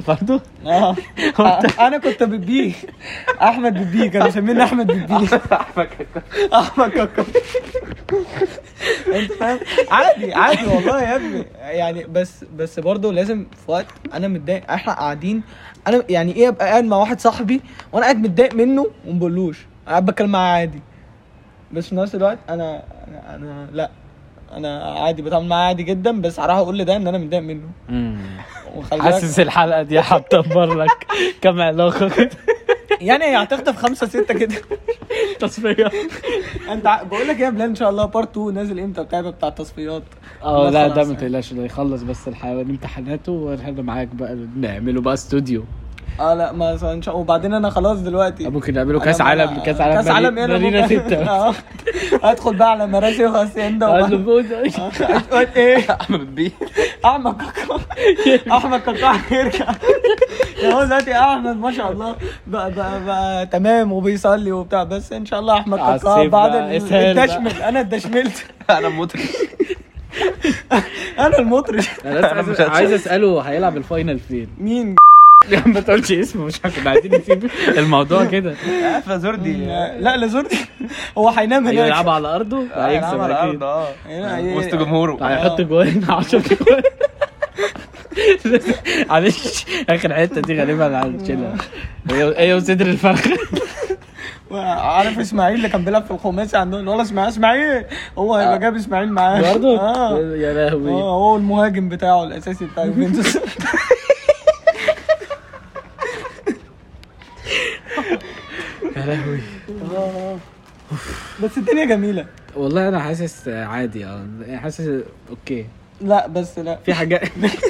انا كنت ببيه احمد ببيه، كانوا مسميني احمد ببيه احمد كاكا انت فاهم. عادي والله يا ابني يعني. بس برضه لازم في وقت انا متضايق احنا قاعدين، انا يعني ايه ابقى قاعد مع واحد صاحبي وانا قاعد متضايق منه وما بقولوش، قاعد بتكلم معاه عادي، بس في نفس الوقت انا لا انا عادي بتعامل معاه عادي جدا، بس هروح اقول لده ان انا متضايق منه. حاسس الحلقه دي هتدبر لك كم علاقه كده يعني هي هتخطف 5-6 كده تصفيه. انت بقول لك ايه يا بلال، ان شاء الله بارت 2 نازل امتى بتاع التصفيات؟ لا ده ما تقلقش، ده يخلص بس الحيوان امتحاناته واحنا معاك بقى نعمله بقى استوديو. لا ما ان شاء الله. وبعدين انا خلاص دلوقتي ممكن نعمله كاس عالم مارينا 6. ادخل بقى على مراسي وهاسيندا ايه احمد بيه احمد كاكا هيرجع يا هو دلوقتي احمد ما شاء الله بقى تمام وبيصلي وبتاع. بس ان شاء الله احمد كاكا بعد الدشمل. انا اتدشملت انا المطرب انا المطرب. انا عايز اساله هيلعب الفاينل فين؟ مين؟ ما تقولش اسمه، مش كنا عايزين نسيب الموضوع كده. لازوردي لا لازوردي هو هينام هناك، هيلعب على ارضه، هيكسب على اكيد وسط جمهوره، هيحط جوان 10 جوان. معلش اخر حته دي غالبا هنشيلها، هي وصدر الفرخه. عارف اسماعيل اللي كان بيلعب في الخماسي عندهم، ولا اسماعيل هو هيبقى جاب اسماعيل معاه برضه. يا لهوي هو المهاجم بتاعه الاساسي بتاع يوفنتوس. يا لهوي. بس الدنيا جميله والله. انا حاسس عادي، حاسس اوكي. لا بس لا في حاجات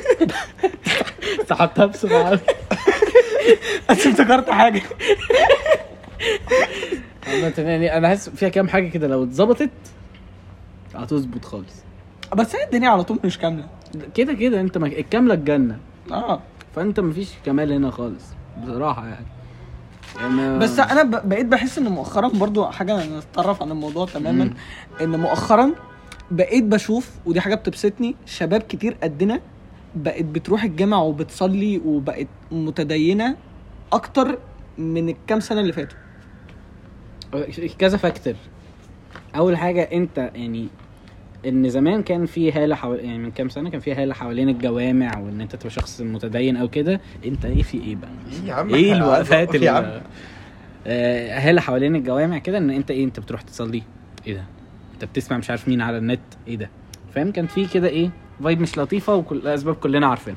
تحطها بسرعه. افتكرت حاجه يعني انا حاسس فيها كام حاجه كده لو اتظبطت هتظبط خالص. بس هي الدنيا على طول مش كامله كده انت الكامله الجنه. فانت مفيش كمال هنا خالص بصراحه يعني بس انا بقيت بحس ان مؤخرا برضو حاجه نتطرف عن الموضوع تماما. ان مؤخرا بقيت بشوف، ودي حاجه بتبسطني، شباب كتير قدنا بقت بتروح الجامعه وبتصلي وبقت متدينه اكتر من الكام سنه اللي فاتوا. كذا فاكتور. اول حاجه انت يعني ان زمان كان في هاله يعني من كام سنه كان في هاله حوالين الجوامع، وان انت تبقى شخص متدين او كده. انت ايه في ايه بقى؟ يا عم ايه الوقفات هاله حوالين الجوامع كده، ان انت ايه، انت بتروح تصلي، ايه ده، انت بتسمع مش عارف مين على النت، ايه ده، فاهم؟ كان في كده ايه فايب مش لطيفه، وكل الاسباب كلنا عارفينها.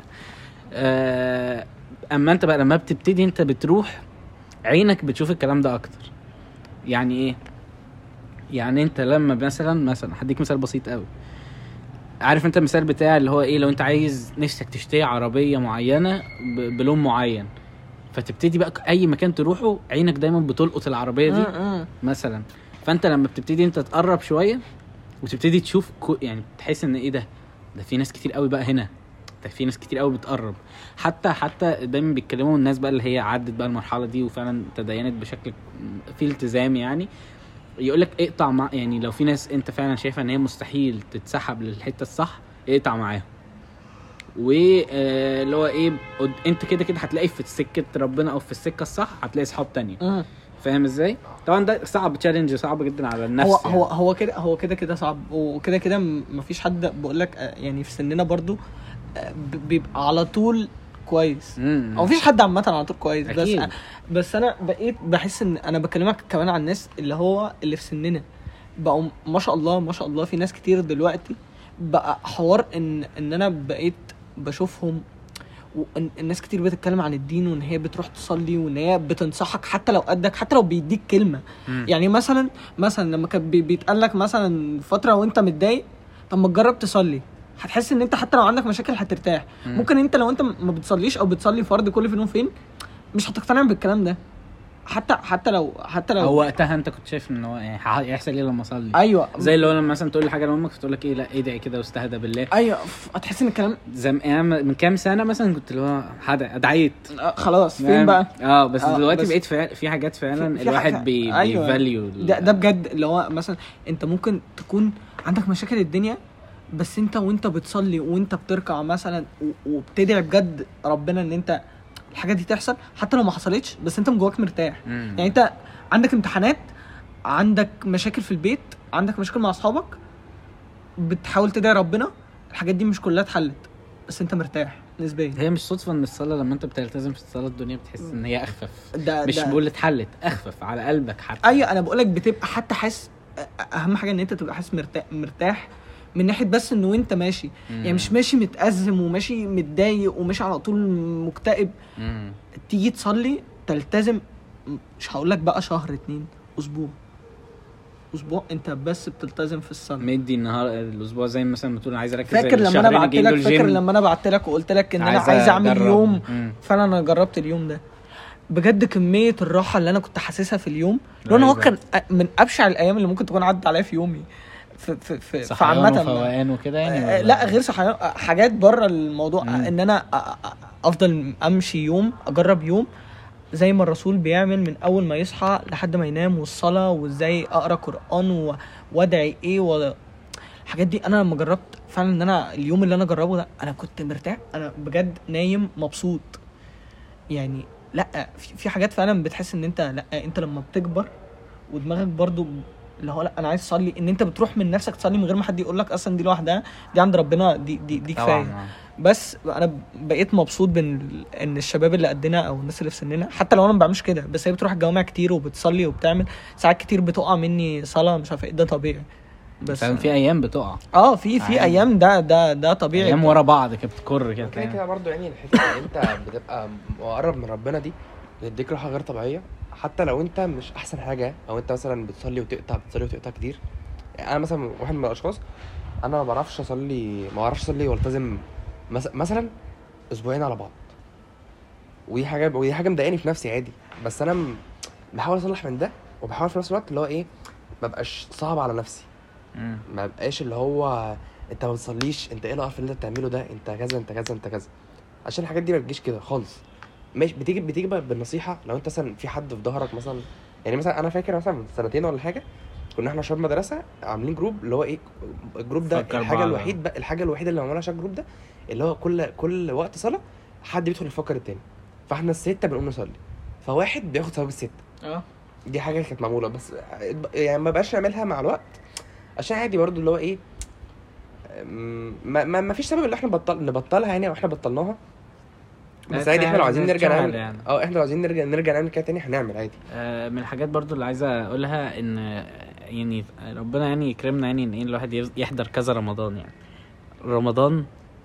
اما انت بقى لما بتبتدي انت بتروح عينك بتشوف الكلام ده اكتر. يعني ايه؟ يعني انت لما مثلا هديك مثال بسيط قوي. عارف انت المثال بتاع اللي هو ايه، لو انت عايز نفسك تشتري عربيه معينه بلون معين، فتبتدي بقى اي مكان تروحه عينك دايما بتلقط العربيه دي مثلا. فانت لما بتبتدي انت تقرب شويه وتبتدي تشوف يعني تحس ان ايه ده في ناس كتير قوي بقى هنا، ده في ناس كتير قوي بتقرب. حتى دايما بيتكلموا الناس بقى اللي هي عدت بقى المرحله دي وفعلا تدينت بشكل في التزام، يعني يقولك اقطع يعني لو في ناس انت فعلا شايفه ان هي مستحيل تتسحب للحته الصح، اقطع معاهم. واللي هو ايه، انت كده هتلاقي في سكه ربنا او في السكه الصح هتلاقي اصحاب تانية. فاهم ازاي؟ طبعا ده صعب، تشالنج صعب جدا على النفس. هو كده صعب، وكده مفيش حد بقولك يعني في سننا برضو بيبقى على طول كويس، او مفيش حد عامه على طول كويس. بس انا بقيت بحس ان انا بكلمك كمان عن الناس اللي في سننا بقوا ما شاء الله في ناس كتير دلوقتي بقى حوار ان انا بقيت بشوفهم، والناس كتير بتتكلم عن الدين، وان هي بتروح تصلي، وان هي بتنصحك حتى لو قدك، حتى لو بيديك كلمه. يعني مثلا لما كان بيتقال لك مثلا فتره وانت متضايق، طب ما تجرب تصلي، هتحس ان انت حتى لو عندك مشاكل هترتاح. ممكن انت لو انت ما بتصليش او بتصلي فرض كل فين وفين مش هتقتنع بالكلام ده، حتى لو هو وقتها انت كنت شايف ان هو يعني هيحصل ايه لما اصلي. ايوه، زي اللي هو لما مثلا تقول لي حاجه لامك فتقول لك ايه، لا ادعي كده واستهدى بالله. ايوه، هتحس ان الكلام من كام سنه مثلا كنت اللي هو ادعيت خلاص فين بقى. بس دلوقتي بقيت في حاجات فعلا الواحد بيفاليو ده بجد. اللي هو مثلا انت ممكن تكون عندك مشاكل الدنيا، بس وانت بتصلي وانت بتركع مثلا وبتدعي بجد ربنا ان انت الحاجات دي تحصل، حتى لو ما حصلتش بس انت من جواك مرتاح. يعني انت عندك امتحانات، عندك مشاكل في البيت، عندك مشاكل مع اصحابك، بتحاول تدعي ربنا، الحاجات دي مش كلها اتحلت بس انت مرتاح نسبيا. هي مش صدفه ان الصلاه لما انت بتلتزم في الصلاه الدنيا بتحس ان هي اخفف، مش بقول اتحلت، اخفف على قلبك حتى. ايوه، انا بقولك بتبقى حتى حاسس، اهم حاجه ان انت تبقى حاسس مرتاح من ناحيه بس انه انت ماشي يعني مش ماشي متأزم وماشي متضايق وماشي على طول مكتئب. تيجي تصلي تلتزم، مش هقول لك بقى شهر 2 اسبوع انت بس بتلتزم في الصلاه. مدي النهار الاسبوع زي مثلا ما تقول عايز اركز. فاكر لما انا بعت لك وقلت لك ان انا عايز اعمل يوم فعلا انا جربت اليوم ده بجد. كميه الراحه اللي انا كنت حاسسها في اليوم لان هو كان من ابشع الايام اللي ممكن تكون عدت عليا في يومي في عامه فوقان وكده يعني لا غير صحيان حاجات بره الموضوع. ان انا افضل امشي يوم اجرب يوم زي ما الرسول بيعمل من اول ما يصحى لحد ما ينام، والصلاه وازاي اقرا قران وادعي ايه الحاجات دي. انا لما جربت فعلا ان انا اليوم اللي انا جربه ده انا كنت مرتاح، انا بجد نايم مبسوط يعني. لا في حاجات فعلا بتحس ان انت لا انت لما بتكبر ودماغك برضو اللي هو لا انا عايز اصلي، ان انت بتروح من نفسك تصلي من غير ما حد يقول لك اصلا دي لوحدها دي عند ربنا دي كفايه. بس انا بقيت مبسوط ان الشباب اللي قدنا او الناس اللي في سننا حتى لو انا ما بعملش كده بس هي بتروح الجوامع كتير وبتصلي وبتعمل. ساعات كتير بتقع مني صلاه مش عارف ايه، ده طبيعي بس في ايام بتقع في ايام ده طبيعي، ايام ورا بعض كده بتكر كده كده برضه يعني. الحته انت بتبقى مقرب من ربنا دي بتديك راحه غير طبيعيه حتى لو انت مش احسن حاجه او انت مثلا بتصلي وتقطع كتير. يعني انا مثلا واحد من الاشخاص انا ما بعرفش اصلي والتزم مثلا اسبوعين على بعض، ودي حاجه مضايقاني في نفسي عادي. بس انا بحاول اصلح من ده وبحاول في نفس الوقت اللي هو ايه ما بقاش صعب على نفسي، ما بقاش اللي هو انت ما بتصليش انت ايه القرف اللي انت بتعمله ده انت كذا عشان الحاجات دي ما بتجيش كده خالص. مش بتيجي بالنصيحه. لو انت مثلا في حد في ظهرك مثلا، يعني مثلا انا فاكر مثلا من 2 ولا حاجه كنا احنا شباب مدرسه عاملين جروب اللي هو ايه الجروب ده الحاجه الوحيده اللي عملناها عشان الجروب ده اللي هو كل وقت صلاه حد بيدخل يفكر التاني، فاحنا الستة بنقوم نصلي فواحد بياخد ثواب الستة. دي حاجه كانت معموله بس يعني ما بقاش نعملها مع الوقت عشان عادي برضو اللي هو ايه ما فيش سبب اللي احنا نبطلها يعني، واحنا بطلناها بس عادي. احنا لو عايزين نرجع نعمل يعني. احنا لو عايزين نرجع نعمل كده تاني هنعمل عادي. من الحاجات برضو اللي عايزه اقولها ان يعني ربنا يعني يكرمنا يعني ان ايه الواحد يحضر كذا رمضان. يعني رمضان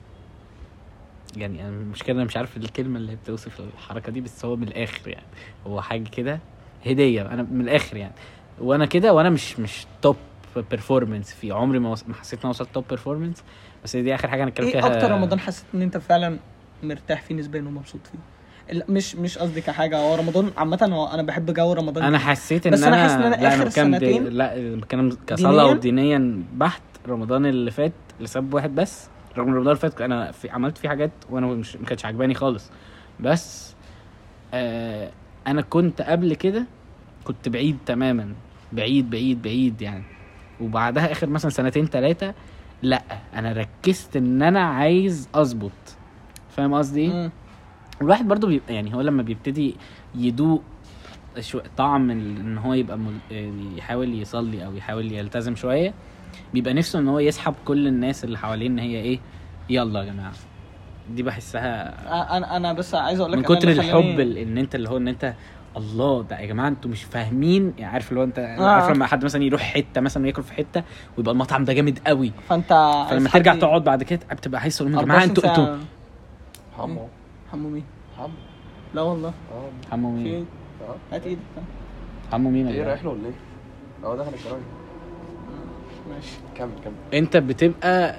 يعني المشكله انا مش عارف الكلمه اللي بتوصف الحركه دي بس هو من الاخر يعني هو حاجه كده هديه انا من الاخر يعني. وانا كده وانا مش توب بيرفورمانس في عمري ما حسيت ان انا وصلت توب بيرفورمانس بس دي اخر حاجه انا اتكلمت فيها. ايه اكتر رمضان حسيت ان انت فعلا مرتاح فيه نسبيا ومبسوط فيه؟ مش قصدي كحاجه هو رمضان عامه انا بحب جو رمضان انا حسيت ان بس انا حاسس ان انا اخر سنتين لا كان كصلاه ودينيا بحت. رمضان اللي فات لسبب واحد بس، رغم رمضان اللي فات انا عملت فيه حاجات وانا ما كانتش عجباني خالص بس انا كنت قبل كده كنت بعيد تماما بعيد يعني. وبعدها اخر مثلا 2-3 لا انا ركزت ان انا عايز اظبط. فاهم قصدي؟ الواحد برضو يعني هو لما بيبتدي يدوق طعم ان هو يبقى يحاول يصلي او يحاول يلتزم شويه بيبقى نفسه ان هو يسحب كل الناس اللي حواليه ان هي ايه يلا يا جماعه. دي بحسها انا بس عايز اقول لك من كتر الحب ان انت اللي هو ان انت الله ده يا جماعه انتوا مش فاهمين يعني. عارف اللي هو انت عارف لما حد مثلا يروح حته مثلا وياكل في حته ويبقى المطعم ده جامد قوي فلما ترجع تقعد بعد كده بتبقى حاسس ان يا جماعه انتوا حمو مين؟ لا والله حمو مين؟ هات ايدك حمو مين ايه رايح له ولا ايه؟ دخل الكراج ماشي كمل انت بتبقى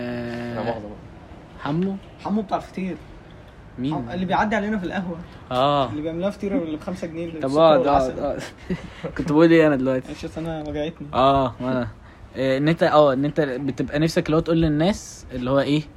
حمو بتاع الفطير. مين اللي بيعدي علينا في القهوه اللي بيعملها فطيره اللي ب5 جنيه. طب كنت بقول ايه انا دلوقتي عشان انا وجعتني وانا ان انت بتبقى نفسك اللي هو تقول للناس اللي هو ايه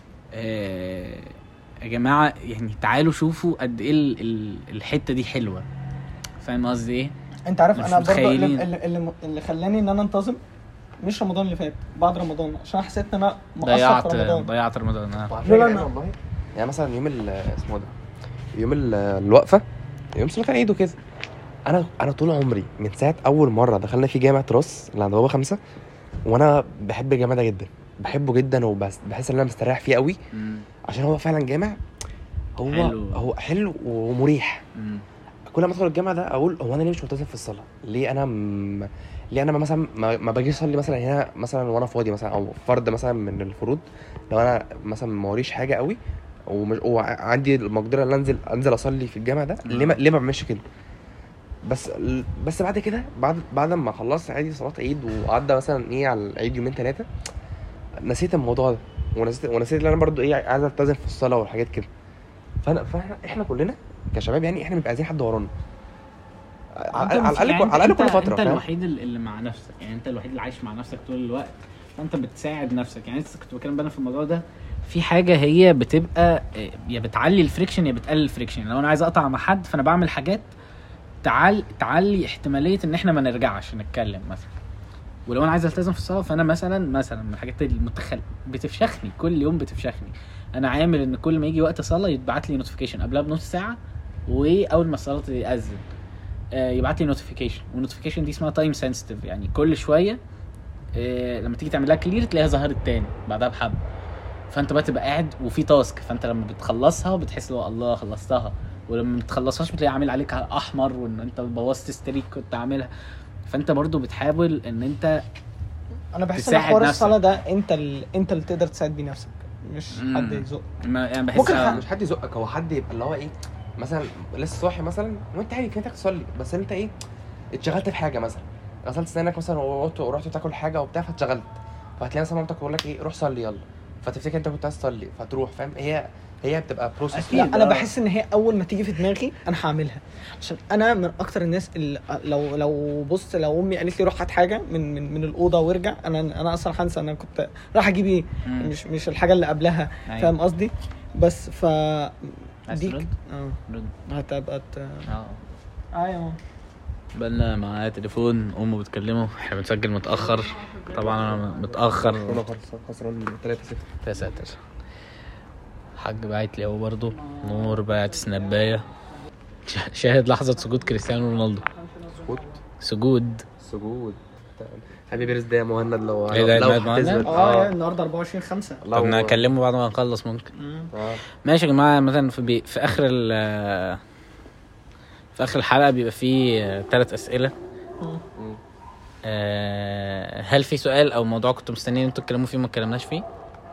يا جماعه يعني تعالوا شوفوا قد ايه الحته دي حلوه. فاهم قصدي ايه؟ انت عارف انا برضه اللي خلاني ان انا انتظم مش رمضان اللي فات بعد رمضان عشان حسيت ان انا مقصر في رمضان. ضيعت رمضان والله يعني مثلا يوم اسمه ده يوم الوقفه يوم صلاه العيد وكده انا طول عمري من ساعه اول مره دخلنا في جامعه راس اللي عند بابا 5 وانا بحب الجامع ده جدا بحبه جدا وبس بحس ان انا مستريح فيه قوي عشان هو فعلا جامع هو حلو ومريح. كل ما ادخل الجامع ده اقول هو انا ليه مش ملتزم في الصلاه؟ ليه انا ليه انا مثلا ما باجي اصلي مثلا هنا مثلا وانا فاضي مثلا، او فرض مثلا من الفروض لو انا مثلا ما وريش حاجه قوي وعندي المقدره ان انزل اصلي في الجامع ده، ليه ما بعملش كده؟ بس بعد كده بعد ما خلصت عادي صلاه عيد وعدى مثلا ايه على العيد يومين 3 نسيت الموضوع ده، ونسيت ان انا برضو ايه عايز التزم في الصلاه والحاجات كده. فاحنا كلنا كشباب يعني احنا بنبقى عايزين حد ورانا على الاقل كل فتره. انت الوحيد اللي مع نفسك، يعني انت الوحيد اللي عايش مع نفسك طول الوقت، فانت بتساعد نفسك. يعني لسه كنت بتكلم بقى في الموضوع ده، في حاجه هي بتبقى يا بتعلي الفريكشن يا بتقلل الفريكشن. لو انا عايز اقطع مع حد فانا بعمل حاجات تعلي احتماليه ان احنا ما نرجعش نتكلم مثلا. ولو انا عايز التزم في الصلاه فانا مثلا من الحاجات بتفشخني كل يوم، بتفشخني انا عامل ان كل ما يجي وقت صلاه يتبعت لي نوتيفيكيشن قبلها بنص ساعه، واول ما الصلاه تاذن يبعت لي نوتيفيكيشن. والنوتيفيكيشن دي اسمها تايم سنسيتيف، يعني كل شويه لما تيجي تعمل لها كلير تلاقيها ظهرت تاني بعدها بحبه. فانت بقى تبقى قاعد وفي تاسك، فانت لما بتخلصها بتحس لو الله خلصتها، ولما بتخلصهاش بتلاقي عامل عليك احمر وان انت بوظت ستريك كنت عاملها. فانت برضو بتحاول ان انت انا بحس ان حوار الصلاه ده انت اللي تقدر تساعد بيه نفسك، مش حد يزق. يعني بحس ممكن مش حد يزقك، هو حد يبقى اللي هو ايه مثلا لسه صاحي مثلا وانت عادي كنت تصلي، بس انت ايه اتشغلت في حاجه، مثلا غسلت سنانك مثلا ورحت تاكل حاجه وبتاع فاتشغلت، فهتلاقي مثلا مامتك تقول لك ايه روح صلي يلا، فتفتكر انت كنت عايز تصلي فتروح، فاهم؟ هي بتبقى بروسيس. لا انا بحس ان هي اول ما تيجي في دماغي انا هعملها، عشان انا من اكتر الناس اللي لو امي قالت لي روح هات حاجه من الاوضه وارجع، انا اصلا هنسى انا كنت راح اجيب ايه، مش الحاجه اللي قبلها. فاهم قصدي؟ بس ف ديك هتبقى ايوه. بقالنا معايا تليفون امه بتكلمه، احنا بنسجل متاخر طبعا، انا متاخر خسران 3-0 يا ساتر. حاج باعت لي اهو برضه، نور باعت سنابايه شاهد لحظه سجود كريستيانو رونالدو. سجود هابي بيرثداي يا مهند. لو النهارده 24/5. طب نكلمه بعد ما نخلص ممكن. ماشي يا جماعه. مثلا في اخر الحلقه بيبقى فيه 3 اسئله. هل في سؤال او موضوع كنتوا مستنيين انتوا تتكلموا فيه ما اتكلمناش فيه؟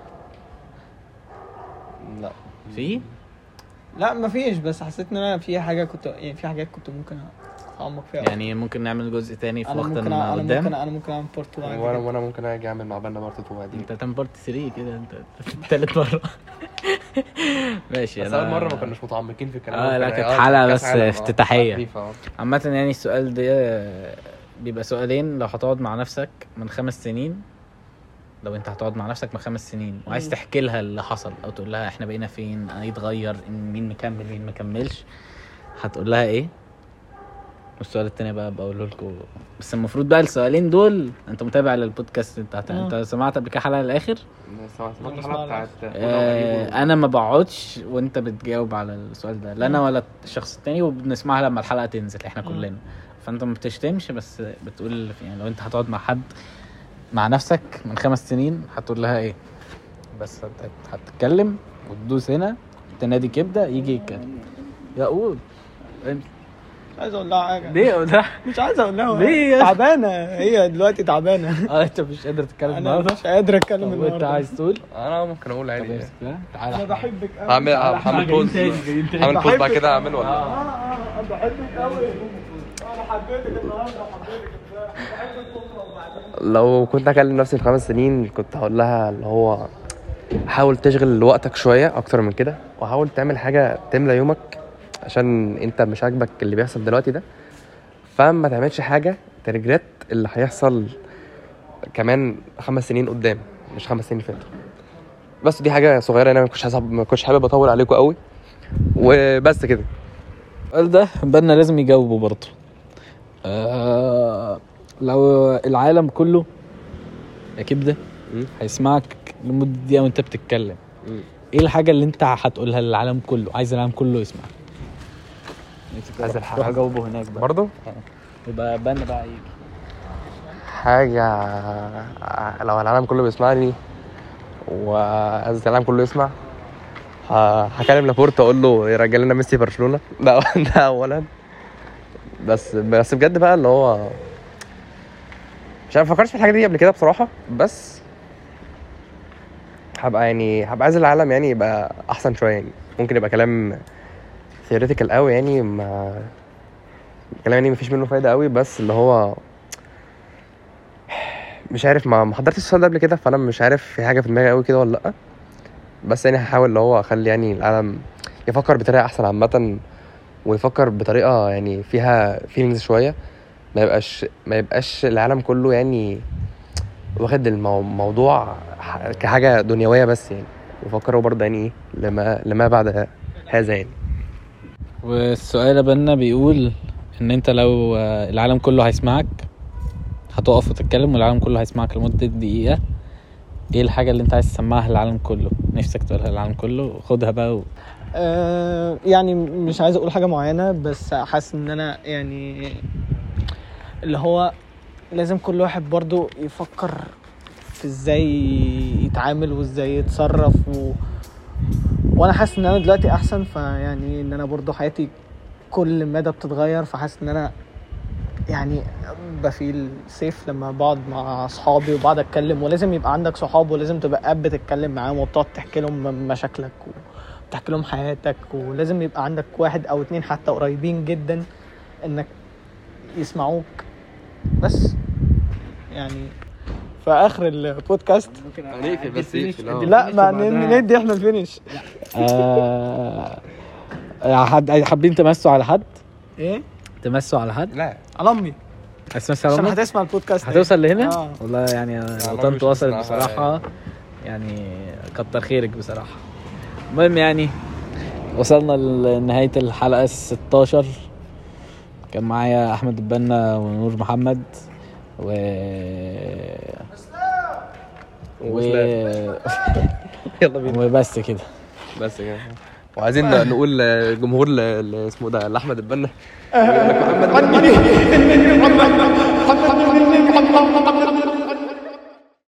لا في لا مفيش، بس حسيت ان انا في حاجات كنت ممكن اعمق فيها، يعني ممكن نعمل جزء تاني في وقت قدام. انا ممكن اعمل بارت 2 وانا ممكن اجي اعمل مع بنا بارت 2 عادي. انت تعمل بارت 3 كده انت ثالث مره. ماشي. بس اول مره ما كناش متعمقين في الكلام. لا كانت حلقه بس افتتاحيه عامه. يعني السؤال ده بيبقى سؤالين. لو هتقعد مع نفسك من 5 سنين، لو انت هتقعد مع نفسك من 5 سنين وعايز تحكي لها اللي حصل او تقول لها احنا بقينا فين، ايه اتغير، مين مكمل مين مكملش، هتقول لها ايه؟ والسؤال التاني بقى بقوله لكم، بس المفروض بقى السؤالين دول انت متابع للبودكاست انت سمعت قبل كده حلقه الاخر؟ سمعت الحلقه بتاعت انا ما بقعدش وانت بتجاوب على السؤال ده، لا انا ولا الشخص التاني، وبنسمعها لما الحلقه تنزل احنا كلنا. فانت ما بتشتمش بس بتقول يعني لو انت هتقعد مع حد مع نفسك من 5 سنين هتقول لها ايه؟ بس هتتكلم وتدوس هنا تنادي كبده يجي يتكلم. يقول انت عايز اقول لها حاجه. ليه ده؟ مش عايز اقول لها ليه؟ تعبانه هي دلوقتي تعبانه. انت مش قادر تتكلم انا مش قادر اتكلم النهارده. انت عايز تقول؟ انا ممكن اقول عادي. تعالى انا بحبك قوي. هعمل بوز بعد كده اعمل ولا انا بحبك قوي. انا حبيتك النهارده وحبيتك بحبك بكره وبعدين. لو كنت اكلم نفسي في 5 سنين كنت هقول لها اللي هو حاول تشغل وقتك شويه اكتر من كده، وحاول تعمل حاجه تملى يومك، عشان انت مش عاجبك اللي بيحصل دلوقتي ده، فما تعملش حاجه ترجريت اللي هيحصل كمان 5 سنين قدام، مش 5 سنين فاتوا. بس دي حاجه صغيره، انا ما كنتش حابب اطول عليكم قوي، وبس كده. السؤال ده بالنا لازم يجاوبه برضه. لو العالم كله يا كبده هيسمعك لمده دقيقه وانت بتتكلم، ايه الحاجه اللي انت هتقولها للعالم كله؟ عايز العالم كله يسمع. عايز الحاجه هجاوبه هناك بقى برضه، يبقى بان بقى يجي حاجه. لو العالم كله بيسمعني وعايز العالم كله يسمع، هكلم لابورتا اقول له يرجع لنا ميسي برشلونه. ده اولا. بس بجد بقى اللي هو مش عارف، فكرت في الحاجه دي قبل كده بصراحه، بس هبقى عايز العالم يعني يبقى احسن شويه. يعني ممكن يبقى كلام ثيوريتيكال قوي، يعني ما كلام يعني مفيش منه فايده قوي، بس اللي هو مش عارف، ما حضرتش السؤال ده قبل كده، فانا مش عارف في حاجه في دماغي قوي كده ولا لا. بس يعني هحاول اللي هو اخلي يعني العالم يفكر بطريقه احسن عامه، ويفكر بطريقه يعني فيها فيلينجز شويه، ما يبقاش العالم كله يعني واخد الموضوع كحاجه دنيويه بس، يعني يفكروا برضه يعني ايه لما بعد هذا يعني. والسؤال يا بنا بيقول ان انت لو العالم كله هيسمعك هتقف وتتكلم والعالم كله هيسمعك لمدة دقيقة، ايه الحاجة اللي انت عايز تسمعها للعالم كله، نفسك تقولها للعالم كله؟ خدها بقى يعني مش عايز اقول حاجة معينة، بس حاسس ان انا يعني اللي هو لازم كل واحد برضو يفكر في ازاي يتعامل وازاي يتصرف وانا حاسس ان انا دلوقتي احسن، فيعني ان انا برضو حياتي كل مدى بتتغير، فحاسس ان انا يعني بفيل سيف لما بقعد مع اصحابي وبقعد اتكلم. ولازم يبقى عندك صحاب، ولازم تبقى قاعد بتتكلم معاهم وبتقعد تحكي لهم مشاكلك وتحكي لهم حياتك، ولازم يبقى عندك 1 أو 2 حتى قريبين جدا انك يسمعوك. بس يعني في اخر البودكاست هنقفل بس لا ما ندي احنا الفينش. حابين تمسوا على حد؟ ايه تمسوا على حد؟ لا على امي هتمسوا على عشان امك؟ هتسمع البودكاست هتوصل لهنا؟ والله يعني مش وطنت وصلت هسمعها بصراحة، يعني كتر خيرك بصراحة. المهم يعني وصلنا لنهاية الحلقة 16. كان معايا احمد البنا ونور محمد و يلا بينا وبس كده. بس كده. وعايزين نقول الجمهور اسمه ده لاحمد البنا محمد